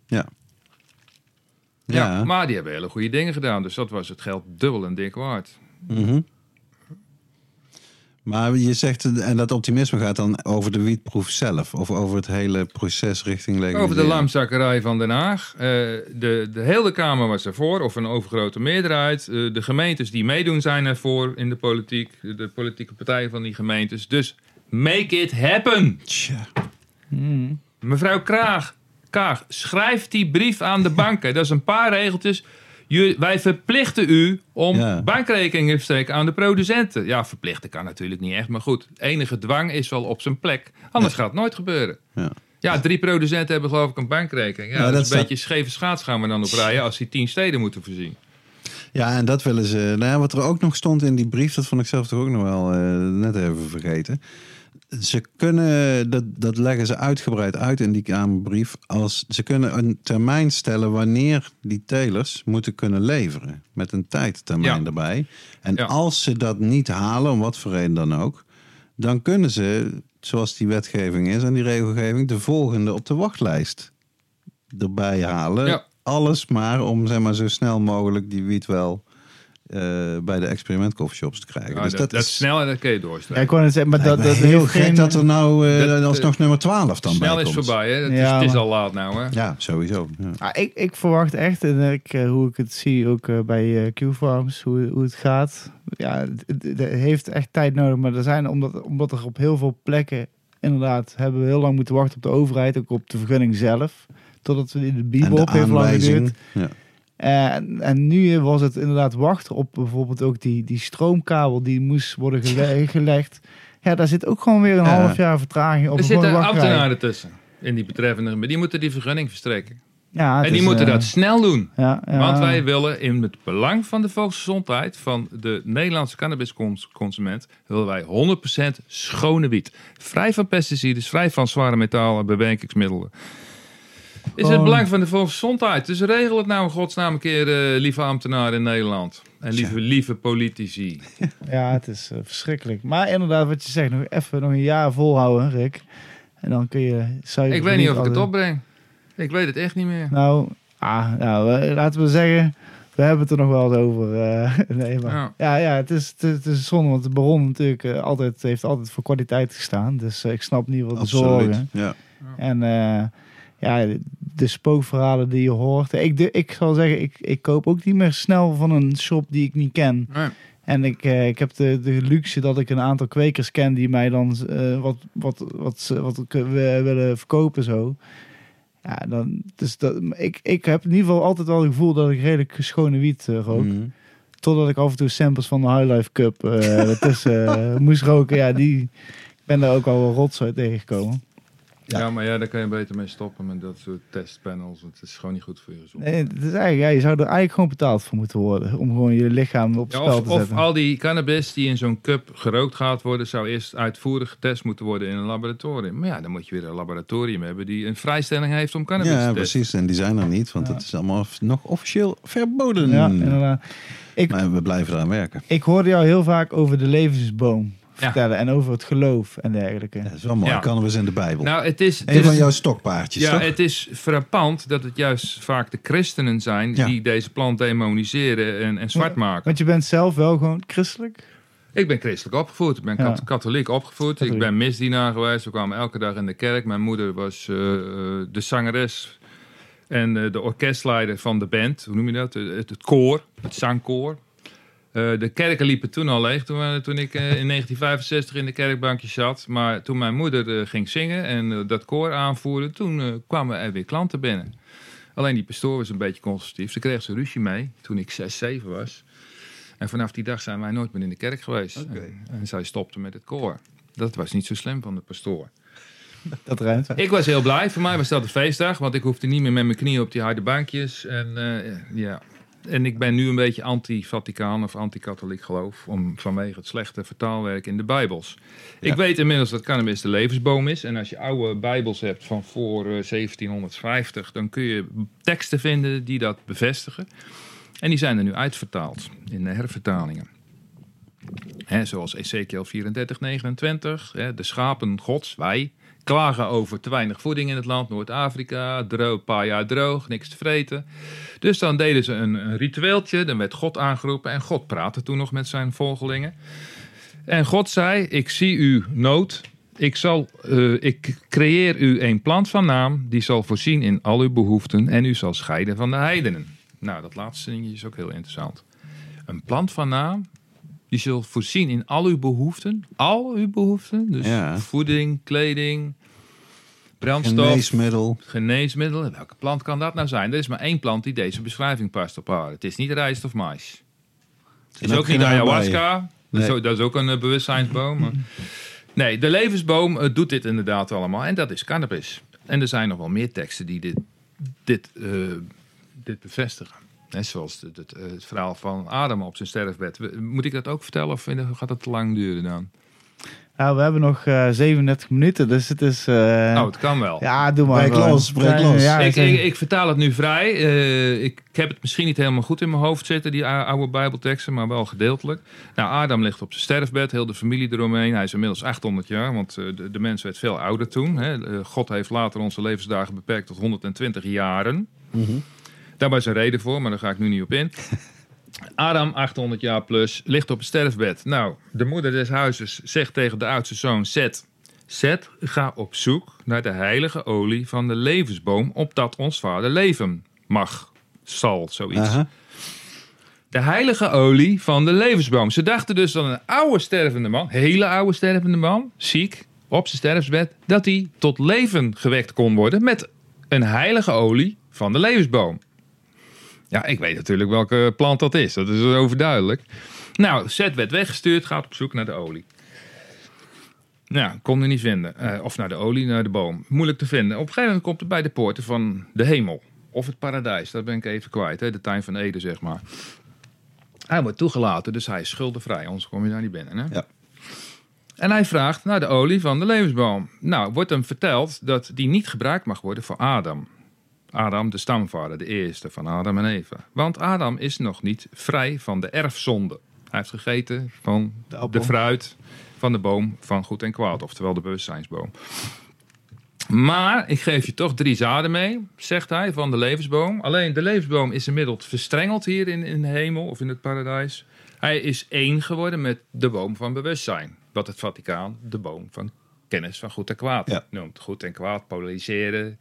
Ja. Ja, maar die hebben hele goede dingen gedaan. Dus dat was het geld dubbel en dik waard. Mhm. Maar je zegt, en dat optimisme gaat dan over de wietproef zelf? Of over het hele proces richting legalisering? Over de lamzakkerij van Den Haag. De hele Kamer was ervoor, of een overgrote meerderheid. De gemeentes die meedoen zijn ervoor in de politiek. De politieke partijen van die gemeentes. Dus make it happen. Tja. Mevrouw Kaag, schrijf die brief aan de banken. Dat is een paar regeltjes. Wij verplichten u om bankrekeningen te verstrekken aan de producenten. Ja, verplichten kan natuurlijk niet echt, maar goed. Enige dwang is wel op zijn plek. Anders gaat het nooit gebeuren. Ja, 3 producenten hebben geloof ik een bankrekening. Ja, dat is een beetje scheve schaats gaan we dan op rijden als die 10 steden moeten voorzien. Ja, en dat willen ze... Nou ja, wat er ook nog stond in die brief, dat vond ik zelf toch ook nog wel net even vergeten. Ze kunnen, dat leggen ze uitgebreid uit in die Kamerbrief, ze kunnen een termijn stellen wanneer die telers moeten kunnen leveren. Met een tijdtermijn erbij. En als ze dat niet halen, om wat voor reden dan ook, dan kunnen ze, zoals die wetgeving is en die regelgeving, de volgende op de wachtlijst erbij halen. Ja. Alles maar om zeg maar zo snel mogelijk die wiet wel bij de experiment coffeeshops te krijgen. Ja, dus dat is snel en dat kun je doorstrekken. Ja, ik wou net zeggen, maar dat heel heeft gek geen... dat er nou alsnog nummer 12 dan bij snel komt. is voorbij, hè? Het is al laat nou, hè? Ja, sowieso. Ja. Ik verwacht echt, en hoe ik het zie ook bij Q-Farms, hoe het gaat. Ja, het heeft echt tijd nodig. Maar er zijn, omdat er op heel veel plekken, inderdaad, hebben we heel lang moeten wachten op de overheid. Ook op de vergunning zelf. Totdat we de bibop heeft lang geduurd. Ja. En nu was het inderdaad wachten op bijvoorbeeld ook die stroomkabel die moest worden gelegd. Ja, daar zit ook gewoon weer een half jaar vertraging op. Er zitten ambtenaren tussen in die betreffende, maar die moeten die vergunning verstrekken. Ja, en die moeten dat snel doen. Ja. Want wij willen in het belang van de volksgezondheid van de Nederlandse cannabisconsument willen wij 100% schone wiet. Vrij van pesticiden, vrij van zware metalen, bewerkingsmiddelen. Is het belang van de volksgezondheid. Dus regel het nou in godsnaam een keer, lieve ambtenaren in Nederland. En lieve politici. Ja, het is verschrikkelijk. Maar inderdaad, wat je zegt, nog een jaar volhouden, Rick. En dan kun je... Ik weet niet of ik het opbreng. Ik weet het echt niet meer. Nou, laten we zeggen... We hebben het er nog wel eens over. Nee, maar het is zonde, want de Baron natuurlijk heeft altijd voor kwaliteit gestaan. Dus ik snap niet wat de zorgen. Ja. En de spookverhalen die je hoort. Ik zal zeggen, ik koop ook niet meer snel van een shop die ik niet ken. Nee. En ik heb de luxe dat ik een aantal kwekers ken die mij dan wat willen verkopen zo. Ja, ik heb in ieder geval altijd wel het gevoel dat ik redelijk schone wiet rook. Mm-hmm. Totdat ik af en toe samples van de High Life Cup moest roken. Ja, ik ben daar ook al wel rotzooi tegengekomen. Ja, maar daar kan je beter mee stoppen met dat soort testpanels. Het is gewoon niet goed voor je gezondheid. Nee, het is eigenlijk, je zou er eigenlijk gewoon betaald voor moeten worden. Om gewoon je lichaam op spel te zetten. Of al die cannabis die in zo'n cup gerookt gaat worden, zou eerst uitvoerig getest moeten worden in een laboratorium. Maar ja, dan moet je weer een laboratorium hebben die een vrijstelling heeft om cannabis te testen. Ja, precies. En die zijn er niet, want het is allemaal nog officieel verboden. Ja, inderdaad. Maar we blijven eraan werken. Ik hoorde jou heel vaak over de levensboom vertellen en over het geloof en dergelijke. Ja, dat is wel mooi. Cannabis in de Bijbel. Nou, het is van jouw stokpaardjes, ja, toch? Het is frappant dat het juist vaak de christenen zijn die deze plant demoniseren en zwart maken. Want je bent zelf wel gewoon christelijk? Ik ben christelijk opgevoed. Ik ben katholiek opgevoed. Ik ben misdienaar geweest. We kwamen elke dag in de kerk. Mijn moeder was de zangeres En de orkestleider van de band, hoe noem je dat? Het koor, het zangkoor. De kerken liepen toen al leeg toen ik in 1965 in de kerkbankje zat. Maar toen mijn moeder ging zingen en dat koor aanvoerde, toen kwamen er weer klanten binnen. Alleen die pastoor was een beetje conservatief. Ze kreeg ze ruzie mee toen ik 6, 7 was. En vanaf die dag zijn wij nooit meer in de kerk geweest. Okay. En zij stopte met het koor. Dat was niet zo slim van de pastoor. Dat ruimt. Ik was heel blij. Voor mij was dat een feestdag. Want ik hoefde niet meer met mijn knieën op die harde bankjes. En ik ben nu een beetje anti-Vaticaan of anti-katholiek geloof. Vanwege het slechte vertaalwerk in de Bijbels. Ja. Ik weet inmiddels dat cannabis de levensboom is. En als je oude Bijbels hebt van voor 1750... dan kun je teksten vinden die dat bevestigen. En die zijn er nu uitvertaald in de hervertalingen. Zoals Ezekiel 34, 29. De schapen gods, wij... klagen over te weinig voeding in het land. Noord-Afrika, een paar jaar droog, niks te vreten. Dus dan deden ze een ritueeltje. Dan werd God aangeroepen. En God praatte toen nog met zijn volgelingen. En God zei, ik zie uw nood. Ik creëer u een plant van naam. Die zal voorzien in al uw behoeften. En u zal scheiden van de heidenen. Nou, dat laatste ding is ook heel interessant. Een plant van naam. Die zal voorzien in al uw behoeften. Al uw behoeften. Dus voeding, kleding, brandstof. Geneesmiddel. Welke plant kan dat nou zijn? Er is maar één plant die deze beschrijving past op aarde. Het is niet rijst of mais. Het is ook niet ayahuasca. Nee. Dat is ook een bewustzijnsboom. Maar... Nee, de levensboom doet dit inderdaad allemaal. En dat is cannabis. En er zijn nog wel meer teksten die dit bevestigen. Net zoals het verhaal van Adam op zijn sterfbed. Moet ik dat ook vertellen of gaat dat te lang duren dan? Nou, we hebben nog 37 minuten, dus het is... het kan wel. Ja, doe maar. Breek los. Ja, ik vertaal het nu vrij. Ik heb het misschien niet helemaal goed in mijn hoofd zitten, die oude Bijbelteksten, maar wel gedeeltelijk. Nou, Adam ligt op zijn sterfbed, heel de familie eromheen. Hij is inmiddels 800 jaar, want de mens werd veel ouder toen. Hè. God heeft later onze levensdagen beperkt tot 120 jaren. Mm-hmm. Daar was een reden voor, maar daar ga ik nu niet op in. Adam, 800 jaar plus, ligt op het sterfbed. Nou, de moeder des huizes zegt tegen de oudste zoon Zet, ga op zoek naar de heilige olie van de levensboom, opdat ons vader leven zal, zoiets. Aha. De heilige olie van de levensboom. Ze dachten dus dat een oude stervende man, hele oude stervende man, ziek, op zijn sterfbed, dat hij tot leven gewekt kon worden met een heilige olie van de levensboom. Ja, ik weet natuurlijk welke plant dat is. Dat is overduidelijk. Nou, Zet werd weggestuurd, gaat op zoek naar de olie. Nou, kon er niet vinden. Of naar de olie, naar de boom. Moeilijk te vinden. Op een gegeven moment komt het bij de poorten van de hemel. Of het paradijs, dat ben ik even kwijt. Hè? De tuin van Eden, zeg maar. Hij wordt toegelaten, dus hij is schuldenvrij. Anders kom je daar niet binnen. Hè? Ja. En hij vraagt naar de olie van de levensboom. Nou, wordt hem verteld dat die niet gebruikt mag worden voor Adam. Adam, de stamvader, de eerste van Adam en Eva. Want Adam is nog niet vrij van de erfzonde. Hij heeft gegeten van de fruit van de boom van goed en kwaad. Oftewel de bewustzijnsboom. Maar ik geef je toch 3 zaden mee, zegt hij, van de levensboom. Alleen de levensboom is inmiddels verstrengeld hier in de hemel of in het paradijs. Hij is één geworden met de boom van bewustzijn. Wat het Vaticaan de boom van kennis van goed en kwaad noemt. Goed en kwaad, polariseren.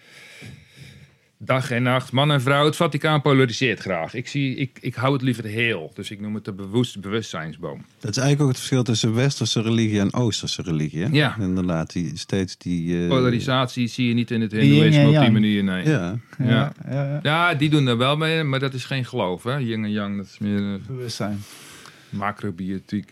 Dag en nacht, man en vrouw, het Vaticaan polariseert graag. Ik hou het liever heel, dus ik noem het de bewustzijnsboom. Dat is eigenlijk ook het verschil tussen westerse religie en oosterse religie. Hè? Ja. Inderdaad, die polarisatie zie je niet in het hindoeïsme op die manier, nee. Ja, die doen er wel mee, maar dat is geen geloof, hè. Yin en yang, dat is meer bewustzijn. Macrobiotiek.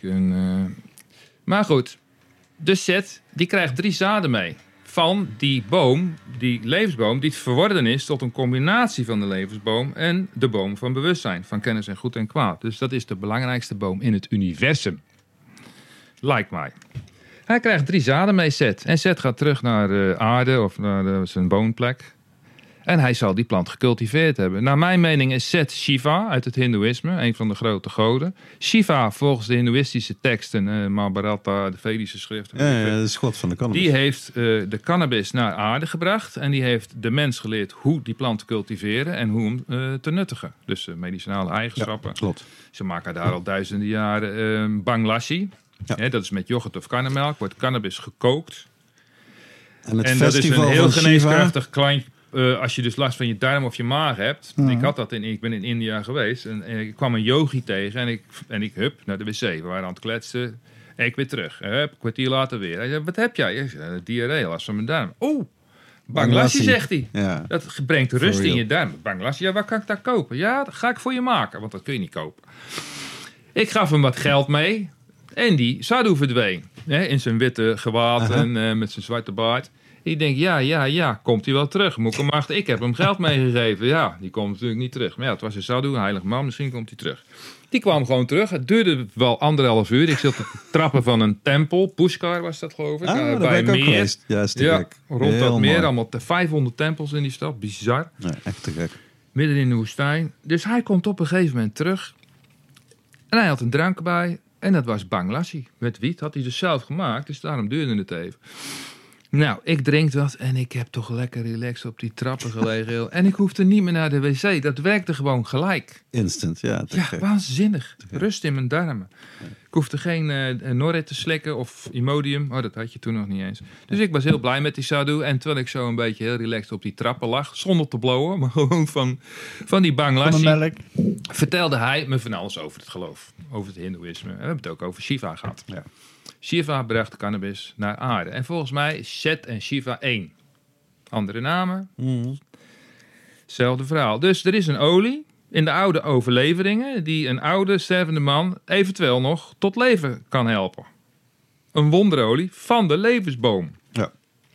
Maar goed, dus Zet, die krijgt 3 zaden mee. Van die boom, die levensboom, die verworden is tot een combinatie van de levensboom en de boom van bewustzijn, van kennis en goed en kwaad. Dus dat is de belangrijkste boom in het universum. Lijkt mij. Hij krijgt 3 zaden mee, Zet. En Zet gaat terug naar aarde of naar zijn woonplek. En hij zal die plant gecultiveerd hebben. Naar mijn mening is Zet Shiva uit het hindoeïsme, een van de grote goden. Shiva, volgens de hindoeïstische teksten, Mahabharata, de Vedische schriften. Ja, dat is god van de cannabis. Die heeft de cannabis naar aarde gebracht. En die heeft de mens geleerd hoe die plant te cultiveren en hoe hem te nuttigen. Dus medicinale eigenschappen. Ja, klopt. Ze maken daar al duizenden jaren banglassi. Ja. Dat is met yoghurt of karnemelk. Wordt cannabis gekookt. En dat is een heel geneeskrachtig als je dus last van je darm of je maag hebt. Ik had dat ik ben in India geweest. En ik kwam een yogi tegen. En ik hup naar de wc. We waren aan het kletsen. En ik weer terug. Hup, een kwartier later weer. Hij zei, wat heb jij? Ik zei, diarree, last van mijn darm. Oh, Banglassi, zegt hij. Ja. Dat brengt rust in je darm. Banglassi, ja, waar kan ik dat kopen? Ja, dat ga ik voor je maken. Want dat kun je niet kopen. Ik gaf hem wat geld mee. En die sadhu verdween. Hè, in zijn witte gewaad en met zijn zwarte baard. Ik denk, ja, komt hij wel terug? Moet ik hem achter? Ik heb hem geld meegegeven. Ja, die komt natuurlijk niet terug. Maar ja, het was een sadhu, een heilig man. Misschien komt hij terug. Die kwam gewoon terug. Het duurde wel 1,5 uur. Ik zat op de trappen van een tempel. Pushkar was dat, geloof ik. Daar bij ben ik ook meer. geweest. Ja, is te Ja, gek. rond Heel dat meer. mooi. Allemaal 500 tempels in die stad. Bizar. Nee, echt te gek. Midden in de woestijn. Dus hij komt op een gegeven moment terug. En hij had een drank bij. En dat was Banglassi. Met wiet. Had hij dus zelf gemaakt. Dus daarom duurde het even. Nou, ik drink dat. En ik heb toch lekker relaxed op die trappen gelegen. En ik hoefde niet meer naar de wc. Dat werkte gewoon gelijk. Instant, ja. Te Ja, gek. waanzinnig. Rust in mijn darmen. Ik hoefde geen Norrit te slikken of Imodium. Oh, dat had je toen nog niet eens. Dus ik was heel blij met die sadhu. En terwijl ik zo een beetje heel relaxed op die trappen lag. Zonder te blowen, maar gewoon van die Van de Banglassi. melk. Vertelde hij me van alles over het geloof. Over het hindoeïsme. En we hebben het ook over Shiva gehad. Ja. Shiva bracht de cannabis naar aarde. En volgens mij is Shet en Shiva één. Andere namen. Hetzelfde verhaal. Dus er is een olie in de oude overleveringen die een oude stervende man eventueel nog tot leven kan helpen. Een wonderolie van de levensboom. Ja.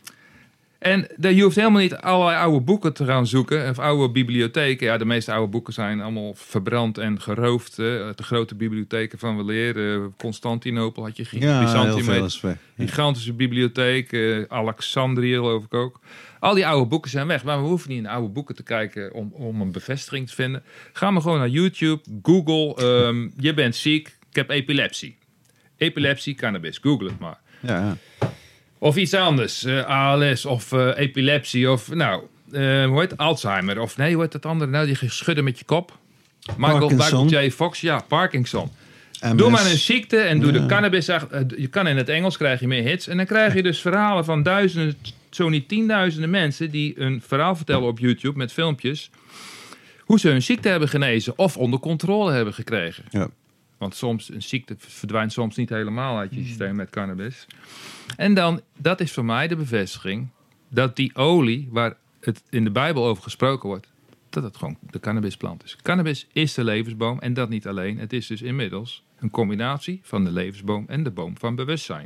En je hoeft helemaal niet allerlei oude boeken te gaan zoeken. Of oude bibliotheken. Ja, de meeste oude boeken zijn allemaal verbrand en geroofd. De grote bibliotheken van weleer. Constantinopel had je. Ja, heel Byzantium veel met is weg. Ja. gigantische bibliotheek. Alexandrië geloof ik ook. Al die oude boeken zijn weg. Maar we hoeven niet in oude boeken te kijken om een bevestiging te vinden. Ga maar gewoon naar YouTube. Google. Je bent ziek. Ik heb epilepsie. Epilepsie, cannabis. Google het maar. Ja. Of iets anders. ALS of epilepsie of hoe heet het? Alzheimer. Of nee, hoe heet dat andere? Nou, die schudden met je kop. Parkinson. Michael J. Fox. Ja, Parkinson. MS. Doe maar een ziekte en doe Ja. de cannabis. Je kan in het Engels, krijg je meer hits. En dan krijg je dus verhalen van duizenden, zo niet tienduizenden mensen die een verhaal vertellen op YouTube met filmpjes. Hoe ze hun ziekte hebben genezen of onder controle hebben gekregen. Ja. Want soms, een ziekte verdwijnt soms niet helemaal uit je systeem met cannabis. En dan, dat is voor mij de bevestiging dat die olie, waar het in de Bijbel over gesproken wordt, dat het gewoon de cannabisplant is. Cannabis is de levensboom en dat niet alleen. Het is dus inmiddels een combinatie van de levensboom en de boom van bewustzijn.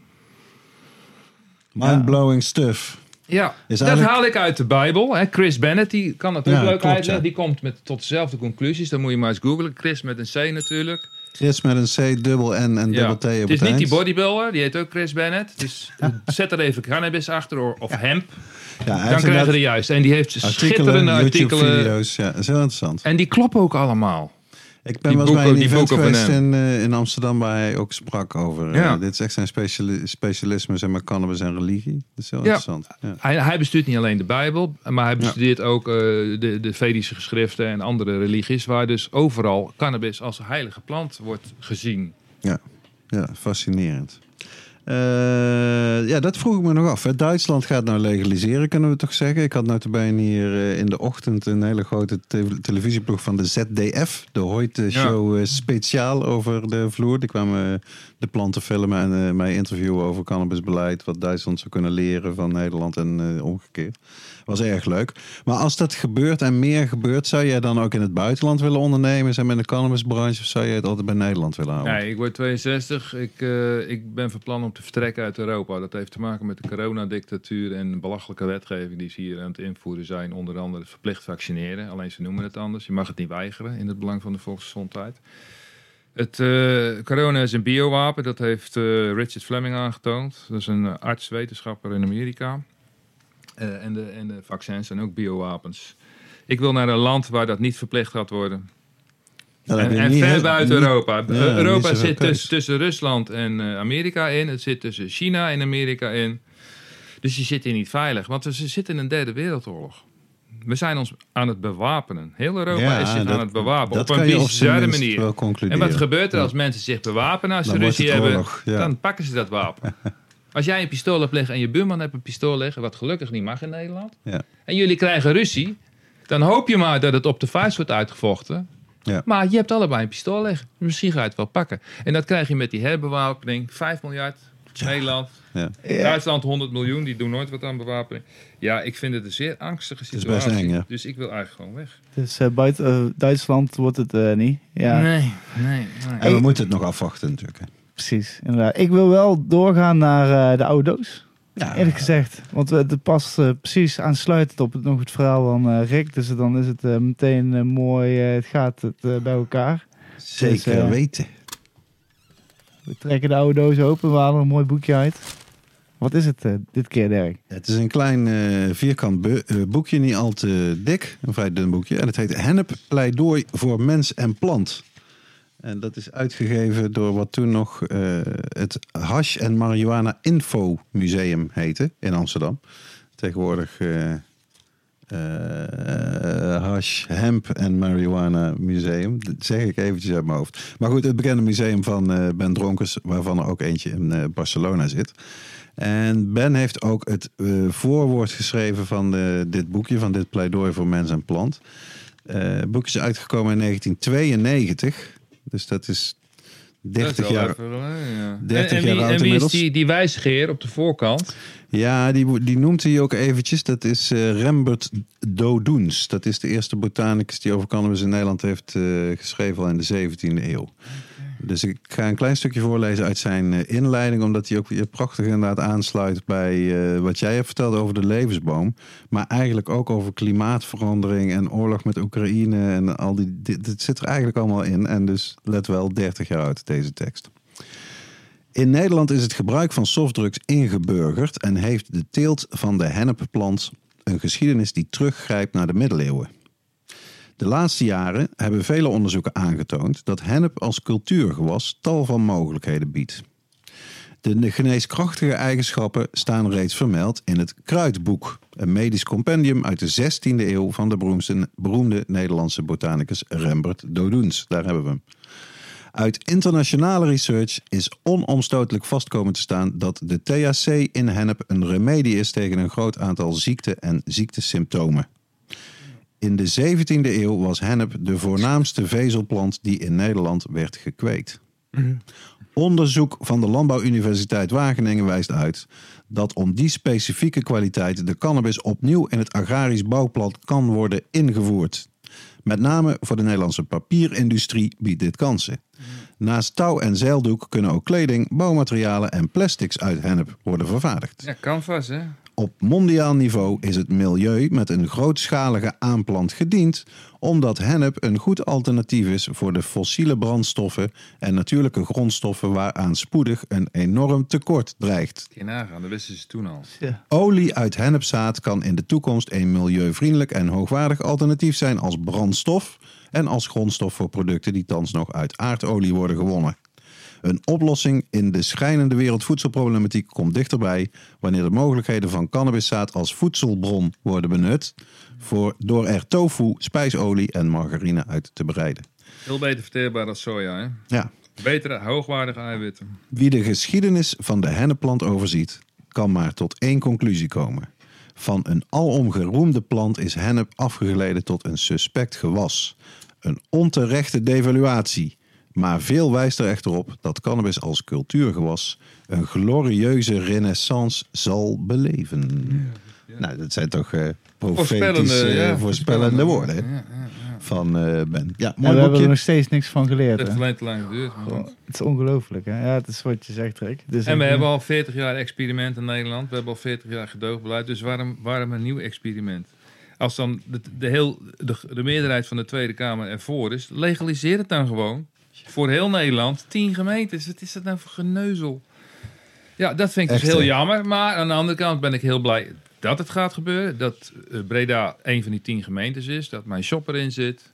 Mindblowing stuff. Ja, Is dat eigenlijk- haal ik uit de Bijbel. Hè. Chris Bennett, die kan het ook Ja, leuk klopt, uitleggen. ja. Die komt tot dezelfde conclusies. Dan moet je maar eens googlen. Chris met een C natuurlijk. Chris met een C, dubbel N en dubbel T op Het is niet die eind. bodybuilder, die heet ook Chris Bennett. Dus zet er even cannabis achter of hemp. Ja, hij Dan heeft krijg je inderdaad de juiste. En die heeft schitterende artikelen. YouTube-video's. Ja, dat is heel interessant. En die kloppen ook allemaal. Ik ben Die wel eens bij boeken- een die event boeken van geweest in Amsterdam waar hij ook sprak over. Ja. Dit is echt zijn specialisme, zeg maar, cannabis en religie. Dat is heel Ja. interessant. Ja. Hij bestudeert niet alleen de Bijbel, maar hij bestudeert ook de Vedische geschriften en andere religies, waar dus overal cannabis als heilige plant wordt gezien. Ja, fascinerend. Ja, dat vroeg ik me nog af. Hè. Duitsland gaat nou legaliseren, kunnen we toch zeggen. Ik had notabene hier in de ochtend een hele grote televisieploeg van de ZDF. De Hoyte Show speciaal over de vloer. Die kwamen de planten filmen en mij interviewen over cannabisbeleid. Wat Duitsland zou kunnen leren van Nederland en omgekeerd. Was erg leuk. Maar als dat gebeurt en meer gebeurt, zou jij dan ook in het buitenland willen ondernemen? Zijn met de cannabisbranche of zou je het altijd bij Nederland willen houden? Nee, ik word 62. Ik ben van plan om te vertrekken uit Europa. Dat heeft te maken met de coronadictatuur en belachelijke wetgeving die ze hier aan het invoeren zijn. Onder andere verplicht vaccineren. Alleen ze noemen het anders. Je mag het niet weigeren in het belang van de volksgezondheid. Corona is een biowapen. Dat heeft Richard Fleming aangetoond. Dat is een arts-wetenschapper in Amerika. En de vaccins zijn ook biowapens. Ik wil naar een land waar dat niet verplicht gaat worden. Ja, dan heb je En niet ver heel- buiten niet- Europa. ja, Europa niet zoveel zit keus. tussen Rusland en Amerika in. Het zit tussen China en Amerika in. Dus je zit hier niet veilig. Want we zitten in een derde wereldoorlog. We zijn ons aan het bewapenen. Heel Europa Ja, is zich dat- aan het bewapenen. dat Op een kan je op zijn bizarre minst manier. wel En concluderen. wat gebeurt er Ja. als mensen zich bewapenen? Als ze Dan wordt ruzie het hebben, oorlog, ja. dan pakken ze dat wapen. Als jij een pistool hebt liggen en je buurman hebt een pistool liggen, wat gelukkig niet mag in Nederland, Ja. en jullie krijgen ruzie, dan hoop je maar dat het op de vuist wordt uitgevochten. Ja. Maar je hebt allebei een pistool liggen. Misschien ga je het wel pakken. En dat krijg je met die herbewapening. 5 miljard, Nederland. Ja. Duitsland 100 miljoen, die doen nooit wat aan bewapening. Ja, ik vind het een zeer angstige is best situatie. eng, ja. Dus ik wil eigenlijk gewoon weg. Dus buiten Duitsland wordt het niet. Ja, Nee. En we moeten het nog afwachten natuurlijk. Hè. precies. Inderdaad. Ik wil wel doorgaan naar de oude doos. Ja. Eerlijk gezegd. Want het past precies aansluitend op het verhaal van Rick. Dus dan is het meteen mooi. Het gaat bij elkaar. Zeker weten. We trekken de oude doos open. We halen er een mooi boekje uit. Wat is het dit keer, Dirk? Het is een klein vierkant boekje, niet al te dik. Een vrij dun boekje. En het heet Hennep pleidooi voor mens en plant. En dat is uitgegeven door wat toen nog het Hash en Marihuana Info Museum heette in Amsterdam. Tegenwoordig Hash, Hemp en Marihuana Museum. Dat zeg ik eventjes uit mijn hoofd. Maar goed, het bekende museum van Ben Dronkers, waarvan er ook eentje in Barcelona zit. En Ben heeft ook het voorwoord geschreven van dit boekje, van dit pleidooi voor mens en plant. Het boekje is uitgekomen in 1992. Dus dat is 30 jaar, 30 jaar oud en wie inmiddels. is die wijsgeer op de voorkant? Ja, die noemt hij ook eventjes. Dat is Rembert Dodoens. Dat is de eerste botanicus die over cannabis in Nederland heeft geschreven al in de 17e eeuw. Dus ik ga een klein stukje voorlezen uit zijn inleiding, omdat hij ook weer prachtig inderdaad aansluit bij wat jij hebt verteld over de levensboom. Maar eigenlijk ook over klimaatverandering en oorlog met Oekraïne en al dit zit er eigenlijk allemaal in. En dus let wel, 30 jaar oud deze tekst. In Nederland is het gebruik van softdrugs ingeburgerd en heeft de teelt van de hennepplant een geschiedenis die teruggrijpt naar de middeleeuwen. De laatste jaren hebben vele onderzoeken aangetoond dat hennep als cultuurgewas tal van mogelijkheden biedt. De geneeskrachtige eigenschappen staan reeds vermeld in het Kruidboek, een medisch compendium uit de 16e eeuw van de beroemde Nederlandse botanicus Rembert Dodoens. Daar hebben we hem. Uit internationale research is onomstotelijk vastkomen te staan dat de THC in hennep een remedie is tegen een groot aantal ziekten en ziektesymptomen. In de 17e eeuw was hennep de voornaamste vezelplant die in Nederland werd gekweekt. Onderzoek van de Landbouwuniversiteit Wageningen wijst uit dat om die specifieke kwaliteit de cannabis opnieuw in het agrarisch bouwplan kan worden ingevoerd. Met name voor de Nederlandse papierindustrie biedt dit kansen. Naast touw en zeildoek kunnen ook kleding, bouwmaterialen en plastics uit hennep worden vervaardigd. Ja, canvas, hè? Op mondiaal niveau is het milieu met een grootschalige aanplant gediend, omdat hennep een goed alternatief is voor de fossiele brandstoffen en natuurlijke grondstoffen waaraan spoedig een enorm tekort dreigt. Kun je nagaan, dat wisten ze toen al. Ja. Olie uit hennepzaad kan in de toekomst een milieuvriendelijk en hoogwaardig alternatief zijn als brandstof en als grondstof voor producten die thans nog uit aardolie worden gewonnen. Een oplossing in de schrijnende wereldvoedselproblematiek komt dichterbij wanneer de mogelijkheden van cannabiszaad als voedselbron worden benut door er tofu, spijsolie en margarine uit te bereiden. Heel beter verteerbaar dan soja, hè? Ja. Betere, hoogwaardige eiwitten. Wie de geschiedenis van de hennepplant overziet, kan maar tot één conclusie komen. Van een alom geroemde plant is hennep afgegleden tot een suspect gewas. Een onterechte devaluatie. Maar veel wijst er echter op dat cannabis als cultuurgewas een glorieuze renaissance zal beleven. Ja. Nou, dat zijn toch voorspellende woorden hè? Van Ben. Ja, mooi En we hebben boekje. er nog steeds niks van geleerd. Het heeft Hè? alleen te lang geduurd. maar goed. Het is ongelooflijk. Hè? Ja, het is wat je zegt, Rick. Dus En we hebben al 40 jaar experiment in Nederland. We hebben al 40 jaar gedoogbeleid. Dus waarom een nieuw experiment? Als dan de meerderheid van de Tweede Kamer ervoor is, legaliseer het dan gewoon. Voor heel Nederland, 10 gemeentes. Wat is dat nou voor geneuzel? Ja, dat vind ik Echt, dus heel hè? jammer. Maar aan de andere kant ben ik heel blij dat het gaat gebeuren. Dat Breda een van die 10 gemeentes is. Dat mijn shop erin zit.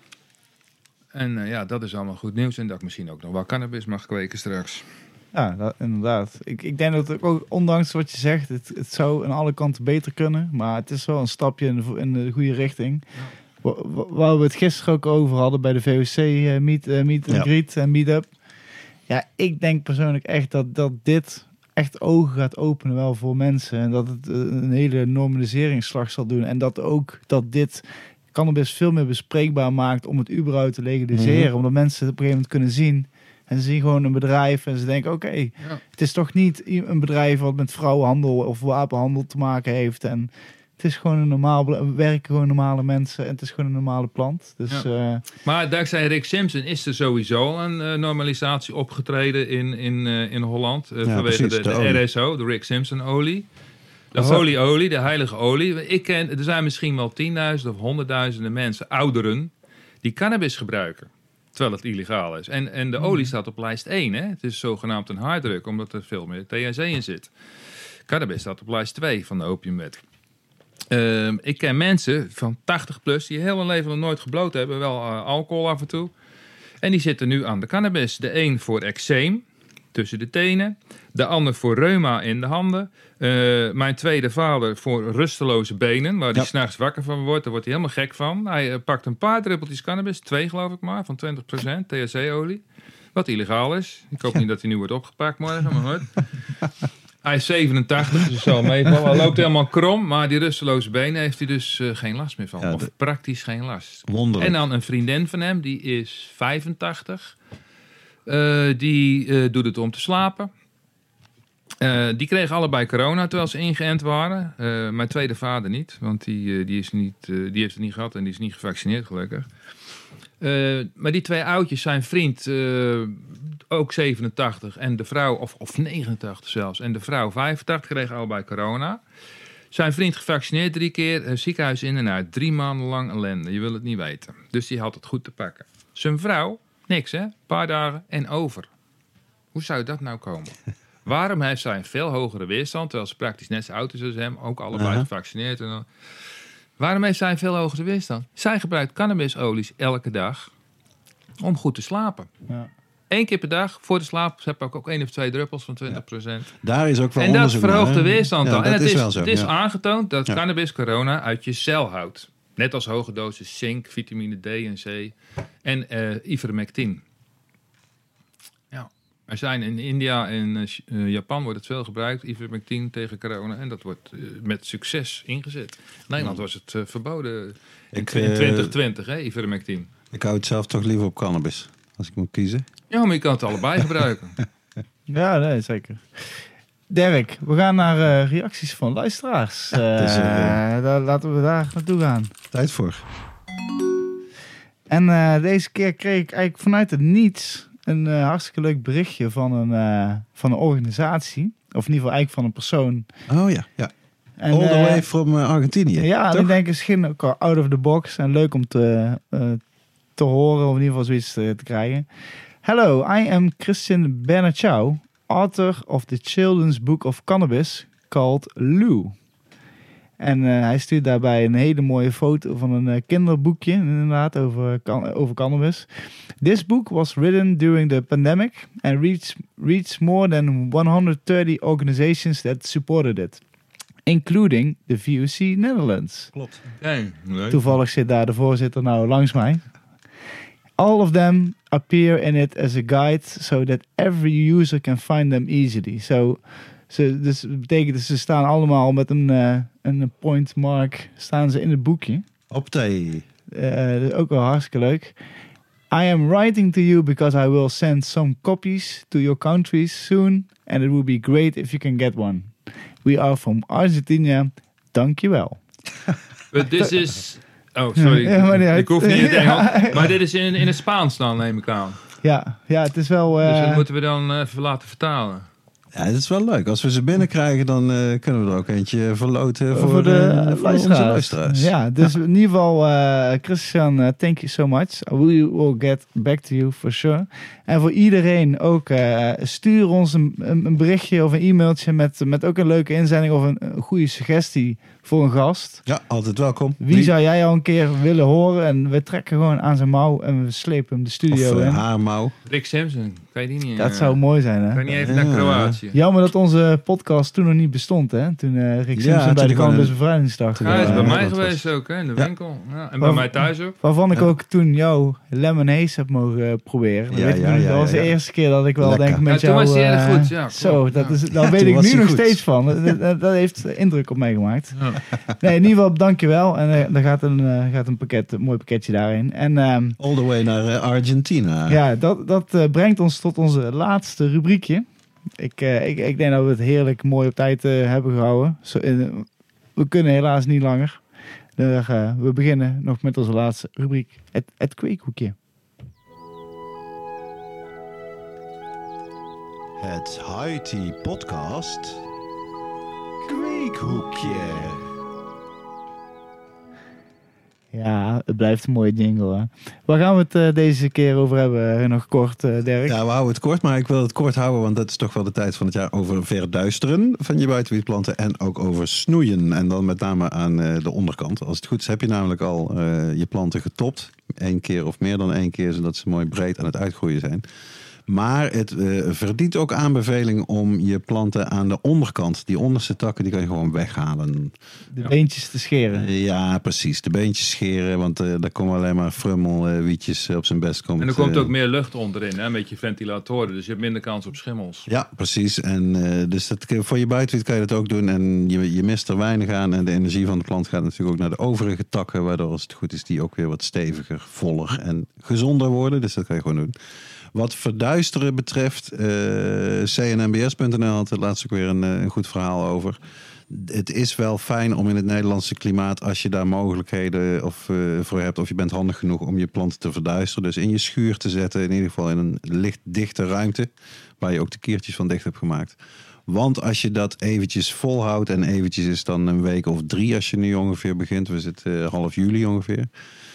En ja, dat is allemaal goed nieuws. En dat ik misschien ook nog wel cannabis mag kweken straks. Ja, inderdaad. Ik denk dat het ook, ondanks wat je zegt, het zou aan alle kanten beter kunnen. Maar het is wel een stapje in de goede richting. Ja. Waar we het gisteren ook over hadden bij de VOC meet and greet en meet-up. Ja, ik denk persoonlijk echt dat dit echt ogen gaat openen wel voor mensen. En dat het een hele normaliseringsslag zal doen. En dat ook dat dit cannabis veel meer bespreekbaar maakt om het überhaupt te legaliseren. Omdat mensen het op een gegeven moment kunnen zien. En ze zien gewoon een bedrijf en ze denken, oké, het is toch niet een bedrijf wat met vrouwenhandel of wapenhandel te maken heeft. En het is gewoon werken gewoon normale mensen en het is gewoon een normale plant. Dus, Maar dankzij Rick Simpson is er sowieso een normalisatie opgetreden in Holland. Vanwege precies, de RSO, de Rick Simpson olie. De holy olie, de heilige olie. Er zijn misschien wel 10.000 of 100.000 mensen, ouderen, die cannabis gebruiken. Terwijl het illegaal is. En de olie staat op lijst 1. Hè? Het is zogenaamd een harddruk, omdat er veel meer THC in zit. Cannabis staat op lijst 2 van de opiumwet. Ik ken mensen van 80 plus die heel hun leven nog nooit gebloot hebben. Wel alcohol af en toe. En die zitten nu aan de cannabis. De een voor eczeem tussen de tenen. De ander voor reuma in de handen. Mijn tweede vader voor rusteloze benen. Waar hij 's nachts wakker van wordt. Daar wordt hij helemaal gek van. Hij pakt een paar druppeltjes cannabis. 2 geloof ik maar. Van 20% THC-olie. Wat illegaal is. Ik hoop niet dat hij nu wordt opgepakt morgen. Maar goed. Hij is 87, dus zal meevallen. Hij loopt helemaal krom, maar die rusteloze benen heeft hij dus geen last meer van. Ja, of praktisch geen last. Wonderlijk. En dan een vriendin van hem, die is 85. Die doet het om te slapen. Die kregen allebei corona terwijl ze ingeënt waren. Mijn tweede vader niet, want die heeft het niet gehad en die is niet gevaccineerd gelukkig. Maar die 2 oudjes, zijn vriend, ook 87 en de vrouw, of 89 zelfs, en de vrouw 85 kregen allebei corona. Zijn vriend gevaccineerd 3 keer, ziekenhuis in en uit, 3 maanden lang ellende, je wil het niet weten. Dus die had het goed te pakken. Zijn vrouw, niks hè, een paar dagen en over. Hoe zou dat nou komen? Waarom heeft zij een veel hogere weerstand, terwijl ze praktisch net zo oud is als hem, ook allebei gevaccineerd en dan... Waarom heeft zij een veel hogere weerstand? Zij gebruikt cannabisolies elke dag om goed te slapen. Ja. 1 keer per dag voor de slaap heb ik ook 1 of 2 druppels van 20%. Daar is ook wel en dat onderzoek verhoogt naar, de weerstand al. En het is aangetoond dat cannabis corona uit je cel houdt. Net als hoge dosis zink, vitamine D en C en ivermectin. Ja. Er zijn in India en Japan wordt het veel gebruikt, ivermectin tegen corona. En dat wordt met succes ingezet. In Nederland was het verboden in 2020, hè, ivermectin. Ik hou het zelf toch liever op cannabis, als ik moet kiezen. Ja, maar je kan het allebei gebruiken. Ja, nee, zeker. Dirk, we gaan naar reacties van luisteraars. Laten we daar naartoe gaan. Tijd voor. En deze keer kreeg ik eigenlijk vanuit het niets een hartstikke leuk berichtje van een organisatie. Of in ieder geval eigenlijk van een persoon. Oh ja, ja. En, all the way from Argentinië. Ja, toch? en ik denk misschien ook al out of the box. En leuk om te horen of in ieder geval zoiets te krijgen. Hello, I am Christian Bernachau, author of the children's book of cannabis called Lou. En hij stuurt daarbij een hele mooie foto van een kinderboekje, inderdaad, over cannabis. This book was written during the pandemic and reached more than 130 organizations that supported it, including the VOC Netherlands. Klopt. Leuk. Toevallig zit daar de voorzitter nou langs mij. All of them appear in it as a guide so that every user can find them easily. Dus dat betekent dat ze staan allemaal met een point mark staan ze in het boekje. Optee. Ook wel hartstikke leuk. I am writing to you because I will send some copies to your countries soon and it would be great if you can get one. We are from Argentina. Dankjewel. But this is... Oh, sorry. Ja, ik hoef niet in het Engels. Maar dit is in het Spaans dan, neem ik aan. Ja, het is wel... Dus dat moeten we dan even laten vertalen. Ja, dat is wel leuk. Als we ze binnenkrijgen, dan kunnen we er ook eentje verloten voor onze luisteraars. Ja, dus in ieder geval, Christian, thank you so much. We will get back to you for sure. En voor iedereen ook, stuur ons een berichtje of een e-mailtje met ook een leuke inzending of een goede suggestie voor een gast. Ja, altijd welkom. Wie zou jij al een keer willen horen? En we trekken gewoon aan zijn mouw en we slepen hem de studio of in. haar mouw. Rick Simpson. Kan je die niet... Dat zou mooi zijn, Kan hè? je niet even naar Kroatië? Jammer dat onze podcast toen nog niet bestond, hè? Toen Rick Simpson bij toen de gewoon Cannabis Bevrijdingsdag. Hij is bij Ja, mij dat geweest ook, hè, in de winkel. Ja, en bij Waar- mij thuis ook. Waarvan ik ook toen jouw Lemon Haze heb mogen proberen. Dat, Ja, weet ik ja, nog, ja, dat was de ja. eerste keer dat ik wel Lekker. denk met Ja, toen jou... was hij erg goed, ja, klopt. Zo, daar Ja, weet toen ik was nu hij nog goed. steeds van. Dat heeft indruk op mij gemaakt. Ja. Nee, in ieder geval dankjewel. En er gaat een mooi pakketje daarin. En All the way naar Argentina. ja, dat brengt ons tot onze laatste rubriekje. Ik denk dat we het heerlijk mooi op tijd hebben gehouden. We kunnen helaas niet langer. We beginnen nog met onze laatste rubriek. Het kweekhoekje. Het Haiti podcast Kweekhoekje. Ja, het blijft een mooie jingle. Hè? Waar gaan we het deze keer over hebben? Nog kort, Dirk. Ja, we houden het kort, maar ik wil het kort houden, want dat is toch wel de tijd van het jaar over verduisteren van je buitenwietplanten en ook over snoeien. En dan met name aan de onderkant. Als het goed is, heb je namelijk al je planten getopt. 1 keer of meer dan 1 keer, zodat ze mooi breed aan het uitgroeien zijn. Maar het verdient ook aanbeveling om je planten aan de onderkant, die onderste takken, die kan je gewoon weghalen. De beentjes te scheren. Ja, precies. De beentjes scheren, want daar komen alleen maar frummelwietjes op zijn best. En er komt ook meer lucht onderin, hè, met je ventilatoren. Dus je hebt minder kans op schimmels. Ja, precies. En dus voor je buitenwiet kan je dat ook doen. En je mist er weinig aan. En de energie van de plant gaat natuurlijk ook naar de overige takken. Waardoor, als het goed is, die ook weer wat steviger, voller en gezonder worden. Dus dat kan je gewoon doen. Wat verduisteren betreft, cnmbs.nl had er laatst ook weer een goed verhaal over. Het is wel fijn om in het Nederlandse klimaat, als je daar mogelijkheden voor hebt, of je bent handig genoeg om je planten te verduisteren. Dus in je schuur te zetten, in ieder geval in een lichtdichte ruimte, waar je ook de keertjes van dicht hebt gemaakt. Want als je dat eventjes volhoudt, en eventjes is dan een week of 3 als je nu ongeveer begint, we zitten half juli ongeveer,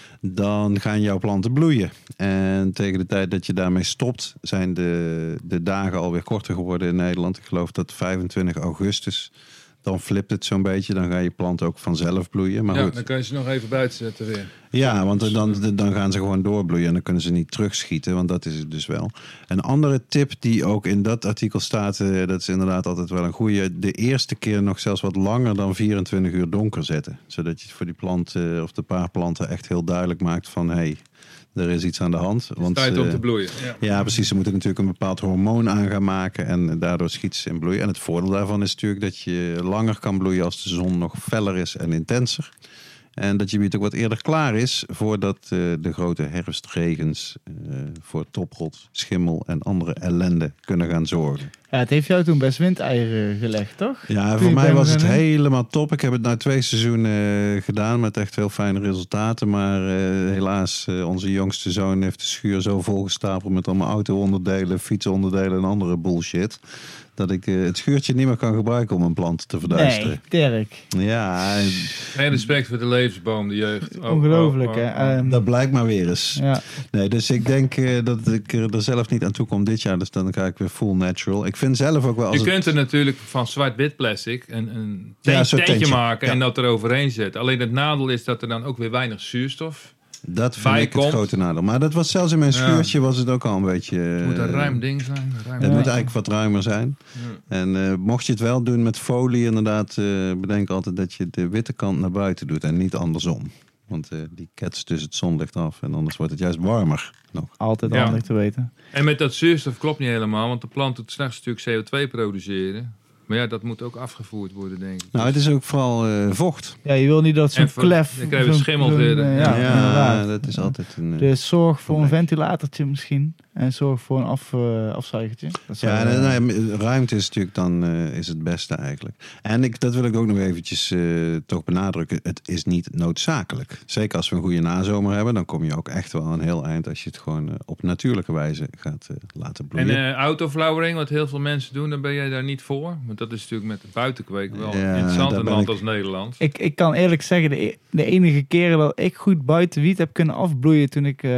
dan gaan jouw planten bloeien. En tegen de tijd dat je daarmee stopt, zijn de dagen alweer korter geworden in Nederland. Ik geloof dat 25 augustus, dan flipt het zo'n beetje. Dan gaan je planten ook vanzelf bloeien. Maar Ja, goed. dan kan je ze nog even buiten zetten weer. Ja, want dan gaan ze gewoon doorbloeien en dan kunnen ze niet terugschieten, want dat is het dus wel. Een andere tip die ook in dat artikel staat, dat is inderdaad altijd wel een goede. De eerste keer nog zelfs wat langer dan 24 uur donker zetten. Zodat je het voor die planten of de paar planten echt heel duidelijk maakt van hey, er is iets aan de hand. Het is tijd om te bloeien. Ja. Ja, precies. Ze moeten natuurlijk een bepaald hormoon aan gaan maken en daardoor schiet ze in bloei. En het voordeel daarvan is natuurlijk dat je langer kan bloeien als de zon nog feller is en intenser. En dat je wiet ook wat eerder klaar is voordat de grote herfstregens voor toprot, schimmel en andere ellende kunnen gaan zorgen. Ja, het heeft jou toen best windeieren gelegd, toch? Ja, Toen voor je mij bent was het begonnen? helemaal top. Ik heb het nou 2 seizoenen gedaan met echt heel fijne resultaten. Maar helaas, onze jongste zoon heeft de schuur zo volgestapeld met allemaal auto-onderdelen, fietsonderdelen en andere bullshit. Dat ik het schuurtje niet meer kan gebruiken om een plant te verduisteren. Nee, Dirk. Ja, Geen respect voor de levensboom, de jeugd. Ongelooflijk, hè? dat blijkt maar weer eens. Ja. Nee, dus ik denk dat ik er zelf niet aan toe kom dit jaar. Dus dan ga ik weer full natural. Ik vind zelf ook wel als Je het- kunt er natuurlijk van zwart-wit plastic een Ja, zo'n tentje tentje. maken Ja. en dat er overheen zetten. Alleen het nadeel is dat er dan ook weer weinig zuurstof. Dat vind bij ik het komt. grote nadeel. Maar dat was zelfs in mijn Ja. schuurtje was het ook al een beetje... Het moet een ruim ding zijn. Het moet eigenlijk wat ruimer zijn. Ja. En mocht je het wel doen met folie, inderdaad, bedenk altijd dat je de witte kant naar buiten doet en niet andersom. Want die ketst dus het zonlicht af en anders wordt het juist warmer nog. Altijd Ja. handig te weten. En met dat zuurstof klopt niet helemaal, want de plant doet slechts natuurlijk CO2 produceren. Maar ja, dat moet ook afgevoerd worden, denk ik. Nou, het is ook vooral vocht. Ja, je wil niet dat zo'n En voor- klef... dan krijg je zo'n- schimmel zo'n, weer. ja, inderdaad. dat is altijd een... Dus zorg voor een probleem. ventilatortje misschien. En zorg voor een afzuigertje. Dat zou, Ja, nee, ruimte is natuurlijk dan is het beste eigenlijk. En dat wil ik ook nog eventjes toch benadrukken. Het is niet noodzakelijk. Zeker als we een goede nazomer hebben, dan kom je ook echt wel een heel eind als je het gewoon op natuurlijke wijze gaat laten bloeien. En autoflowering, wat heel veel mensen doen, dan ben jij daar niet voor. Want dat is natuurlijk met de buitenkweek wel Ja, interessant daar in ben een land ik- als Nederland. Ik kan eerlijk zeggen, de enige keren dat ik goed buiten wiet heb kunnen afbloeien toen ik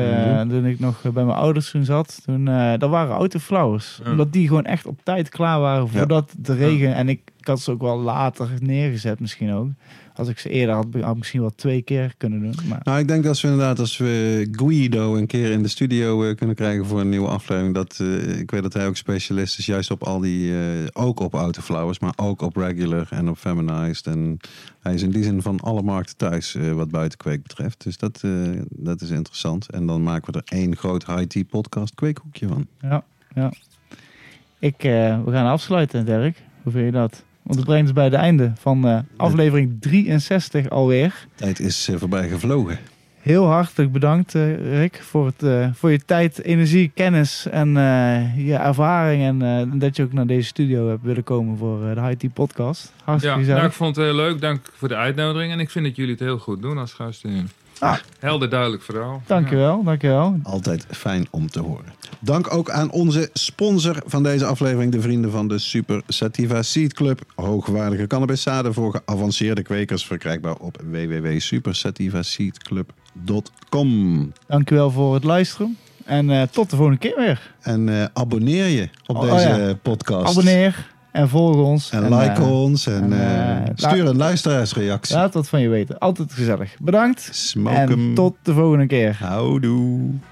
nog bij mijn ouders toen zat, dat waren autoflowers. Ja. Omdat die gewoon echt op tijd klaar waren voordat de regen... En Ik had ze ook wel later neergezet misschien ook. Als ik ze eerder had ik misschien wel 2 keer kunnen doen. Maar... Nou, ik denk dat als we Guido een keer in de studio kunnen krijgen voor een nieuwe aflevering. Ik weet dat hij ook specialist is juist op al die, ook op autoflowers, maar ook op regular en op feminized. En hij is in die zin van alle markten thuis wat buitenkweek betreft. Dus dat is interessant. En dan maken we er 1 groot high-tea podcast kweekhoekje van. Ja. We gaan afsluiten, Dirk. Hoe vind je dat? Want het brengt ons bij het einde van aflevering 63 alweer. Tijd is voorbij gevlogen. Heel hartelijk bedankt, Rick, voor je tijd, energie, kennis en je ervaring. En dat je ook naar deze studio hebt willen komen voor de High Tea Podcast. Hartstikke gezellig. Ik vond het heel leuk. Dank voor de uitnodiging. En ik vind dat jullie het heel goed doen als gasten. Helder, duidelijk verhaal. Dankjewel. Altijd fijn om te horen. Dank ook aan onze sponsor van deze aflevering, de vrienden van de Super Sativa Seed Club. Hoogwaardige cannabiszaden voor geavanceerde kwekers verkrijgbaar op www.supersativaseedclub.com. Dankjewel voor het luisteren. En tot de volgende keer weer. En abonneer je op deze podcast. Abonneer en volg ons. En like ons. En stuur een luisteraarsreactie. Laat wat van je weten. Altijd gezellig. Bedankt. Smoke en tot de volgende keer. Houdoe.